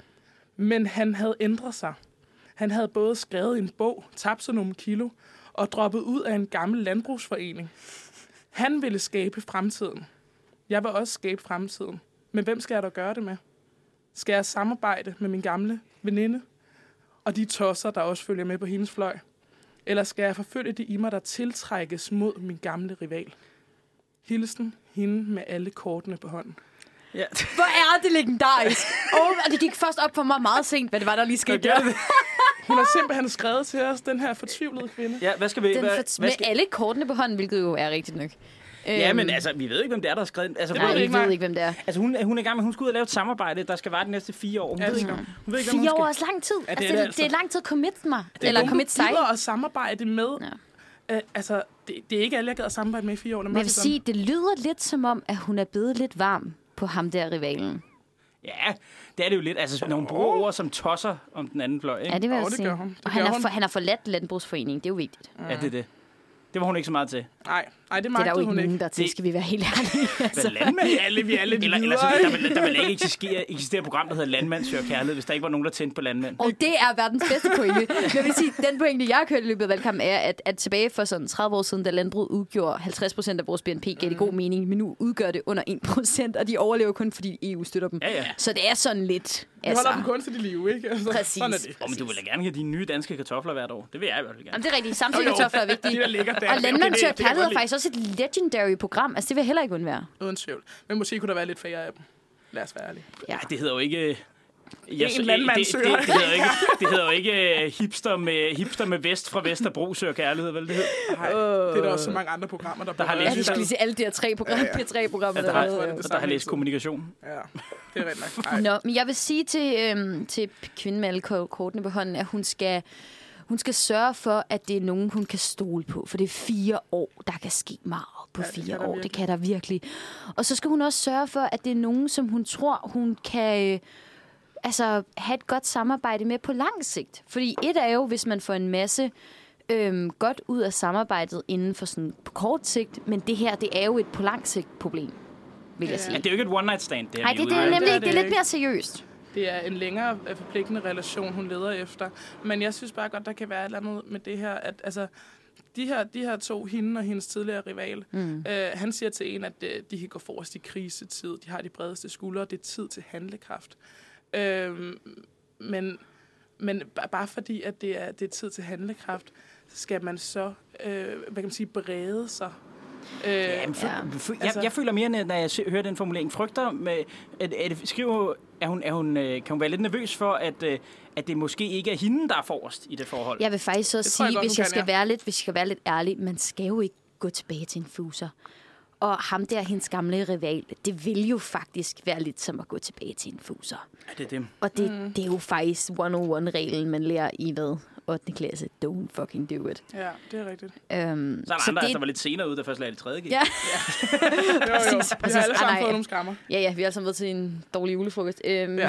Men han havde ændret sig. Han havde både skrevet en bog, tabt sig nogle kilo, og droppet ud af en gammel landbrugsforening. Han ville skabe fremtiden. Jeg vil også skabe fremtiden. Men hvem skal jeg da gøre det med? Skal jeg samarbejde med min gamle veninde? Og de tosser, der også følger med på hendes fløj? Eller skal jeg forfølge det i mig, der tiltrækkes mod min gamle rival? Hilsen hende med alle kortene på hånden. Ja. Hvor er det legendarisk. Oh, og det gik først op for mig meget sent, hvad det var, der lige skete der. Hun har simpelthen skrevet til os, den her fortvivlede kvinde. Ja, hvad skal vi... Den hvad, for, hvad med skal... alle kortene på hånden, hvilket jo er rigtigt nok. Ja, Øhm, men altså, vi ved ikke, hvem det er, der har skrevet... Altså, nej, vi ved ikke, hvem det er. Altså, hun, hun er i gang med, hun skal ud og lave et samarbejde, der skal vare de næste fire år. Hun ja, ved ikke, hun ved ikke, fire år skal... er også lang tid. Ja, det, altså, er det, altså. det er lang tid at commit mig. Det eller commit sig. Det er at samarbejde med... Ja. Uh, altså, det, det er ikke alle, jeg gad at samarbejde med i fire år. Men jeg vil sige, det lyder lidt som om, at hun er blevet lidt varm på ham der rivalen. Ja, det er det jo lidt. Altså, når hun bruger ord som tosser om den anden fløj, ikke? Ja, det vil jeg oh, sige. Det det og han har, for, han har forladt landbrugsforeningen, det er jo vigtigt. Ja, det er det. Det var hun ikke så meget til. Nej, nej, det magtede hun ikke. Det er der jo ikke nogen, ikke. der til, skal vi være helt ærlige. Altså. Landmand? Vi er alle, vi er alle eller, eller så, der, vil, der vil ikke eksistere, eksistere et program, der hedder Landmand søger kærlighed, hvis der ikke var nogen, der tændte på landmænd. Og det er verdens bedste pointe. Jeg vil sige, den pointe, jeg har kørt i løbet af valgkampen, er, at, at tilbage for sådan tredive år siden, da landbruget udgjorde halvtreds procent af vores B N P, gav det god mening, men nu udgør det under en procent, og de overlever kun, fordi E U støtter dem. Ja, ja. Så det er sådan lidt... Vi holder altså, dem kunstigt i live, ikke? Altså, præcis. Sådan er det. Oh, men du vil da gerne have dine nye danske kartofler hvert år. Det vil jeg i hvert fald gerne. Jamen, det er rigtigt. Samtidig kartofler er vigtige. De og Landmand søger kærlighed er faktisk også et legendary program. Altså, det vil jeg heller ikke undvære. Uden tvivl. Men måske kunne der være lidt færre af dem. Lad os være ærlige. Ja. Ja, det hedder jo ikke... Jeg, en landmand det, søger. Det, det, det, hedder ikke, det hedder jo ikke uh, hipster, med, hipster med vest fra Vesterbro søger kærlighed, vel? Det hedder. Nej, det er der også så mange andre programmer, der, der har læst. Ja, du skulle lige se alle de her tre programmer, ja, ja. P tre-programmer. Ja, der, der, der, der, der har læst kommunikation. Ja, det er rigtig nok. Nå, men jeg vil sige til, øhm, til kvinden med alle kortene på hånden, at hun skal... Hun skal sørge for, at det er nogen, hun kan stole på. For det er fire år, der kan ske meget på ja, fire år. Det kan der virkelig. Og så skal hun også sørge for, at det er nogen, som hun tror, hun kan øh, altså, have et godt samarbejde med på lang sigt. Fordi et er jo, hvis man får en masse øh, godt ud af samarbejdet inden for sådan på kort sigt. Men det her, det er jo et på lang sigt problem, vil jeg sige. Ja, det er jo ikke et one night stand. Det Nej, det, det er nemlig det er, det er lidt mere seriøst. Det er en længere forpligtende relation, hun leder efter. Men jeg synes bare godt, der kan være et eller andet med det her, at altså, de her, de her to, hende og hendes tidligere rival, mm. øh, han siger til en, at øh, de kan gå forrest i krisetid. De har de bredeste skuldre, det er tid til handlekraft. Øh, men men bare fordi, at det er, det er tid til handlekraft, skal man så, øh, hvad kan man sige, berede sig. Øh, ja, for, ja. For, jeg, jeg føler mere, når jeg hører den formulering, frygter med, at, at skriver, er hun, er hun, kan hun være lidt nervøs for, at, at det måske ikke er hende, der er forrest i det forhold? Jeg vil faktisk også sige, jeg godt, hvis, jeg kan, skal ja. være lidt, hvis jeg skal være lidt ærlig, man skal jo ikke gå tilbage til en fuser. Og ham der, hendes gamle rival, det vil jo faktisk være lidt som at gå tilbage til en fuser. Ja, det er det. Og det, mm. det er jo faktisk et hundrede og en-reglen, man lærer i hvad? ottende klasse. Don't fucking do it. Ja, det er rigtigt. Um, så er der så andre, det... der var lidt senere ude, der først lagde det tredje G. Ja. jo, jo. Præcis, præcis. Vi har alle sammen fået nogle skrammer. Ja, ja, vi har alle sammen været til en dårlig julefrokost. Um, ja.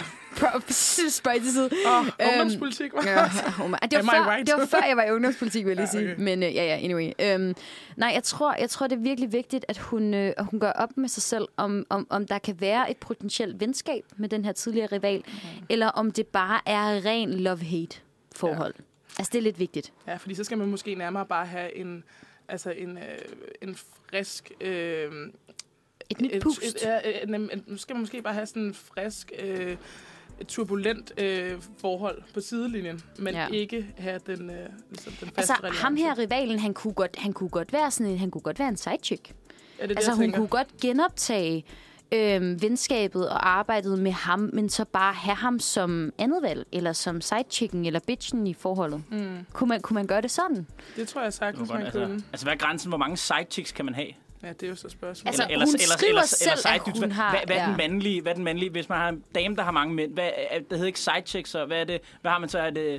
Spøj til side. Åh, oh, ungdomspolitik, var ja, oh det, var før, right? det var før, jeg var i ungdomspolitik, vil jeg lige sige. Okay. Men uh, ja, ja, anyway. Um, nej, jeg tror, jeg tror, det er virkelig vigtigt, at hun, uh, hun gør op med sig selv, om, om, om der kan være et potentielt venskab med den her tidligere rival, mm. eller om det bare er ren love-hate-forhold. Ja. Altså, det er lidt vigtigt. Ja, fordi så skal man måske nærmere bare have en, altså en, øh, en frisk... Øh, et nyt pust. Et, et, et, et, nu skal man måske bare have sådan en frisk, øh, et turbulent øh, forhold på sidelinjen, men ja. ikke have den, øh, ligesom den faste altså, relation. ham her rivalen, han kunne godt, han kunne godt være sådan en, han kunne godt være en sidechick. Ja, det er altså, det, hun tænker. kunne godt genoptage Øhm, venskabet og arbejdet med ham, men så bare have ham som andet valg, eller som sidechicken eller bitchen i forholdet. Mm. Kunne, man, kunne man gøre det sådan? Det tror jeg sagtens, man altså, kunne. Altså, hvad er grænsen? Hvor mange sidechicks kan man have? Ja, det er jo så spørgsmålet. Altså, eller, hun eller, skriver eller, selv, eller at hun har... Hvad, hvad, er ja. den mandlige, hvad er den mandlige? Hvis man har en dame, der har mange mænd, hvad, det hedder ikke sidechicks, så hvad er det? Hvad har man så? Er det...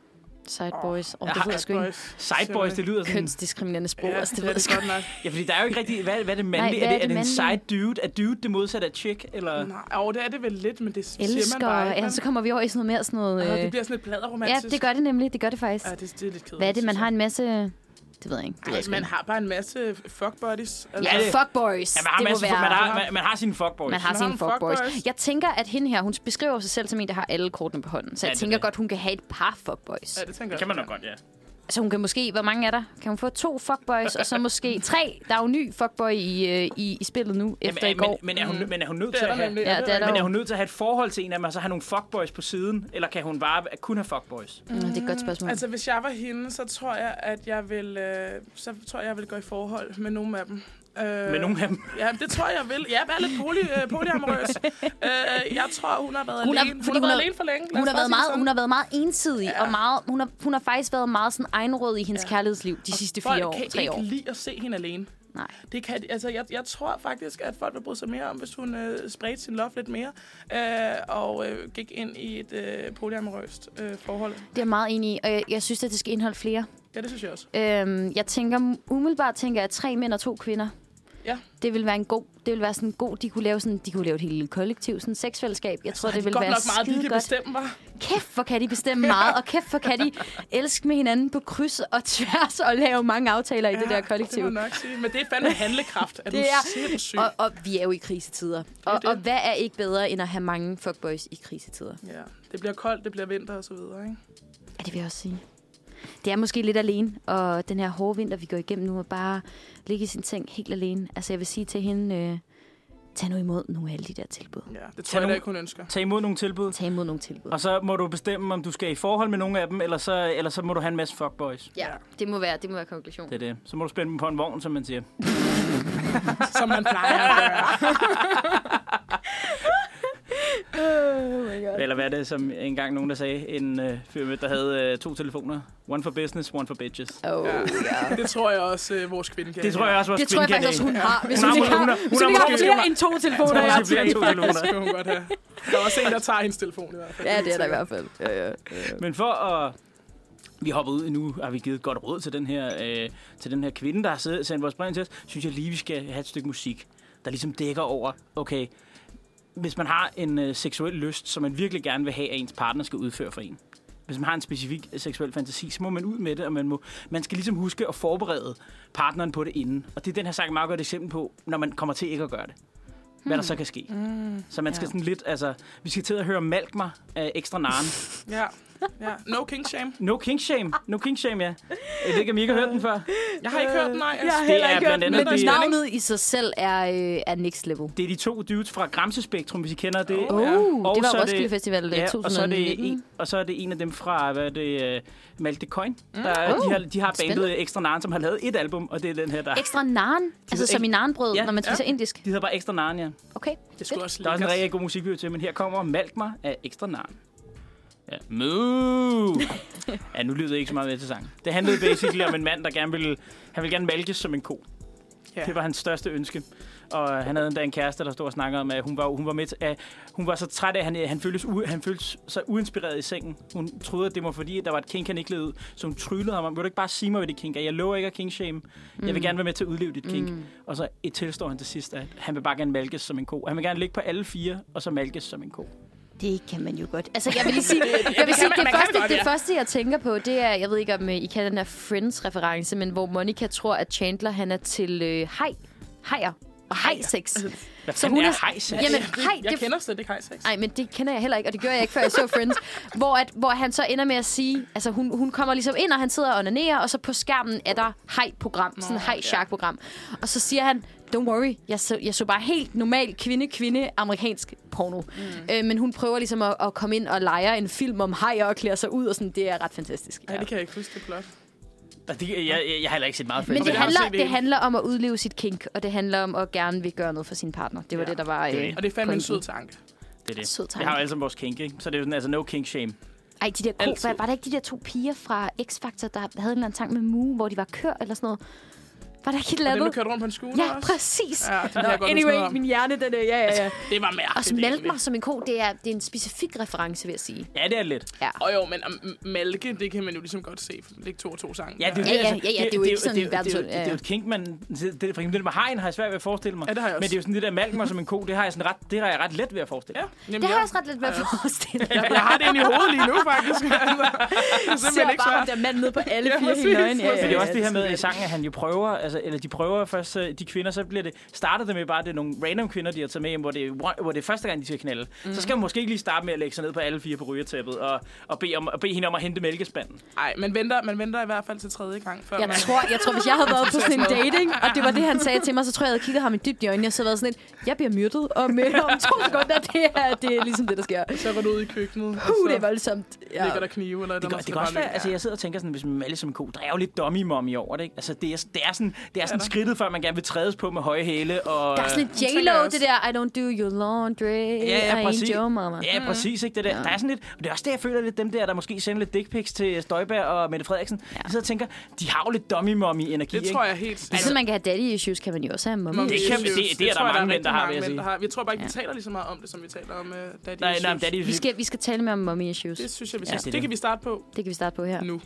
Sideboys. Oh, oh, det ved jeg sgu ikke. Sideboys, det lyder sådan... Kønsdiskriminerende sprog. Ja, altså, det, det ved jeg godt nok. Ja, fordi der er jo ikke rigtig... Hvad, hvad er det mandlige? Nej, er det, er det, det en side dude? Er dude det modsatte af chick? Eller? Nej, jo, det er det vel lidt, men det Elsker, siger man bare ikke. Ja, så kommer vi over i sådan noget mere sådan noget... Ja, øh... det bliver sådan lidt pladerromantisk. Ja, det gør det nemlig. Det gør det faktisk. Ja, det, det er lidt kedeligt. Hvad er det? Man har en masse... Det ved jeg ikke. Det Ej, man har bare en masse fuckbuddies. Altså, ja, fuckboys. Ja, man, har masse, man, har, man, man har sine fuckboys. Man har sine fuckboys. Fuck jeg tænker, at hende her, hun beskriver sig selv som en, der har alle kortene på hånden. Så ja, jeg tænker det. godt, hun kan have et par fuckboys. Ja, det tænker det kan man nok godt, ja. Så hun kan måske, hvor mange er der? Kan hun få to fuckboys, og så måske tre? Der er jo ny fuckboy i, i, i spillet nu, efter Jamen, i går. Men, men, er hun, men er hun nødt til at have, ja, er men er hun nødt til at have et forhold til en af dem, og så have nogle fuckboys på siden? Eller kan hun bare kun have fuckboys? Mm, det er et godt spørgsmål. Altså, hvis jeg var hende, så tror jeg, at jeg vil, øh, så tror jeg, jeg vil gå i forhold med nogle af dem. Øh, med nogle af dem? Ja, det tror jeg, jeg vil. Ja, være lidt poly, øh, polyamorøs. øh, jeg tror, hun har været hun alene. Har, hun har været alene for længe. Hun har, været meget, hun har været meget ensidig, ja. og meget, hun, har, hun har faktisk været meget sådan egenråd i hendes ja. kærlighedsliv de og sidste fire år, tre år. Folk kan ikke lide at se hende alene. Nej. Det kan, altså, jeg, jeg tror faktisk, at folk vil bryde sig mere om, hvis hun øh, spredte sin love lidt mere, øh, og øh, gik ind i et øh, polyamorøst øh, forhold. Det er jeg meget enig i, og jeg, jeg synes, at det skal indeholde flere. Ja, det synes jeg også. Øhm, jeg tænker, umiddelbart tænker jeg, at tre mænd og to kvinder. Ja. Det vil være en god, det vil være sådan en god, de kunne lave sådan, de kunne lave et helt kollektiv, sådan sexfællesskab. Jeg altså, tror, det vil godt være nok meget, skide de kan godt. bestemme, var. Kæft, hvor kan de bestemme meget, og kæft, hvor kan de elske med hinanden på kryds og tværs og lave mange aftaler i ja, det der kollektiv. Det må nok sige, men det er fandme handlekraft. Er det du er sindssyg? og, og vi er jo i krisetider. Og, og hvad er ikke bedre end at have mange fuckboys i krisetider? Ja, det bliver koldt, det bliver vinter og så videre, ikke? Ja, det vil jeg også sige. Det er måske lidt alene, og den her hårde vinter, vi går igennem nu, er bare ligge i sin seng helt alene. Altså, jeg vil sige til hende, øh, tag nu imod nogle af alle de der tilbud. Ja, det tror tag jeg, jeg kun ønsker. Tag imod nogle tilbud. Tag imod nogle tilbud. Og så må du bestemme, om du skal i forhold med nogle af dem, eller så, eller så må du have en masse fuckboys. Ja, det må være, det må være konklusionen. Det er det. Så må du spænde dem på en vogn, som man siger. Som man plejer at gøre. Oh my God. Eller eller hvad er det, som engang nogen, der sagde, en øh, fyr, der havde øh, to telefoner. One for business, one for bitches. Oh, ja. Ja. Det tror jeg også, øh, vores kvinde kan. Det tror jeg også, vores det kvinde kan. Det tror jeg faktisk også, hun har. Hvis hun, hun, hun, hun, har, hun, hvis hun, hun har flere end to telefoner. Jeg tror, flere end to telefoner. Det hun godt have. Der er også en, der tager hendes telefon i hvert fald. Ja, det er der i hvert fald. Ja, ja, ja. Men for at... Vi hopper ud nu, har vi givet et godt råd til den her, øh, til den her kvinde, der har sendt vores brev til os. Synes jeg lige, vi skal have et stykke musik, der ligesom dækker over, okay, hvis man har en øh, seksuel lyst, som man virkelig gerne vil have, at ens partner skal udføre for en. Hvis man har en specifik seksuel fantasi, så må man ud med det, og man, må, man skal ligesom huske at forberede partneren på det inden. Og det er den her sang meget godt eksempel på, når man kommer til ikke at gøre det. Hvad der så kan ske. Mm. Så man skal ja. sådan lidt, altså, vi skal til at høre Malk mig af Ekstra Naren. Ja. Ja. No king shame. No king shame. No king shame, ja. Jeg ved ikke, om I ikke har hørt den før. Jeg har ikke hørt den, nej. Jeg har heller ikke hørt den, men de... navnet i sig selv er, øh, er next level. Det er de to dudes fra Gramsespektrum, hvis I kender det. Oh, ja. Og det var Roskilde Festival ja, to tusind nitten. Og så er det en af dem fra, hvad er det, uh, Malte Coin. Mm. Der, oh, de har, de har bandet Ekstra Naren, som har lavet et album, og det er den her, der... Ekstra Naren? Altså som i narenbrød, ja, når man spiser ja. indisk? De hedder bare Ekstra Naren, ja. Okay. Det skulle også der er også en rigtig god musikvideo til, men her kommer Malk mig af Ekstra Naren. Ja. Moo! Ja, nu lyder det ikke så meget med til sang. Det handlede basically om en mand, der gerne ville, han ville gerne malkes som en ko. Ja. Det var hans største ønske. Og han havde endda en kæreste, der stod og snakkede om, at hun var, hun var, med til, at hun var så træt af, at han, han, føltes u, han følte sig uinspireret i sengen. Hun troede, at det var fordi, at der var et kink, han ikke levede ud. Så hun tryllede ham. Vil du ikke bare sige mig, hvad det kink er? Jeg lover ikke at king-shame. Mm. Jeg vil gerne være med til at udleve dit kink. Mm. Og så et tilstår han til sidst, at han vil bare gerne malkes som en ko. Han vil gerne ligge på alle fire, og så malkes som en ko. Det kan man jo godt. Altså, jeg vil lige sige, jeg vil sige det, man, første, godt, ja. det første, jeg tænker på, det er, jeg ved ikke, om I kan den der Friends-reference, men hvor Monica tror, at Chandler, han er til øh, hej, hejer og hej-sex. Hvad fanden er hej-sex? Jamen, hej, jeg det, kender slet ikke hej-sex. Nej, men det kender jeg heller ikke, og det gjorde jeg ikke, før jeg så Friends. hvor, at, hvor han så ender med at sige, altså hun, hun kommer ligesom ind, og han sidder og onanerer, og så på skærmen er der hej-program, sådan en hej-shark-program. Og så siger han, don't worry, jeg så, jeg så bare helt normal kvinde-kvinde amerikansk porno. Mm. Øh, men hun prøver ligesom at, at komme ind og lege en film om hajer og klæder sig ud, og sådan, det er ret fantastisk. Ja, det kan jeg ikke huske, det plot. Det, jeg, jeg, jeg har heller ikke set meget Men det handler, det handler om at udleve sit kink, og det handler om at gerne vil gøre noget for sin partner. Det var ja, det, der var... Det. Øh, og det er fandme en sød tanke. Det er det. Sød tanke. Vi har jo alle sammen vores kink, ikke? Så det er jo sådan, altså no kink shame. Ej, de der ko, var, var der ikke de der to piger fra X-Factor, der havde en eller anden sang med Moo, hvor de var kør eller sådan noget? Var der ikke et eller andet? Og dem, der kørte rundt på en scooter Ja, også? præcis. Ja, Nå, anyway, min hjerne, den er... Ja, ja, ja. Altså, det var mærkeligt. Og så Malk mig som en ko, det er, det er en specifik reference, vil jeg sige. Ja, det er lidt. Ja. Og jo, men um, Malke, det kan man jo ligesom godt se. Det er to og to sange. Ja, det er ja, ja, ja, ja, det er jo ikke sådan en verdensund. Det er jo et kink, man... Det, for eksempel det med hajen har jeg svært ved at forestille mig. Ja, det har jeg også. Men det er jo sådan det der Malk mig som en ko, det har jeg sådan ret, det har jeg ret let ved at forestille. Ja. Jamen, det har jeg også ret let ved at forestille. Jeg, jeg har det inde i hovedet lige nu, faktisk. Altså, ser bare ham der mand ned på alle fire helt nøgen. Men det er også det her med i sangen, at han jo prøver, altså, eller de prøver først, de kvinder, så bliver det, starter det med bare, det er nogle random kvinder, de har taget med hjem, hvor det, hvor det er første gang, de skal knalde. Mm. Så skal man måske ikke lige starte med at lægge sig ned på alle fire på rygertæppet, og, og, bede, om, og bede hende om at hente mælkespanden. Nej, man venter, man venter i hvert fald til tredje gang. Før jeg, man tror, jeg tror, hvis jeg havde været på sådan en dating, og det var det, han sagde til mig, så tror jeg, jeg havde kigget ham i dybt i øjnene, og så været sådan et, jeg bliver myrdet, og med om to sekunder, det er, det er ligesom det, der sker. Så går du ud i køkkenet, uh, det er voldsomt. Ja. Ligger der knive, eller det, det, det kan også være, altså jeg sidder og tænker sådan, hvis man er som en ko, der er jo lidt dummy-mommy over det, ikke? Altså det er, det er sådan, det er sådan skridtet, før man gerne vil trædes på med høje hæle. Og, der er sådan et J-Lo, det der, I don't do your laundry, ja, ja, I ain't your mama. Ja, præcis, ikke det der. Ja. Der er sådan lidt, og det er også det, jeg føler lidt, dem der, der måske sender lidt dick pics til Støjberg og Mette Frederiksen. Ja. Jeg sidder og tænker, de har jo lidt dummy-mommy-energi, det tror jeg helt. Ligesom altså, man kan have daddy issues, kan man jo også have mommy det issues. Kan, det, det, det er der mange mænd, der har, vil jeg sige. Jeg tror bare ikke, vi taler lige så meget om det, som vi taler om uh, daddy nej, issues. Nej, daddy vi, skal, vi skal tale mere om mommy issues. Det synes jeg, vi skal. Ja, det, det kan vi starte på. Det kan vi starte på her. Nu.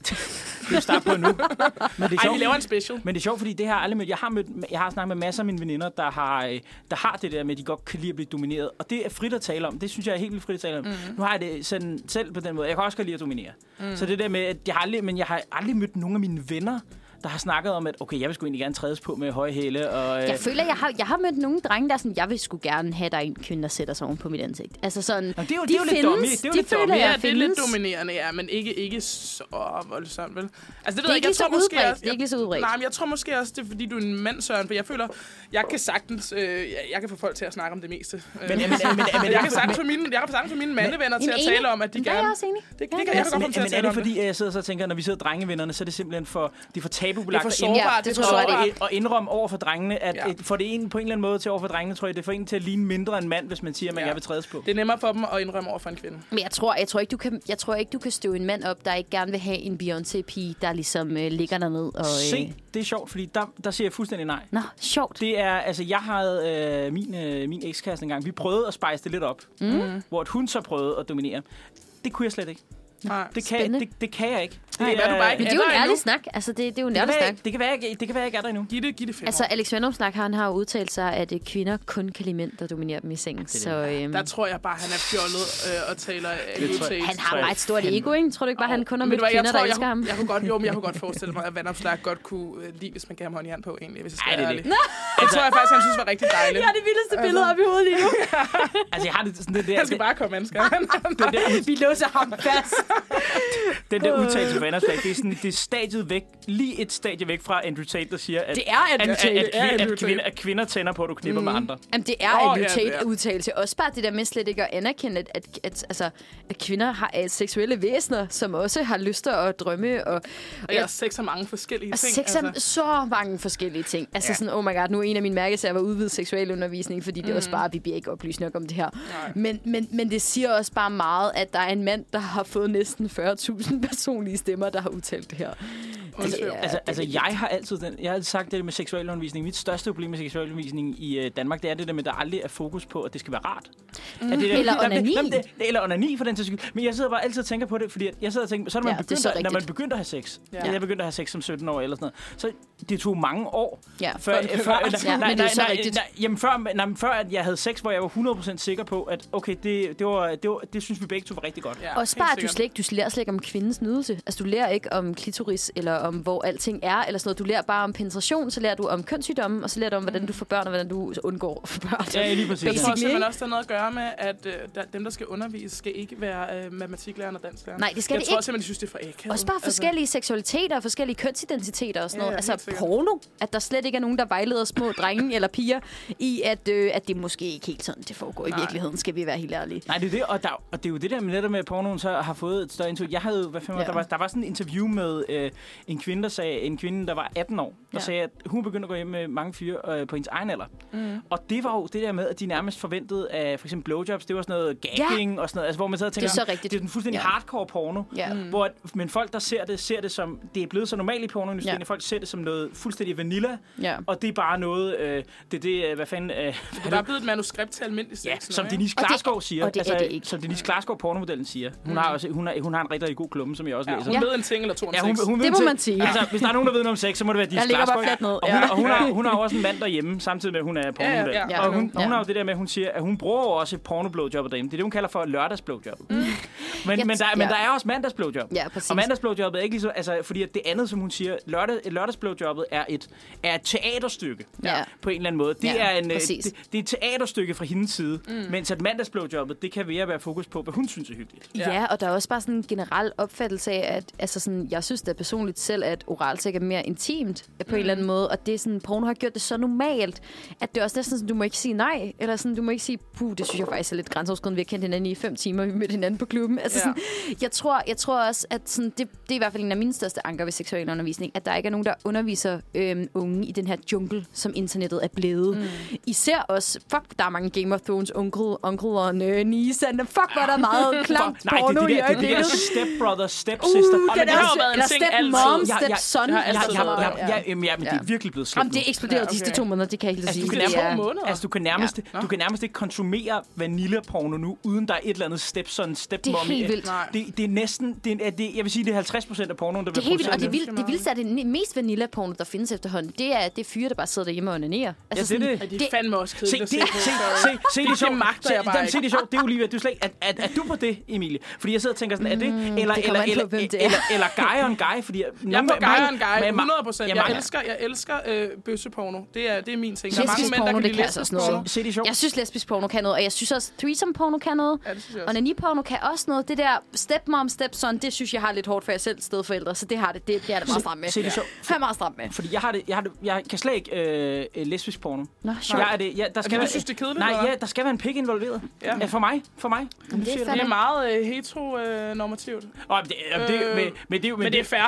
Vi vil starte på nu. Men det er sjovt, Ej, vi laver en special. Men det er sjovt, fordi det har jeg aldrig mødt. Jeg har, mødt, jeg har snakket med masser af mine veninder, der har, der har det der med, at de godt kan lide at blive domineret. Og det er frit at tale om. Det synes jeg er helt vildt frit at tale om. Mm-hmm. Nu har jeg det sådan selv på den måde. Jeg kan også godt lide at dominere. Mm. Så det der med, at jeg har aldrig, men jeg har aldrig mødt nogen af mine venner, der har snakket om, at okay, jeg vil sgu egentlig gerne trædes på med høje hæle. Og, jeg føler, jeg har, jeg har mødt nogle drenge, der sådan, jeg vil sgu gerne have, der er en kvinde, der sætter sig oven på mit ansigt. Altså sådan, Jamen, det er jo, de det er jo findes, lidt dumme. Det er jo de lidt dumme. Ja, det er lidt dominerende, ja, men ikke, ikke så voldsomt, vel? Altså, det, det er ikke så udbredt. Det er ikke så udbredt. Nej, men jeg tror måske også, det er, fordi du er en mand, Søren, for jeg føler, jeg kan sagtens, øh, jeg, jeg kan få folk til at snakke om det meste. Men, men, men, men jeg kan sagtens få mine, jeg kan sagtens få mine mandevenner til at tale om, at de gerne... Det er jeg også enig. Det kan jeg godt komme til at tale om. Men er det fordi, jeg sidder og tænker, når vi sidder drengevennerne, så er det simpelthen for, det er for tabubelagt Det er for sårbart, det tror jeg. Og indrømme over for drengene, at Ja. et, for det en på en eller anden måde til over for drengene, tror jeg, det får en til at ligne mindre en mand, hvis man siger, at man Ja. gerne vil trædes på. Det er nemmere for dem at indrømme over for en kvinde. Men jeg tror, jeg tror ikke, du kan, jeg tror ikke, du kan støve en mand op, der ikke gerne vil have en Beyoncé-pige, der ligesom øh, ligger derned. Og, øh... Se, det er sjovt, fordi der, der siger jeg fuldstændig nej. Nå, sjovt. Det er, altså, jeg havde øh, min, øh, min ekskæreste engang. Vi prøvede at spice det lidt op, Mm. hvor hun så prøvede at dominere. Det kunne jeg slet ikke. Nej. Det kan, det, det kan jeg ikke. Det kan være, du bare ikke Men det er jo en ærlig snak. Altså, det, det er jo en Det kan, ærlig være, snak. det, kan være, jeg, det kan være, jeg ikke er der endnu. Giv det, giv det fem Altså, år. Alex Vanopslagh, han har jo udtalt sig, at øh, kvinder kun kan lide mænd, der dominerer dem i sengen. Så, øhm, Der tror jeg bare, han er fjollet øh, og taler udtalt. han har meget stort ego, ikke? Tror du ikke bare, han kun har Men mødt ved du hvad, kvinder, jeg der tror, elsker jeg, ham? Jeg, jeg kunne godt, jo, men jeg kunne godt forestille mig, at Vanopslagh godt kunne øh, lide, hvis man gav ham hånd i hånd på, egentlig, hvis jeg skal Ej, det være er ærlig. det. Det tror jeg faktisk, han synes var rigtig dejligt. Jeg har det vildeste billede op i hovedet lige nu. Altså, jeg har det sådan det der... Han skal bare komme, mennesker. Vi låser ham fast. Den der udtalelse for Vanopslagh, det er sådan, det er stadiet væk, lige et stadie væk fra Andrew Tate, der siger, at, Det er Andrew at, Tate. at, Det er at, Andrew at, kvinder, at kvinder tænder på, at du knipper mm. med andre. Jamen, det er Åh, en ja, Tate det er. udtalelse. Også bare det der med slet ikke at anerkende, at, at, at, altså, at kvinder har er seksuelle væsener, som også har lyster og drømme. Og, Og jeg har sex af mange forskellige og ting. sex er så mange forskellige ting. Altså Ja. sådan, oh my god, nu er en af mine mærkesager var udvidet seksualundervisning, fordi det er også bare, vi bliver ikke oplyst nok om det her. Men, men, men det siger også bare meget, at der er en mand, der har fået næsten fyrre tusind personlige stemmer, der har udtalt det her. Altså, ja, altså, det altså er jeg har altid den, jeg har altid sagt det med seksualundervisning. Mit største problem med seksualundervisning i uh, Danmark, det er det der med, at der aldrig er fokus på, at det skal være rart. Mm. At det der, Eller Jamen, det- onani. jamen, det- Eller onani for den til skyld. Men jeg sidder bare altid og tænker på det, fordi jeg sidder og tænker, så er, man Ja, det er begyndt, så at, når man rigtigt. begyndte at have sex. Ja. Ja. Jeg begyndte at have sex som sytten år eller sådan noget. Så det tog mange år. Ja, før, for det blev før, rart. Ja, men det er så rigtigt. Nej, jamen før, nej, men før at jeg havde sex, hvor jeg var hundrede procent sikker på, at okay, det, det, var, det, var, det synes vi begge to var rigtig godt. Ja, Også bare, at du, slet ikke, du lærer slet ikke om kvindens nydelse. Altså, du lærer ikke om klitoris, eller om, hvor alting er, eller sådan noget. Du lærer bare om penetration, så lærer du om kønssygdomme, og så lærer du om, hvordan du får børn, og hvordan du undgår at få børn. Ja, lige præcis. Jeg tror Basically, simpelthen ikke? også, der er noget at gøre med, at øh, der, dem, der skal undervise, skal ikke være øh, matematiklærer og dansklærer. Nej, det skal jeg det tror ikke. simpelthen, de synes, det er for akavet. Også bare Altså, forskellige seksualiteter og forskellige kønsidentiteter og sådan Ja, noget. ja, Altså helt sikkert. porno, at der slet ikke er nogen, der vejleder små drenge eller piger i, at, øh, at det måske ikke helt sådan, det foregår i Nej. virkeligheden, skal vi være helt ærlige. Nej, det er det, og, der, og det er jo det der med netop med, at pornoen så har fået et større indtryk. Jeg havde, hvad fanden, Ja. ja. der, var, der var sådan et interview med øh, en kvinde, der sagde, en kvinde, der var atten år, der Ja. sagde, at hun begyndte at gå hjem med mange fyre øh, på hendes egen alder. Mm. Og det var jo det der med, at de nærmest forventede af for eksempel blowjobs, det var sådan noget gagging ja. og sådan noget, altså, hvor man sad og tænker, Det er så rigtigt. det er den fuldstændig Ja. hardcore porno, Ja. mm. hvor, at- men folk, der ser det, ser det som, det er blevet så normalt i pornoindustrien, Ja. at folk ser det som noget fuldstændig vanilla, Ja. og det er bare noget, øh, det er det, øh, hvad fanden... Øh, Det er bare blevet et manuskript til almindelig sex. Ja, nu, som ikke? Denise Og det- Klarskov siger. og det er det ikke. Som Denise Klarskov, pornomodellen, siger. Hun, har også, hun, har, hun har en rigtig, rigtig god klumme, som jeg også Ja, læser. hun ved en ting eller to om Ja, hun, sex. hun ved Det en må ting. man sige. Altså, hvis der er nogen, der ved noget om sex, så må det være Denise Jeg ligger bare Klarskov. fladt ned. Og hun, Ja. og hun, har, hun har også en mand derhjemme, samtidig med, at hun er pornomodel. Ja, ja, ja. Og hun, Ja. hun har jo det der med, at hun siger, at hun bruger jo også porno-blowjob derhjemme. Det er det, hun kalder for lørdagsblowjob. Mm. Men, Jeg men, der, t- men ja. der er også mandagsblowjob. Ja, præcis. Og mandagsblowjobbet er ikke ligesom... Altså, fordi at det andet, som hun siger, lørdag, lørdagsblowjobbet er et, er et teaterstykke. Ja. På en eller anden måde. Det, Ja, er, en, øh, præcis. det, det er et teaterstykke fra hendes side. Mm. Mens at mandagsblowjobbet, det kan mere være fokus på, hvad hun synes er hyggeligt. Ja. ja, og der er også bare sådan en generel opfattelse af, at altså sådan, jeg synes da personligt selv, at oralsex er mere intimt på mm. en eller anden måde, og det er sådan, porno har gjort det så normalt, at det er også næsten sådan, du må ikke sige nej, eller sådan, du må ikke sige, puh, det synes jeg faktisk er lidt grænseoverskridende, vi har kendt hinanden i fem timer, vi mødte hinanden på klubben. Altså Ja. sådan, jeg, tror, jeg tror også, at sådan, det, det er i hvert fald en af mine største anker ved seksualundervisning, at der ikke er nogen, der underviser øhm, unge i den her jungle, som internettet er blevet. Mm. Især også, fuck, der er mange Game of Thrones onkel, onkel og nø, niece, fuck, hvor er der meget klamt Nej, det er porno det i der, det er det der øjeblikket. stepbrother, stepsister. Uh, Og den det er har jo også, været en eller ting stepmom, altid. stepson. Jeg har Ja, altid ja, været- ja, ja. ja, jamen, ja, men det er virkelig blevet slemt Jamen, det er eksploderet Ja, de sidste okay. to måneder, det kan jeg helt Altså, sige. du kan, Det nærmest, er- måneder. altså, du kan nærmest, Ja. du kan nærmest ikke konsumere vanilleporno nu, uden der er et eller andet stepson, stepmom. Det er helt i. vildt. Nej. Det, det er næsten, det er, det, jeg vil sige, det er halvtreds procent af pornoen, der Det er bliver helt vildt, og det, produceret. vildt, det vildeste er, det mest vanilla-porno, der findes efterhånden, det er det er fyre, der bare sidder derhjemme og onanerer. Altså Ja, det er sådan, det. Det er fandme også Se, kedeligt at det, se på. se, sorry. se, se, det, det sjovt. magter Se, jeg bare jamen, se, ikke. det sjovt. Det er Olivia, du er slet ikke, er, er, er du på det, Emilie? Fordi jeg sidder og tænker sådan, er det, eller, det eller, kommer an på, eller, hvem det er. eller, eller guy on guy, fordi... Jeg er på guy on guy, med- hundrede procent. Ja, Jeg mange- elsker, jeg elsker øh, bøsseporno. Det er, det er min ting. Der er mange lesbisk mænd, der porno, kan det lide kan altså også lesbisk noget. porno. Se, det er sjovt. Jeg synes, lesbisk porno kan noget, og jeg synes også, threesome porno kan noget. Ja, det synes jeg også. Onani-porno kan også noget. Det der stepmom, stepson, det synes jeg har lidt hårdt for jer selv, stedforældre, så det har det, det, det er det meget stramt med. Se, det er sjovt. Jeg er meget stramt med. Fordi jeg har det, jeg har det, jeg kan slet ikke øh, øh, lesbisk porno. Nå, sjovt. Jeg er det, ja, der skal du være, synes, det er kedeligt, Nej, eller hvad? ja, der skal være en pik involveret. Ja. Ja. For mig, for mig. Jamen, det er Det fandme. er meget øh, heteronormativt. Og det, øh, det, Øh, men, men det, er jo- Men det er fair. Altså, jeg ser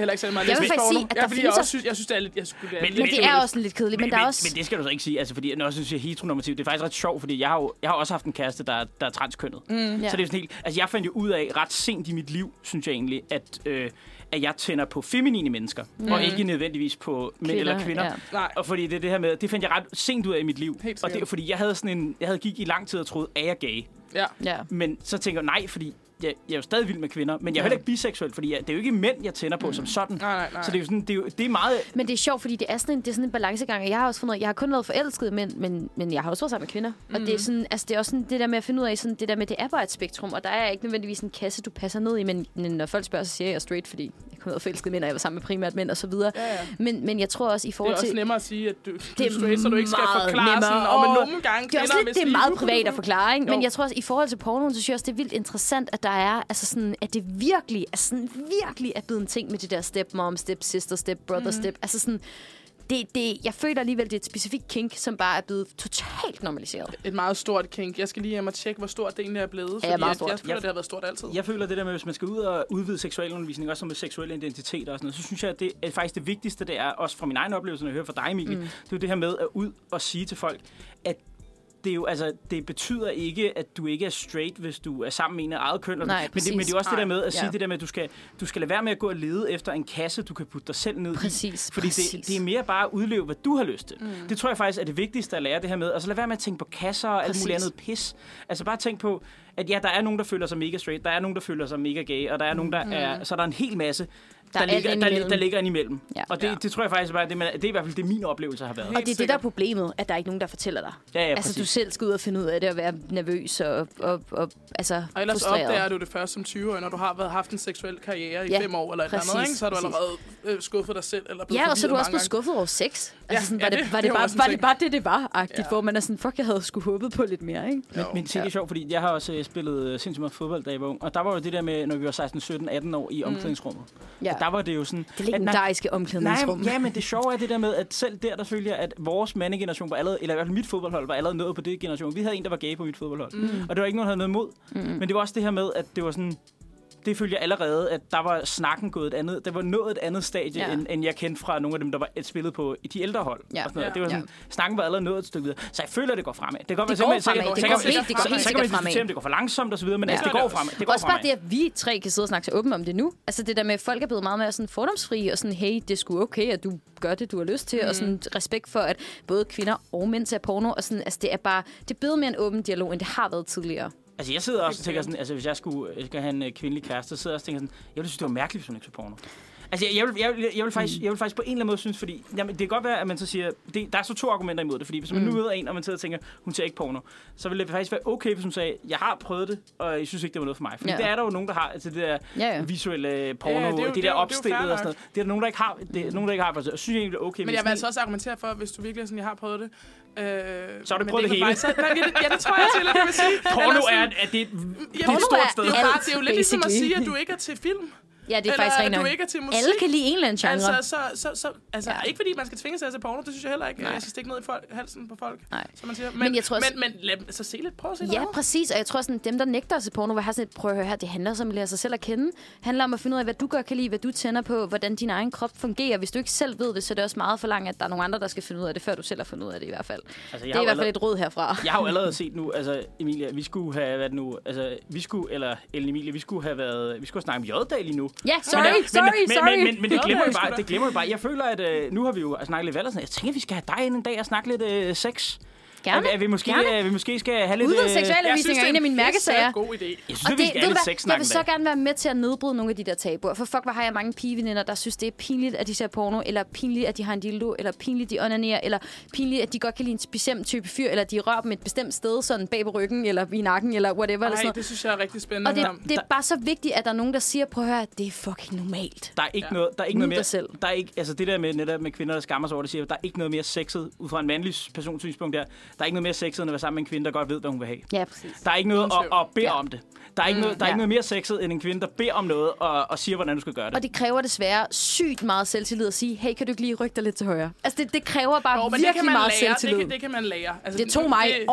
heller ikke særlig meget Jeg vil lesbisk faktisk porno. sige, at Ja, der fordi findes jeg også- også synes, jeg synes, det er lidt... Jeg skulle, det er Men- lidt Men det er også lidt kedeligt, men, Men, der er men, også... men det skal du så ikke sige, altså, fordi når jeg synes, jeg er heteronormativ, det er faktisk ret sjovt, fordi jeg har jo jeg har også haft en kæreste, der, er- der er transkønnet. Mm. Så Ja. det er sådan helt... Altså, jeg fandt jo ud af ret sent i mit liv, synes jeg egentlig, at, øh, at jeg tænder på feminine mennesker, Mm. og ikke nødvendigvis på mænd Kvinder, eller kvinder. ja. Nej. Og fordi det er det her med... Det fandt jeg ret sent ud af i mit liv. Helt Og det er sikkert. fordi, jeg havde sådan en... Jeg havde gik i lang tid og troet, at jeg er gay. Ja. Ja. Men så tænker jeg, nej, fordi jeg, jeg er jo stadig vild med kvinder, men jeg er Ja. heller ikke biseksuel, fordi jeg, det er jo ikke mænd, jeg tænder på mm. som sådan. Nej, nej, nej. Så det er jo sådan, det er, jo, det er meget... Men det er sjovt, fordi det er sådan en, det er sådan en balancegang, og jeg har også fundet, jeg har kun været forelsket, men, men, men jeg har også været sammen med kvinder. Mm. Og det er sådan, altså det er også sådan det der med at finde ud af, sådan det der med, det er bare et spektrum, og der er ikke nødvendigvis en kasse, du passer ned i, men når folk spørger, så siger jeg, jeg er straight, fordi jeg kun har været forelsket mænd, og jeg var sammen med primært mænd og så videre. Ja, ja. Men, men jeg tror også i Det er forhold også til... nemmere at sige, at du, du Det er straight, så du ikke skal meget forklare nemmere. sådan, og med Åh, nogle gange det er også kvinder, lidt, hvis det er vi- meget privat at forklare, ikke? Men Jo. jeg tror også, i forhold til pornoen, så synes jeg også, det er vildt interessant, at der er, altså sådan, at det virkelig, er sådan, virkelig er blevet en ting med det der stepmom, stepsister, stepbrother, Mhm. step. Altså sådan, det, det, jeg føler alligevel, det er et specifikt kink, som bare er blevet totalt normaliseret. Et meget stort kink. Jeg skal lige hjem og tjekke, hvor stort det egentlig er blevet. Ja, fordi meget at stort. Jeg føler, det har været stort altid. Jeg føler det der med, hvis man skal ud og udvide seksualundervisning, også med seksuel identitet og sådan noget, så synes jeg, at det er faktisk det vigtigste, det er, også fra min egen oplevelse, når jeg hører fra dig, Emilie, mm. det er jo det her med at ud og sige til folk, at det er jo, altså, det betyder ikke, at du ikke er straight, hvis du er sammen med en af eget køn. Nej, men, det, men det er jo også Nej. det der med at sige Ja. det der med, at du skal, du skal lade være med at gå og lede efter en kasse, du kan putte dig selv ned Præcis, i. Fordi præcis. det, det er mere bare at udleve, hvad du har lyst til. Mm. Det tror jeg faktisk er det vigtigste at lære det her med. Altså lad være med at tænke på kasser og alt Præcis. muligt andet pis. Altså bare tænk på, at ja, der er nogen, der føler sig mega straight, der er nogen, der føler sig mega gay, og der er nogen, der Mm. er... Så er der en hel masse, Der der, er alt ligger, der, indimellem. der ligger ind imellem. Ja. Og det, Ja. det tror jeg faktisk bare, det, man, det er i hvert fald det, min oplevelse har været. Og det er det, der er problemet, at der er ikke nogen, der fortæller dig. Ja, ja, altså, præcis. du selv skal ud og finde ud af det, og være nervøs og, og, og altså, Og ellers frustreret. opdager du det først som tyve-årig, når du har været, haft en seksuel karriere i Ja, fem år eller et præcis, eller andet, ikke? Så har du præcis. allerede øh, skuffet dig selv. Eller blevet Ja, og så er du forvirret også blevet mange skuffet over sex. Ja, Altså, sådan, ja, var, det, det- var, det det, er jo bare, også en var det ting. bare det, det var, agtigt, Ja. hvor man er sådan, fuck, jeg havde sgu håbet på lidt mere, ikke? Men, men det er sjovt, fordi jeg har også øh, spillet øh, sindssygt meget fodbold, da jeg var ung. Og der var jo det der med, når vi var seksten, sytten, atten år i omklædningsrummet. Ja. Og der var det jo sådan... Det legendariske omklædningsrum. Nej, ja, men det sjove er det der med, at selv der, der følger jeg, at vores mandegeneration var allerede, eller i hvert fald mit fodboldhold, var allerede nået på det generation. Vi havde en, der var gay på mit fodboldhold. Mm. Og det var ikke nogen, der havde noget imod. Mm. Men det var også det her med, at det var sådan... Det følger jeg allerede, at der var snakken gået et andet... Der var nået et andet stadie, Ja. ja. end, end jeg kendte fra nogle af dem, der var spillet på de ældre hold. Ja. Og sådan noget. Ja. Det var sådan, snakken var allerede nået et stykke videre. Så jeg føler, at det går fremad. Det, går, Det så, går så, fremad. så, Det så, går så, helt- det går så, helt så, så kan man sikkert fremad. diskutere, om det går for langsomt og så videre, men Ja. altså, det går fremad. Det går Også bare fremad. det, at vi tre kan sidde og snakke så åbent om det nu. Altså det der med, at folk er blevet meget mere sådan fordomsfrie, og sådan, hey, det er sgu okay, at du gør det, du har lyst til, mm. og sådan respekt for, at både kvinder og mænd ser porno, og sådan, altså det er bare, det er blevet mere en åben dialog, end det har været tidligere. Altså, jeg sidder også og tænker sådan, altså, hvis jeg skulle, jeg skal have en uh, kvindelig kæreste, så sidder jeg også og tænker sådan, jeg ville synes, det var mærkeligt, hvis hun ikke så porno. Altså, jeg, jeg, vil, jeg, vil, jeg, vil faktisk, jeg vil faktisk på en eller anden måde synes, fordi jamen, det kan godt være, at man så siger, det, der er så to argumenter imod det, fordi hvis man Mm. nu møder en, og man sidder og tænker, hun ser ikke porno, så ville det faktisk være okay, hvis hun sagde, jeg har prøvet det, og jeg synes ikke, det var noget for mig. Fordi Ja. det er der jo nogen, der har, altså det der Ja, ja. visuelle porno, Ja, ja, det er jo- det, det der er jo- det er jo opstillet fair og sådan nok. noget. Det er der nogen, der ikke har, det er nogen, der ikke har, for sig. Jeg synes egentlig, det er okay. Men hvis jeg vil sådan- altså også argumentere for, hvis du virkelig er sådan, jeg har prøvet det. Øh, Så har du men prøvet det ikke hele. for mig, så- nej, ja, det- ja, det tror jeg til, at jeg vil sige. Porno Eller er, sådan- at det er et, Ja, det er porno et stort er- sted. Det er jo, bare, det er jo lidt ligesom at basically. sige, at du ikke er til film. Ja, det er Eller faktisk at rent du nok. ikke er til musik. Alle kan lide en eller anden genre. Altså, så, så, så, altså Ja. ikke fordi man skal tvinge sig til porno, det synes jeg heller ikke. Nej. Jeg skal stikke ned i folk, halsen på folk, Nej. som man siger. Men, Men jeg tror også- men, men lad, så se lidt, prøv at se Ja, noget. præcis. Og jeg tror sådan, dem, der nægter at se porno, vil have sådan et, prøv at høre her, det handler om at lære sig selv at kende. Det handler om at finde ud af, hvad du godt kan lide, hvad du tænder på, hvordan din egen krop fungerer. Hvis du ikke selv ved det, så er det også meget for langt, at der er nogle andre, der skal finde ud af det, før du selv har fundet ud af det i hvert fald. Altså, Det er i hvert fald et råd herfra. Jeg har jo allerede set nu, altså Emilia, vi skulle have været nu, altså vi skulle, eller Ellen Emilie, vi skulle have været, vi skulle have snakket om J-dag lige nu. Ja, sorry, men, sorry, men, sorry. Men, men, men, men det glemmer vi J-dag bare, sgu da. det glemmer vi bare. Jeg føler, at øh, nu har vi jo snakket lidt valg og sådan. Jeg tænker, vi skal have dig ind en dag og snakke lidt øh, sex. Gerne. At, at vi måske, Gerne. øh, vi måske skal have lidt... Udvidet øh, seksualundervisning er en af mine mærkesager. god idé. Jeg synes, Og at vi det, skal ved have du lidt hvad, sexsnak jeg vil en så dag. gerne være med til at nedbryde nogle af de der tabuer. For fuck, hvor har jeg mange pigeveninder, der synes, det er pinligt, at de ser porno, eller pinligt, at de har en dildo, eller pinligt, de onanerer, eller pinligt, at de godt kan lide en bestemt type fyr, eller de rører dem et bestemt sted, sådan bag på ryggen, eller i nakken, eller whatever. eller sådan Nej, noget. det synes jeg er rigtig spændende. Og det, at høre om. det er bare så vigtigt, at der er nogen, der siger, prøv at høre, det er fucking normalt. Der er ikke Ja. noget, der er ikke Nyd noget mere, dig selv. der er ikke, altså det der med netop med kvinder, der skammer sig over det, siger, der er ikke noget mere sexet, ud fra en mandlig personsynspunkt der, der er ikke noget mere sexet, end at være sammen med en kvinde, der godt ved, hvad hun vil have. Ja, præcis. Der er ikke noget at, at bede Ja. om det. Der er, ikke, noget, der er ja. ikke noget mere sexet, end en kvinde, der beder om noget og, og siger, hvordan du skal gøre det. Og det kræver desværre sygt meget selvtillid at sige, hey, kan du ikke lige rykke dig lidt til højre? Altså, det, det kræver bare Jo, men virkelig det kan man meget lære. selvtillid. Det, kan, det kan man lære. Altså, Det tog mig det- år.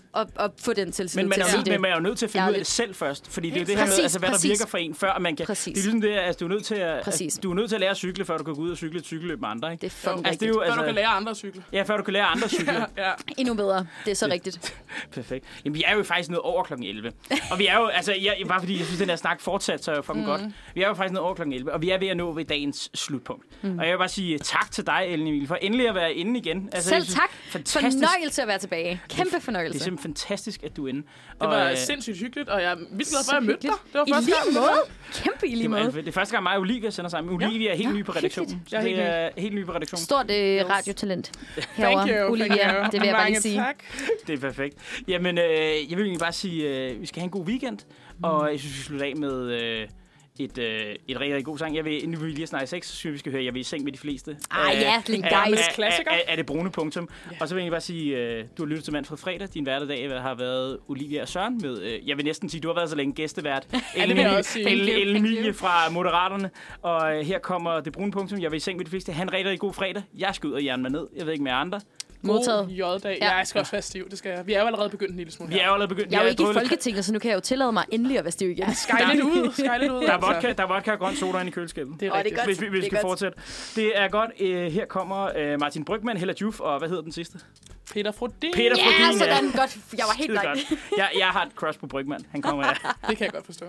at, at få den selvtillid men man til er, at sige det. Men man er jo nødt til at finde ud af det selv først, fordi det er jo det her præcis, med, altså, hvad præcis. der virker for en, før man kan... Præcis. Det er ligesom det, altså, du er nødt til at, Præcis. altså, du er nødt til at lære at cykle, før du kan gå ud og cykle et cykelløb med andre, ikke? Det er fucking altså, det er jo, Før altså, du kan lære andre at cykle. Ja, før du kan lære andre at cykle. ja. Endnu bedre. Det er så rigtigt. Perfekt. Jamen, vi er jo faktisk noget over klokken elleve. Og vi er jo, altså, jeg, bare fordi jeg synes, den her snak fortsat, så er jo fucking mm. godt. Vi er jo faktisk noget over klokken elleve, og vi er ved at nå ved dagens slutpunkt. Mm. Og jeg vil bare sige tak til dig, Ellen Emil, for endelig at være inde igen. Altså, Selv synes, tak. Fantastisk. Fornøjelse at være tilbage. Kæmpe fornøjelse. Det er simpelthen fantastisk, at du er inde. Det var og, øh, sindssygt hyggeligt, og jeg er vildt glad for, at jeg mødte dig. Det var I første lige gang. måde. Kæmpe i lige det, måde. var, det er første gang, mig og Olivia sender sammen. Olivia er helt Ja, ny på redaktionen. Jeg er det helt er helt ny på redaktionen. Stort øh, radiotalent herovre. Thank you. Olivia, Thank you. det vil jeg bare lige Mange sige. tak. Det er perfekt. Jamen, øh, jeg vil egentlig bare sige, øh, vi skal have en god weekend. Mm. Og jeg synes, vi skal slutte af med øh, et, øh, et rigtig, rigtig god sang. Jeg vil, nu vil vi lige snakke sex, så synes jeg, vi skal høre Jeg vil i seng med de fleste. Ah øh, ja, legendarisk klassiker. Er, er, er det brune punktum. Yeah. Og så vil jeg bare sige, øh, du har lyttet til Manfred Fredag. Din hverdag har været Olivia og Søren med, øh, jeg vil næsten sige, du har været så længe gæstevært. det vil jeg også sige. Ellen Emilie fra Moderaterne. Og øh, her kommer det brune punktum. Jeg vil i seng med de fleste. Han en rigtig, rigtig god fredag. Jeg skyder hjernen med ned. Jeg ved ikke med andre. Modtaget. God J-dag. Ja. Jeg skal også være stiv, det skal jeg. Vi er jo allerede begyndt en lille smule. Vi er jo allerede begyndt. Jeg er jo ikke i drølet- Folketinget, så nu kan jeg jo tillade mig endelig at være stiv igen. Skej lidt ud, skej lidt ud. Der er vodka, der er vodka og grøn soda inde i køleskabet. Det er Åh, det er rigtigt. godt. Hvis vi, hvis vi Det er skal godt. fortsætte. Det er godt. Øh, her kommer øh, Martin Brygmann, Hella Juf, og hvad hedder den sidste? Peter Frodin. Peter Ja, Frodin, sådan godt. Jeg var helt Skide langt. godt. Jeg, jeg har et crush på Brygmann. Han kommer af. Det kan jeg godt forstå.